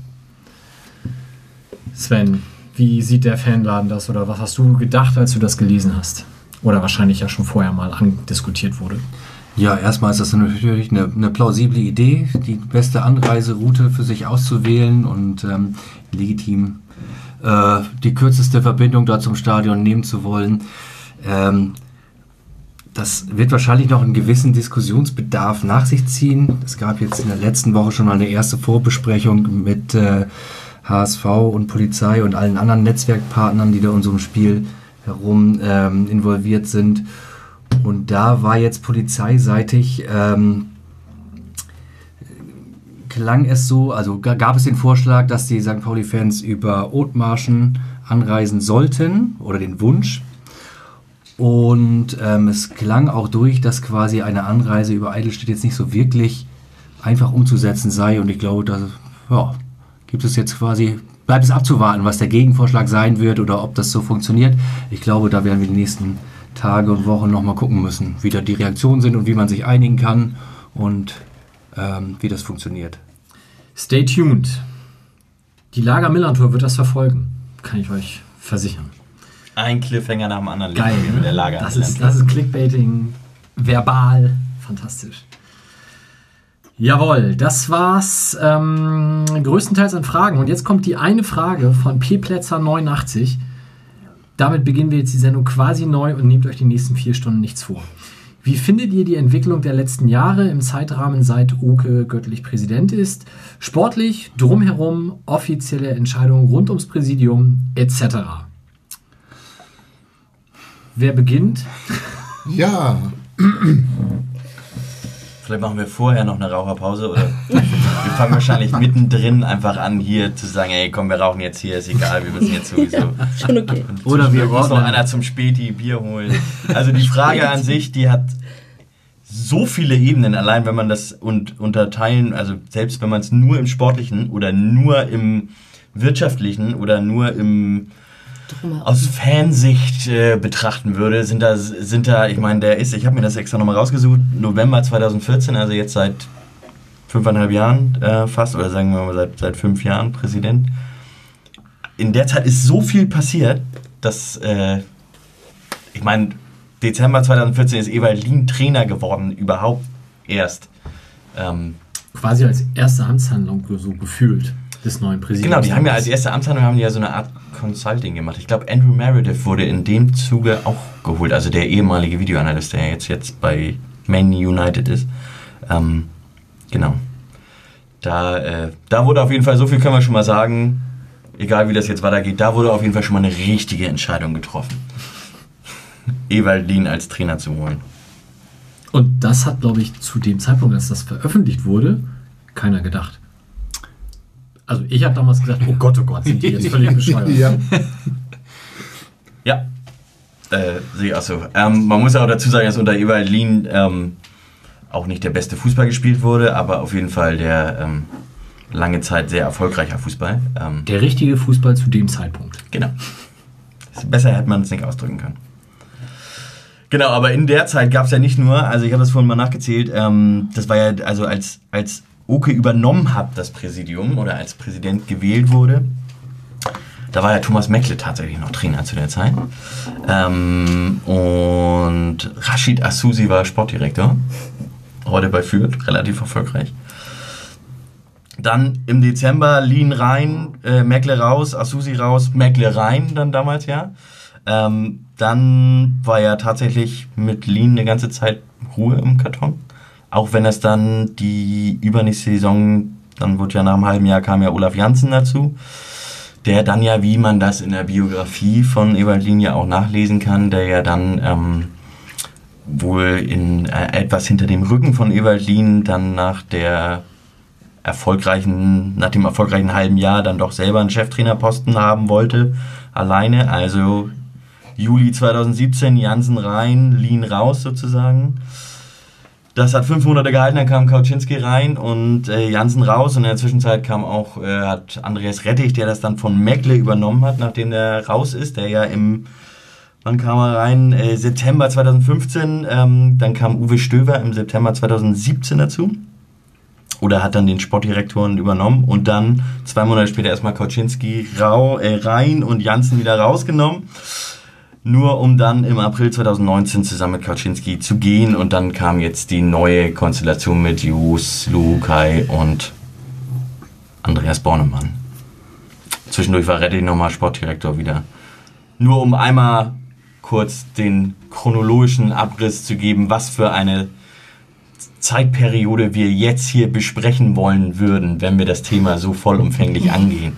Sven, wie sieht der Fanladen das, oder was hast du gedacht, als du das gelesen hast? Oder wahrscheinlich ja schon vorher mal andiskutiert wurde. Ja, erstmal ist das natürlich eine plausible Idee, die beste Anreiseroute für sich auszuwählen und legitim die kürzeste Verbindung da zum Stadion nehmen zu wollen. Das wird wahrscheinlich noch einen gewissen Diskussionsbedarf nach sich ziehen. Es gab jetzt in der letzten Woche schon mal eine erste Vorbesprechung mit HSV und Polizei und allen anderen Netzwerkpartnern, die da in so einem Spiel herum involviert sind. Und da war jetzt polizeiseitig, klang es so, also gab es den Vorschlag, dass die St. Pauli-Fans über Othmarschen anreisen sollten oder den Wunsch. Und es klang auch durch, dass quasi eine Anreise über Eidelstedt jetzt nicht so wirklich einfach umzusetzen sei. Und ich glaube, da gibt es jetzt quasi, bleibt es abzuwarten, was der Gegenvorschlag sein wird oder ob das so funktioniert. Ich glaube, da werden wir die nächsten Tage und Wochen nochmal gucken müssen, wie da die Reaktionen sind und wie man sich einigen kann und wie das funktioniert. Stay tuned. Die Lager Millantor wird das verfolgen, kann ich euch versichern. Ein Cliffhanger nach dem anderen. Geil, mit der Lager. Das ist Clickbaiting, verbal, fantastisch. Jawohl, das war's größtenteils an Fragen. Und jetzt kommt die eine Frage von P-Plätzer89. Damit beginnen wir jetzt die Sendung quasi neu und nehmt euch die nächsten 4 Stunden nichts vor. Wie findet ihr die Entwicklung der letzten Jahre im Zeitrahmen, seit Oke Göttlich Präsident ist? Sportlich, drumherum, offizielle Entscheidungen rund ums Präsidium etc. Wer beginnt? Ja. Vielleicht machen wir vorher noch eine Raucherpause oder wir fangen wahrscheinlich mittendrin einfach an, hier zu sagen, ey komm, wir rauchen jetzt hier, ist egal, wir müssen jetzt sowieso. Ja, schon okay. Oder wir muss noch einer zum Späti Bier holen. Also die Frage an sich, die hat so viele Ebenen, allein wenn man das unterteilen, also selbst wenn man es nur im Sportlichen oder nur im Wirtschaftlichen oder nur im aus Fansicht betrachten würde, sind da, ich meine, ich habe mir das extra nochmal rausgesucht, November 2014, also jetzt seit 5,5 Jahren fast, oder sagen wir mal seit 5 Jahren Präsident. In der Zeit ist so viel passiert, dass, ich meine, Dezember 2014 ist Ewald Lien Trainer geworden, überhaupt erst. Quasi als erste Amtshandlung so gefühlt des neuen Präsidenten. Genau, die haben ja als erste Amtshandlung so eine Art Consulting gemacht. Ich glaube, Andrew Meredith wurde in dem Zuge auch geholt, also der ehemalige Videoanalyst, der jetzt bei Man United ist. Genau. Da wurde auf jeden Fall, so viel können wir schon mal sagen, egal wie das jetzt weitergeht, da wurde auf jeden Fall schon mal eine richtige Entscheidung getroffen. Ewald Lien als Trainer zu holen. Und das hat, glaube ich, zu dem Zeitpunkt, als das veröffentlicht wurde, keiner gedacht. Also ich habe damals gesagt, oh Gott, sind die jetzt völlig bescheuert. Ja. Ja, sehe ich auch so. Man muss ja auch dazu sagen, dass unter Ewald Lien auch nicht der beste Fußball gespielt wurde, aber auf jeden Fall der lange Zeit sehr erfolgreicher Fußball. Der richtige Fußball zu dem Zeitpunkt. Genau. Besser hätte man es nicht ausdrücken können. Genau, aber in der Zeit gab es ja nicht nur, also ich habe das vorhin mal nachgezählt, das war ja, also als Oke übernommen hat, das Präsidium, oder als Präsident gewählt wurde, da war ja Thomas Meckle tatsächlich noch Trainer zu der Zeit. Und Rashid Asusi war Sportdirektor, heute bei Fürth, relativ erfolgreich. Dann im Dezember Lien rein, Meckle raus, Asusi raus, Meckle rein dann damals, ja. Dann war ja tatsächlich mit Lien eine ganze Zeit Ruhe im Karton. Auch wenn es dann die übernächste Saison, dann wurde ja nach einem halben Jahr kam ja Olaf Janssen dazu, der dann ja, wie man das in der Biografie von Ewald Lien ja auch nachlesen kann, der ja dann wohl in etwas hinter dem Rücken von Ewald Lien dann nach dem erfolgreichen halben Jahr dann doch selber einen Cheftrainerposten haben wollte, alleine, also Juli 2017, Janssen rein, Lien raus sozusagen. Das hat 5 Monate gehalten, dann kam Kauczynski rein und Janssen raus. Und in der Zwischenzeit kam auch hat Andreas Rettich, der das dann von Meckle übernommen hat, nachdem der raus ist. Der ja wann kam er rein? September 2015. Dann kam Uwe Stöver im September 2017 dazu. Oder hat dann den Sportdirektoren übernommen. Und dann 2 Monate später erstmal Kauczynski rein und Janssen wieder rausgenommen. Nur um dann im April 2019 zusammen mit Kauczynski zu gehen, und dann kam jetzt die neue Konstellation mit Jos Luhukai und Andreas Bornemann. Zwischendurch war Rettich nochmal Sportdirektor wieder. Nur um einmal kurz den chronologischen Abriss zu geben, was für eine Zeitperiode wir jetzt hier besprechen wollen würden, wenn wir das Thema so vollumfänglich angehen.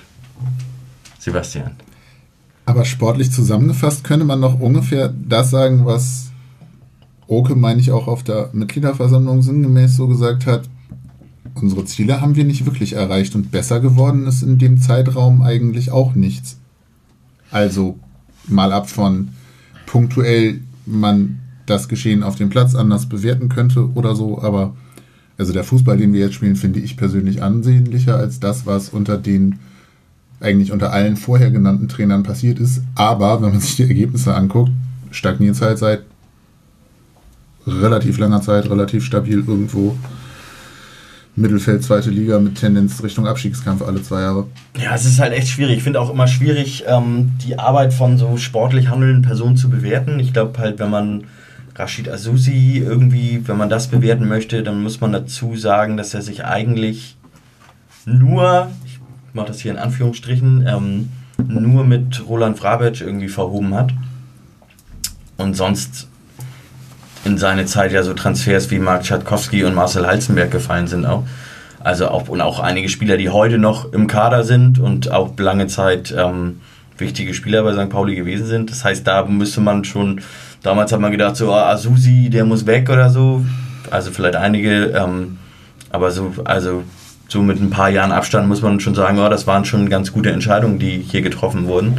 Sebastian. Aber sportlich zusammengefasst könnte man noch ungefähr das sagen, was Oke, meine ich, auch auf der Mitgliederversammlung sinngemäß so gesagt hat. Unsere Ziele haben wir nicht wirklich erreicht und besser geworden ist in dem Zeitraum eigentlich auch nichts. Also mal ab von punktuell man das Geschehen auf dem Platz anders bewerten könnte oder so, aber also der Fußball, den wir jetzt spielen, finde ich persönlich ansehnlicher als das, was unter allen vorher genannten Trainern passiert ist. Aber wenn man sich die Ergebnisse anguckt, stagniert es halt seit relativ langer Zeit, relativ stabil irgendwo. Mittelfeld, 2. Liga mit Tendenz Richtung Abstiegskampf alle 2 Jahre. Ja, es ist halt echt schwierig. Ich finde auch immer schwierig, die Arbeit von so sportlich handelnden Personen zu bewerten. Ich glaube halt, wenn man Rashid Asusi irgendwie, wenn man das bewerten möchte, dann muss man dazu sagen, dass er sich eigentlich nur, ich mache das hier in Anführungsstrichen, nur mit Roland Vrabec irgendwie verhoben hat. Und sonst in seine Zeit ja so Transfers wie Marc Tschatkowski und Marcel Halzenberg gefallen sind auch. Also auch einige Spieler, die heute noch im Kader sind und auch lange Zeit wichtige Spieler bei St. Pauli gewesen sind. Das heißt, da müsste man schon, damals hat man gedacht, so Asusi, der muss weg oder so. Also vielleicht einige, aber so mit ein paar Jahren Abstand muss man schon sagen, das waren schon ganz gute Entscheidungen, die hier getroffen wurden.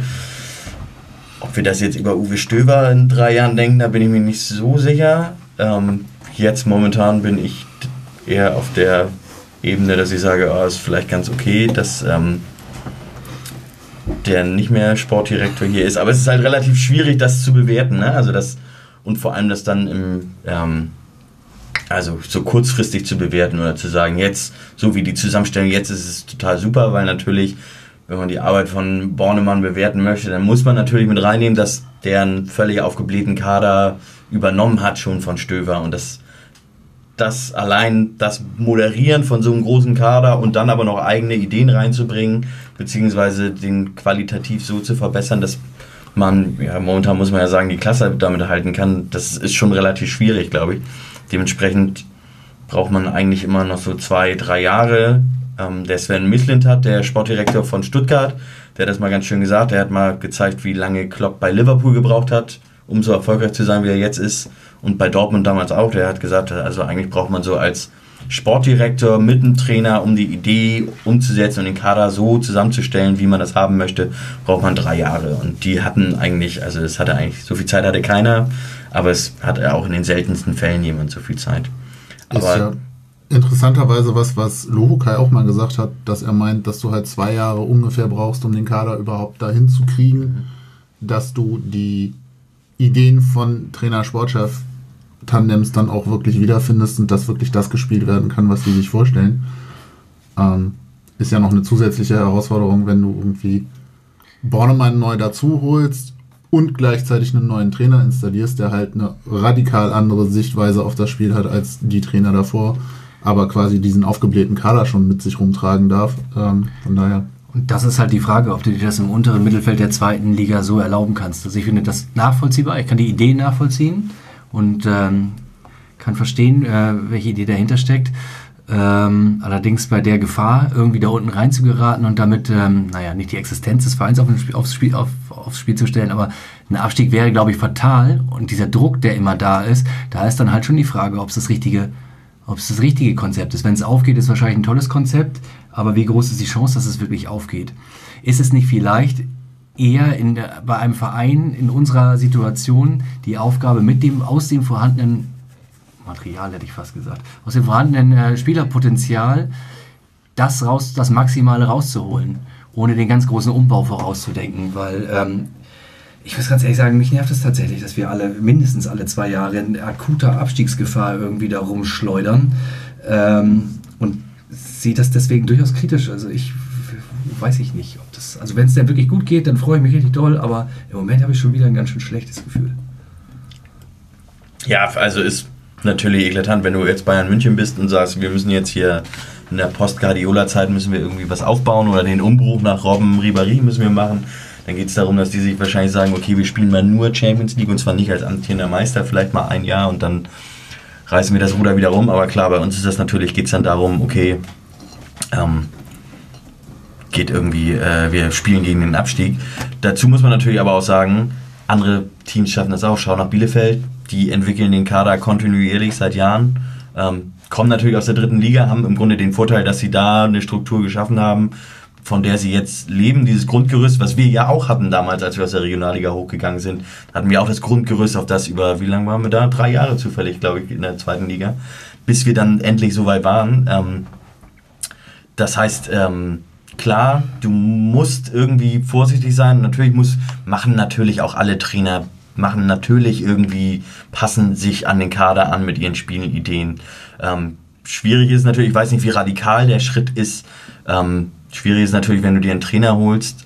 Ob wir das jetzt über Uwe Stöver in 3 Jahren denken, da bin ich mir nicht so sicher. Jetzt momentan bin ich eher auf der Ebene, dass ich sage, ist vielleicht ganz okay, dass der nicht mehr Sportdirektor hier ist. Aber es ist halt relativ schwierig, das zu bewerten. Ne? Also das, und vor allem das dann also so kurzfristig zu bewerten oder zu sagen, jetzt, so wie die Zusammenstellung jetzt ist, ist es total super, weil natürlich, wenn man die Arbeit von Bornemann bewerten möchte, dann muss man natürlich mit reinnehmen, dass der einen völlig aufgeblähten Kader übernommen hat schon von Stöver und das allein das Moderieren von so einem großen Kader und dann aber noch eigene Ideen reinzubringen, beziehungsweise den qualitativ so zu verbessern, dass man, ja, momentan muss man ja sagen, die Klasse damit halten kann, das ist schon relativ schwierig, glaube ich. Dementsprechend braucht man eigentlich immer noch so 2-3 Jahre. Der Sven Mislintat, der Sportdirektor von Stuttgart, der hat das mal ganz schön gesagt, der hat mal gezeigt, wie lange Klopp bei Liverpool gebraucht hat, um so erfolgreich zu sein, wie er jetzt ist. Und bei Dortmund damals auch, der hat gesagt, also eigentlich braucht man so als Sportdirektor mit einem Trainer, um die Idee umzusetzen und den Kader so zusammenzustellen, wie man das haben möchte, braucht man 3 Jahre. Und die hatten eigentlich, also es hatte eigentlich, so viel Zeit hatte keiner, aber es hatte auch in den seltensten Fällen jemand so viel Zeit. Ist Aber ja interessanterweise was Luhukai auch mal gesagt hat, dass er meint, dass du halt 2 Jahre ungefähr brauchst, um den Kader überhaupt dahin zu kriegen, dass du die Ideen von Trainer-Sportchef Tandems dann auch wirklich wiederfindest und dass wirklich das gespielt werden kann, was die sich vorstellen. Ist ja noch eine zusätzliche Herausforderung, wenn du irgendwie Bornemann neu dazu holst und gleichzeitig einen neuen Trainer installierst, der halt eine radikal andere Sichtweise auf das Spiel hat als die Trainer davor, aber quasi diesen aufgeblähten Kader schon mit sich rumtragen darf. Von daher. Und das ist halt die Frage, ob du dir das im unteren Mittelfeld der 2. Liga so erlauben kannst. Also ich finde das nachvollziehbar, ich kann die Idee nachvollziehen und kann verstehen, welche Idee dahinter steckt. Allerdings bei der Gefahr, irgendwie da unten rein zu geraten und damit, nicht die Existenz des Vereins aufs Spiel zu stellen, aber ein Abstieg wäre, glaube ich, fatal. Und dieser Druck, der immer da ist dann halt schon die Frage, ob es das richtige Konzept ist. Wenn es aufgeht, ist wahrscheinlich ein tolles Konzept, aber wie groß ist die Chance, dass es wirklich aufgeht? Ist es nicht vielleicht eher bei einem Verein in unserer Situation die Aufgabe, aus dem vorhandenen Material, hätte ich fast gesagt, aus dem vorhandenen Spielerpotenzial das Maximale rauszuholen, ohne den ganz großen Umbau vorauszudenken, weil ich muss ganz ehrlich sagen, mich nervt es tatsächlich, dass wir mindestens alle 2 Jahre in akuter Abstiegsgefahr irgendwie da rumschleudern und sehe das deswegen durchaus kritisch. Also weiß ich nicht, ob das, also wenn es dann wirklich gut geht, dann freue ich mich richtig doll, aber im Moment habe ich schon wieder ein ganz schön schlechtes Gefühl. ja, also ist natürlich eklatant, wenn du jetzt Bayern München bist und sagst, wir müssen jetzt hier in der Post-Guardiola-Zeit müssen wir irgendwie was aufbauen oder den Umbruch nach Robben Ribéry müssen wir machen. Dann geht es darum, dass die sich wahrscheinlich sagen, okay, wir spielen mal nur Champions League und zwar nicht als amtierender Meister, vielleicht mal ein Jahr und dann reißen wir das Ruder wieder rum. Aber klar, bei uns ist das natürlich, geht es dann darum, okay, wir spielen gegen den Abstieg. Dazu muss man natürlich aber auch sagen, andere Teams schaffen das auch. Schau nach Bielefeld, die entwickeln den Kader kontinuierlich seit Jahren, kommen natürlich aus der 3. Liga, haben im Grunde den Vorteil, dass sie da eine Struktur geschaffen haben, von der sie jetzt leben, dieses Grundgerüst, was wir ja auch hatten damals, als wir aus der Regionalliga hochgegangen sind, hatten wir auch das Grundgerüst, auf das wie lange waren wir da? 3 Jahre zufällig, glaube ich, in der 2. Liga, bis wir dann endlich so weit waren. Das heißt, klar, du musst irgendwie vorsichtig sein. Natürlich machen natürlich auch alle Trainer, passen sich an den Kader an mit ihren Spielideen. Schwierig ist natürlich, ich weiß nicht, wie radikal der Schritt ist. Schwierig ist natürlich, wenn du dir einen Trainer holst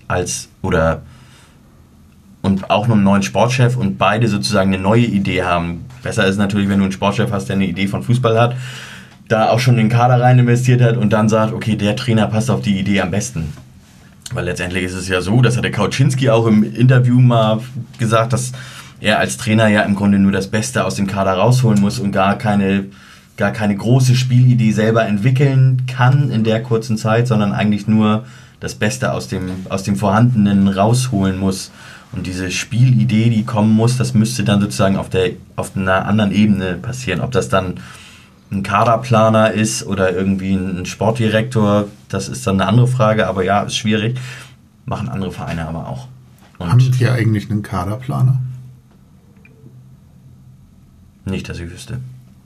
und auch noch einen neuen Sportchef und beide sozusagen eine neue Idee haben. Besser ist natürlich, wenn du einen Sportchef hast, der eine Idee von Fußball hat, da auch schon in den Kader rein investiert hat und dann sagt, okay, der Trainer passt auf die Idee am besten. Weil letztendlich ist es ja so, das hat der Kauczynski auch im Interview mal gesagt, dass er als Trainer ja im Grunde nur das Beste aus dem Kader rausholen muss und gar keine große Spielidee selber entwickeln kann in der kurzen Zeit, sondern eigentlich nur das Beste aus dem Vorhandenen rausholen muss. Und diese Spielidee, die kommen muss, das müsste dann sozusagen auf einer anderen Ebene passieren. Ob das dann ein Kaderplaner ist oder irgendwie ein Sportdirektor, das ist dann eine andere Frage, aber ja, ist schwierig. Machen andere Vereine aber auch. Und haben die eigentlich einen Kaderplaner? Nicht, dass ich wüsste.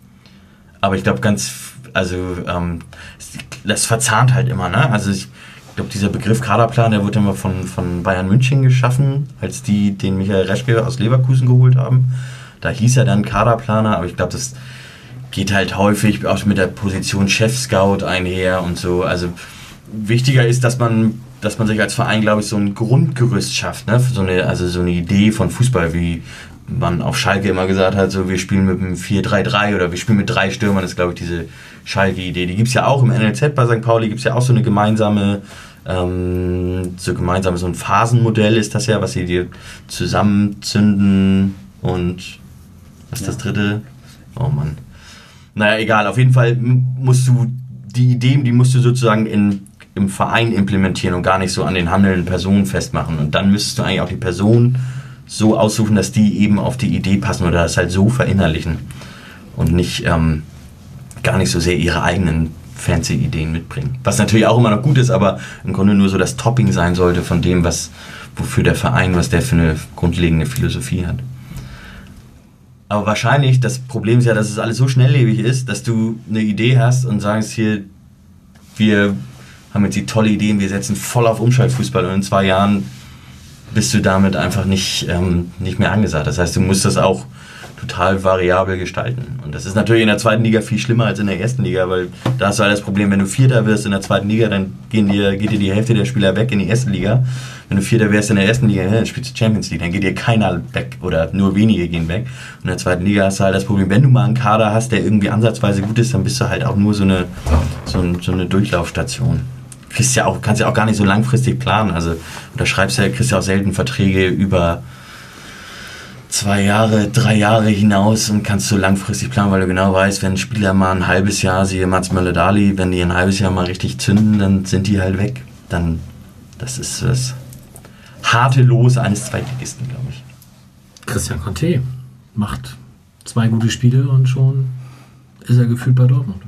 Aber ich glaube das verzahnt halt immer, ne? Also ich glaube, dieser Begriff Kaderplan, der wurde immer von Bayern München geschaffen, als die den Michael Reschke aus Leverkusen geholt haben. Da hieß er dann Kaderplaner, aber ich glaube, das geht halt häufig auch mit der Position Chef-Scout einher und so. Also wichtiger ist, dass man sich als Verein, glaube ich, so ein Grundgerüst schafft, ne? So eine Idee von Fußball, wie man auf Schalke immer gesagt hat, so wir spielen mit einem 4-3-3 oder wir spielen mit 3 Stürmern, das ist, glaube ich, diese Schalke-Idee. Die gibt es ja auch im NLZ bei St. Pauli, gibt es ja auch so eine gemeinsame, so ein Phasenmodell ist das ja, was sie dir zusammenzünden und was ist das dritte? Oh Mann. Naja, egal, auf jeden Fall musst du die Ideen, die musst du sozusagen im Verein implementieren und gar nicht so an den handelnden Personen festmachen. Und dann müsstest du eigentlich auch die Person so aussuchen, dass die eben auf die Idee passen oder das halt so verinnerlichen und nicht gar nicht so sehr ihre eigenen fancy Ideen mitbringen. Was natürlich auch immer noch gut ist, aber im Grunde nur so das Topping sein sollte von dem, wofür der Verein, was der für eine grundlegende Philosophie hat. Aber wahrscheinlich, das Problem ist ja, dass es alles so schnelllebig ist, dass du eine Idee hast und sagst hier, wir haben jetzt die tolle Idee, wir setzen voll auf Umschaltfußball und in 2 Jahren bist du damit einfach nicht mehr angesagt. Das heißt, du musst das auch total variabel gestalten. Und das ist natürlich in der 2. Liga viel schlimmer als in der 1. Liga, weil da hast du halt das Problem, wenn du Vierter wirst in der 2. Liga, dann geht dir die Hälfte der Spieler weg in die 1. Liga. Wenn du Vierter wärst in der 1. Liga, dann spielst du Champions League, dann geht dir keiner weg oder nur wenige gehen weg. Und in der 2. Liga hast du halt das Problem, wenn du mal einen Kader hast, der irgendwie ansatzweise gut ist, dann bist du halt auch nur so eine Durchlaufstation. Kannst ja auch gar nicht so langfristig planen. Also kriegst ja auch selten Verträge über 2 Jahre, 3 Jahre hinaus und kannst so langfristig planen, weil du genau weißt, wenn Spieler mal ein halbes Jahr, siehe Mats Möller-Dali, wenn die ein halbes Jahr mal richtig zünden, dann sind die halt weg. Dann, das ist das harte Los eines Zweitligisten, glaube ich. Christian Conte macht 2 gute Spiele und schon ist er gefühlt bei Dortmund.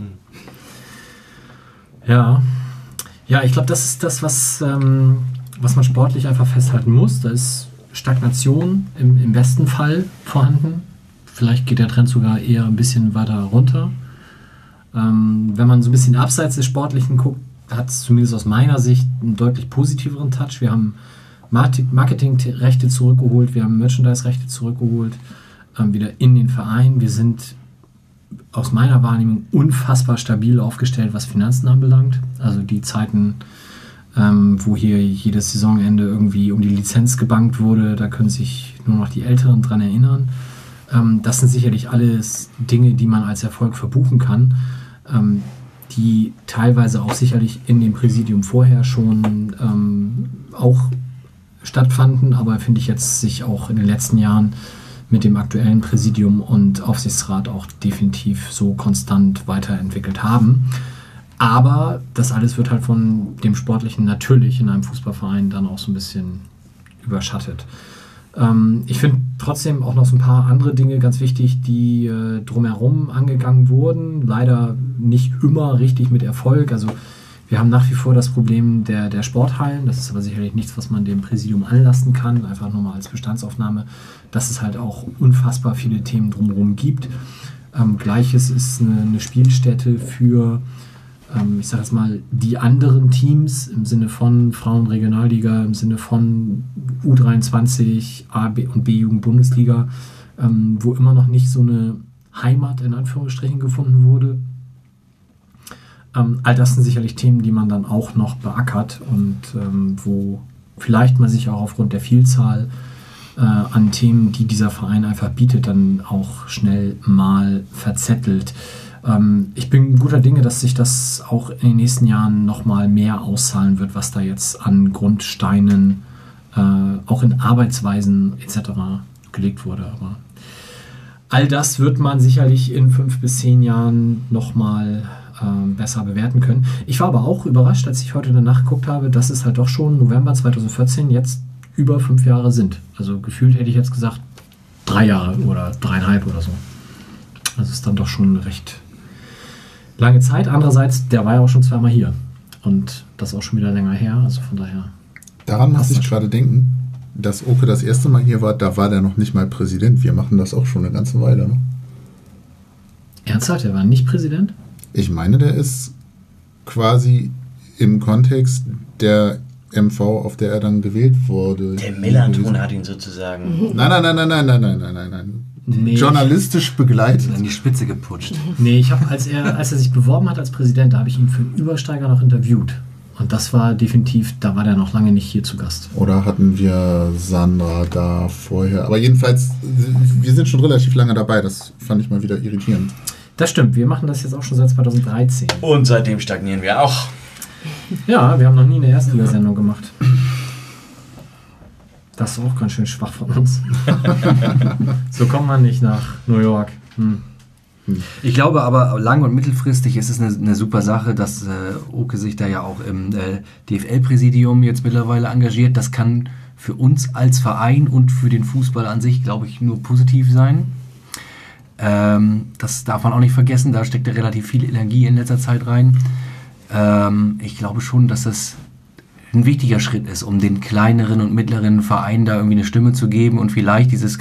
Ja, ich glaube, das ist das, was man sportlich einfach festhalten muss. Da ist Stagnation im besten Fall vorhanden. Vielleicht geht der Trend sogar eher ein bisschen weiter runter. Wenn man so ein bisschen abseits des Sportlichen guckt, hat es zumindest aus meiner Sicht einen deutlich positiveren Touch. Wir haben Marketingrechte zurückgeholt, wir haben Merchandise-Rechte zurückgeholt, wieder in den Verein. Wir sind aus meiner Wahrnehmung unfassbar stabil aufgestellt, was Finanzen anbelangt. Also die Zeiten, wo hier jedes Saisonende irgendwie um die Lizenz gebankt wurde, da können sich nur noch die Älteren dran erinnern. Das sind sicherlich alles Dinge, die man als Erfolg verbuchen kann, die teilweise auch sicherlich in dem Präsidium vorher schon auch stattfanden, aber finde ich jetzt sich auch in den letzten Jahren mit dem aktuellen Präsidium und Aufsichtsrat auch definitiv so konstant weiterentwickelt haben. Aber das alles wird halt von dem Sportlichen natürlich in einem Fußballverein dann auch so ein bisschen überschattet. Ich finde trotzdem auch noch so ein paar andere Dinge ganz wichtig, die drumherum angegangen wurden. Leider nicht immer richtig mit Erfolg. Also wir haben nach wie vor das Problem der Sporthallen. Das ist aber sicherlich nichts, was man dem Präsidium anlasten kann. Einfach nur mal als Bestandsaufnahme, dass es halt auch unfassbar viele Themen drumherum gibt. Gleiches ist eine Spielstätte für, ich sage jetzt mal, die anderen Teams im Sinne von Frauenregionalliga, im Sinne von U23, A B und B-Jugend-Bundesliga, wo immer noch nicht so eine Heimat in Anführungsstrichen gefunden wurde. All das sind sicherlich Themen, die man dann auch noch beackert und wo vielleicht man sich auch aufgrund der Vielzahl an Themen, die dieser Verein einfach bietet, dann auch schnell mal verzettelt. Ich bin guter Dinge, dass sich das auch in den nächsten Jahren nochmal mehr auszahlen wird, was da jetzt an Grundsteinen, auch in Arbeitsweisen etc. gelegt wurde. Aber all das wird man sicherlich in 5 bis 10 Jahren nochmal besser bewerten können. Ich war aber auch überrascht, als ich heute nachgeguckt habe, dass es halt doch schon November 2014 jetzt über 5 Jahre sind. Also gefühlt hätte ich jetzt gesagt 3 Jahre oder 3,5 oder so. Also ist dann doch schon eine recht lange Zeit. Andererseits, der war ja auch schon 2-mal hier. Und das auch schon wieder länger her. Also von daher. Daran muss ich gerade denken, dass Oke das erste Mal hier war, da war der noch nicht mal Präsident. Wir machen das auch schon eine ganze Weile. Ne? Ernsthaft? Der war nicht Präsident? Ich meine, der ist quasi im Kontext der MV, auf der er dann gewählt wurde. Der Melanton hat ihn sozusagen. Nein. Nee, Journalistisch begleitet. An die Spitze geputscht. Nee, ich habe, als er sich beworben hat als Präsident, da habe ich ihn für den Übersteiger noch interviewt. Und das war definitiv, da war der noch lange nicht hier zu Gast. Oder hatten wir Sandra da vorher? Aber jedenfalls, wir sind schon relativ lange dabei. Das fand ich mal wieder irritierend. Das stimmt, wir machen das jetzt auch schon seit 2013. Und seitdem stagnieren wir auch. Ja, wir haben noch nie eine Erstligasendung gemacht. Das ist auch ganz schön schwach von uns. So kommt man nicht nach New York. Ich glaube aber, lang- und mittelfristig ist es eine super Sache, dass Oke sich da ja auch im DFL-Präsidium jetzt mittlerweile engagiert. Das kann für uns als Verein und für den Fußball an sich, glaube ich, nur positiv sein. Das darf man auch nicht vergessen, da steckt ja relativ viel Energie in letzter Zeit rein. Ich glaube schon, dass das ein wichtiger Schritt ist, um den kleineren und mittleren Vereinen da irgendwie eine Stimme zu geben und vielleicht diesen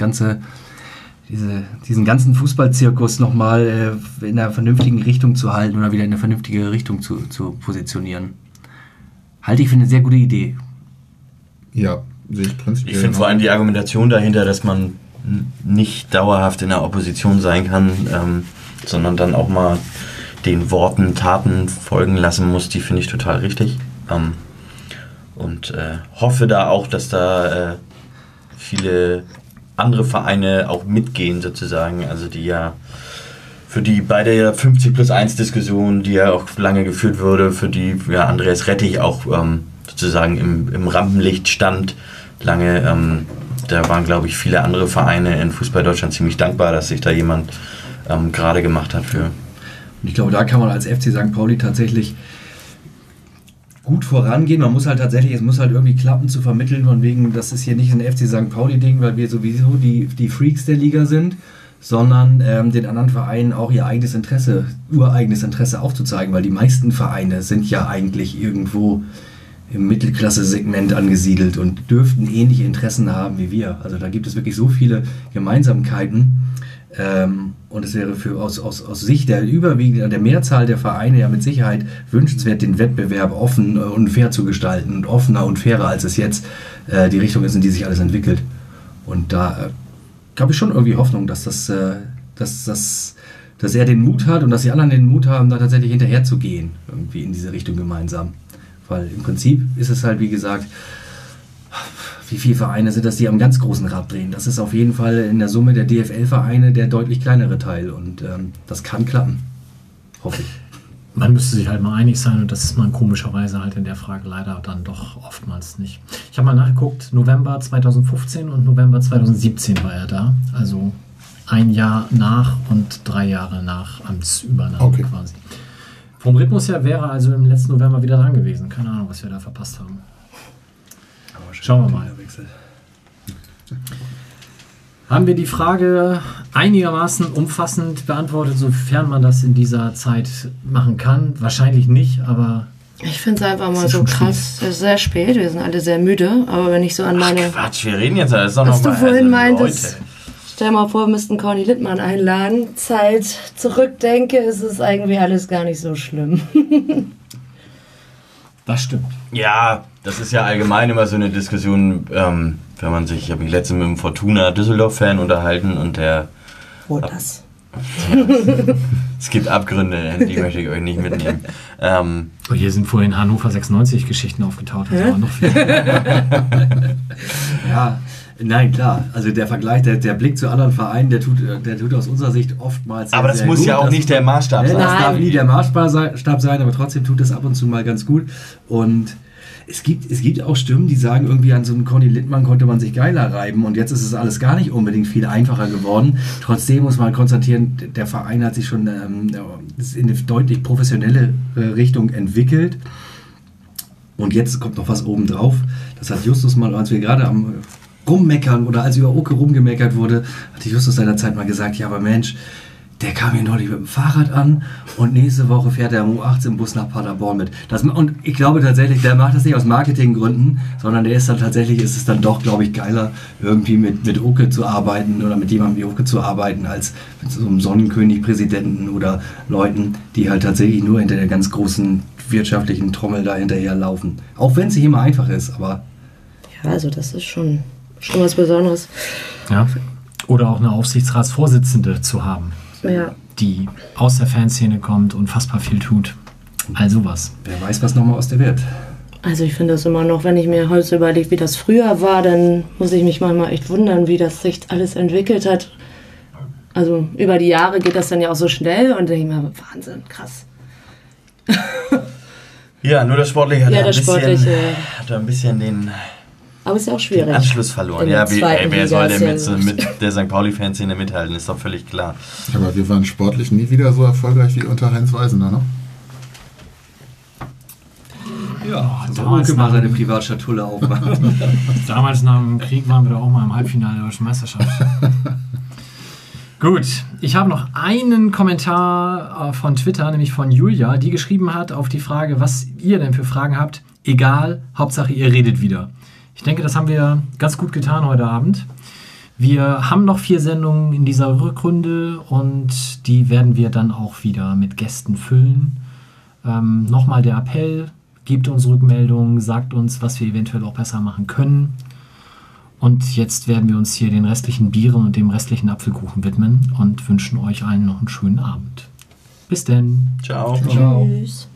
ganzen Fußballzirkus nochmal in einer vernünftigen Richtung zu halten oder wieder in eine vernünftige Richtung zu positionieren. Halte ich für eine sehr gute Idee. Ja, sehe ich prinzipiell. Ich finde vor allem die Argumentation dahinter, dass man nicht dauerhaft in der Opposition sein kann, sondern dann auch mal den Worten Taten folgen lassen muss, die finde ich total richtig. Und hoffe da auch, dass da viele andere Vereine auch mitgehen sozusagen, also die ja für die bei der 50+1 Diskussion, die ja auch lange geführt wurde, für die ja Andreas Rettich auch sozusagen im Rampenlicht stand, lange, da waren glaube ich viele andere Vereine in Fußball Deutschland ziemlich dankbar, dass sich da jemand gerade gemacht hat für. Und ich glaube, da kann man als FC St. Pauli tatsächlich gut vorangehen. Man muss halt tatsächlich, es muss halt irgendwie klappen zu vermitteln, von wegen, das ist hier nicht ein FC St. Pauli-Ding, weil wir sowieso die Freaks der Liga sind, sondern den anderen Vereinen auch ihr eigenes Interesse, ureigenes Interesse aufzuzeigen, weil die meisten Vereine sind ja eigentlich irgendwo im Mittelklasse-Segment angesiedelt und dürften ähnliche Interessen haben wie wir. Also da gibt es wirklich so viele Gemeinsamkeiten. Und es wäre aus Sicht der Mehrzahl der Vereine ja mit Sicherheit wünschenswert, den Wettbewerb offen und fair zu gestalten und offener und fairer, als es jetzt die Richtung ist, in die sich alles entwickelt. Und da habe ich schon irgendwie Hoffnung, dass er den Mut hat und dass die anderen den Mut haben, da tatsächlich hinterher zu gehen, irgendwie in diese Richtung gemeinsam. Weil im Prinzip ist es halt, wie gesagt, wie viele Vereine sind das, die am ganz großen Rad drehen? Das ist auf jeden Fall in der Summe der DFL-Vereine der deutlich kleinere Teil. Und das kann klappen. Hoffe ich. Man müsste sich halt mal einig sein und das ist man komischerweise halt in der Frage leider dann doch oftmals nicht. Ich habe mal nachgeguckt, November 2015 und November 2017 war er da. Also ein Jahr nach und 3 Jahre nach Amtsübernahme quasi. Vom Rhythmus her wäre er also im letzten November wieder dran gewesen. Keine Ahnung, was wir da verpasst haben. Schauen wir mal. Haben wir die Frage einigermaßen umfassend beantwortet, sofern man das in dieser Zeit machen kann? Wahrscheinlich nicht, aber... Ich finde es einfach mal so krass. Es ist sehr spät, wir sind alle sehr müde, aber wenn ich so an meine... Quatsch, wir reden jetzt alles noch mal. Was du vorhin meintest, Leute. stell mal vor, wir müssten Conny Littmann einladen. Zeit zurückdenke, ist es irgendwie alles gar nicht so schlimm. Das stimmt. Ja, das ist ja allgemein immer so eine Diskussion, wenn man sich, ich habe mich letztens mit einem Fortuna Düsseldorf-Fan unterhalten und der... Wo das? Es gibt Abgründe, die möchte ich euch nicht mitnehmen. Hier sind vorhin Hannover 96 Geschichten aufgetaucht. Das war noch viel. Ja, nein, klar. Also der Vergleich, der Blick zu anderen Vereinen, der tut aus unserer Sicht oftmals sehr, Aber das sehr muss gut. ja auch nicht der Maßstab sein. Das darf nie der Maßstab sein, aber trotzdem tut das ab und zu mal ganz gut. Und es gibt auch Stimmen, die sagen, irgendwie an so einen Conny Littmann konnte man sich geiler reiben und jetzt ist es alles gar nicht unbedingt viel einfacher geworden. Trotzdem muss man konstatieren, der Verein hat sich schon in eine deutlich professionelle Richtung entwickelt. Und jetzt kommt noch was obendrauf. Das hat Justus mal, als wir gerade am Rummeckern oder als über Oke rumgemeckert wurde, hatte Justus seinerzeit mal gesagt, ja aber Mensch, der kam hier neulich mit dem Fahrrad an und nächste Woche fährt er im U18-Bus nach Paderborn mit. Und ich glaube tatsächlich, der macht das nicht aus Marketinggründen, sondern ist es dann doch, glaube ich, geiler, irgendwie mit Uke zu arbeiten oder mit jemandem wie Uke zu arbeiten, als mit so einem Sonnenkönig-Präsidenten oder Leuten, die halt tatsächlich nur hinter der ganz großen wirtschaftlichen Trommel da hinterher laufen. Auch wenn es nicht immer einfach ist, aber... Ja, also das ist schon was Besonderes. Ja. Oder auch eine Aufsichtsratsvorsitzende zu haben, Ja. die aus der Fanszene kommt und unfassbar viel tut. All sowas. Wer weiß, was nochmal aus der wird. Also ich finde das immer noch, wenn ich mir heute überlege, wie das früher war, dann muss ich mich manchmal echt wundern, wie das sich alles entwickelt hat. Also über die Jahre geht das dann ja auch so schnell und denke ich mir, Wahnsinn, krass. Ja, nur das Sportliche hat Ja, er das Sportliche. ein bisschen den Aber ist ja auch schwierig. Anschluss verloren. In Ja, der zweiten wer Liga soll denn ist ja mit der St. Pauli-Fanszene mithalten, ist doch völlig klar. Aber wir waren sportlich nie wieder so erfolgreich wie unter Heinz Weisener, ne? Ja, so damals Uke mal nach- seine Privatschatulle aufmachen. Damals nach dem Krieg waren wir da auch mal im Halbfinale der Deutschen Meisterschaft. Gut, ich habe noch einen Kommentar von Twitter, nämlich von Julia, die geschrieben hat auf die Frage, was ihr denn für Fragen habt. Egal, Hauptsache ihr redet wieder. Ich denke, das haben wir ganz gut getan heute Abend. Wir haben noch 4 Sendungen in dieser Rückrunde und die werden wir dann auch wieder mit Gästen füllen. Nochmal der Appell, gebt uns Rückmeldungen, sagt uns, was wir eventuell auch besser machen können. Und jetzt werden wir uns hier den restlichen Bieren und dem restlichen Apfelkuchen widmen und wünschen euch allen noch einen schönen Abend. Bis denn. Ciao. Tschüss.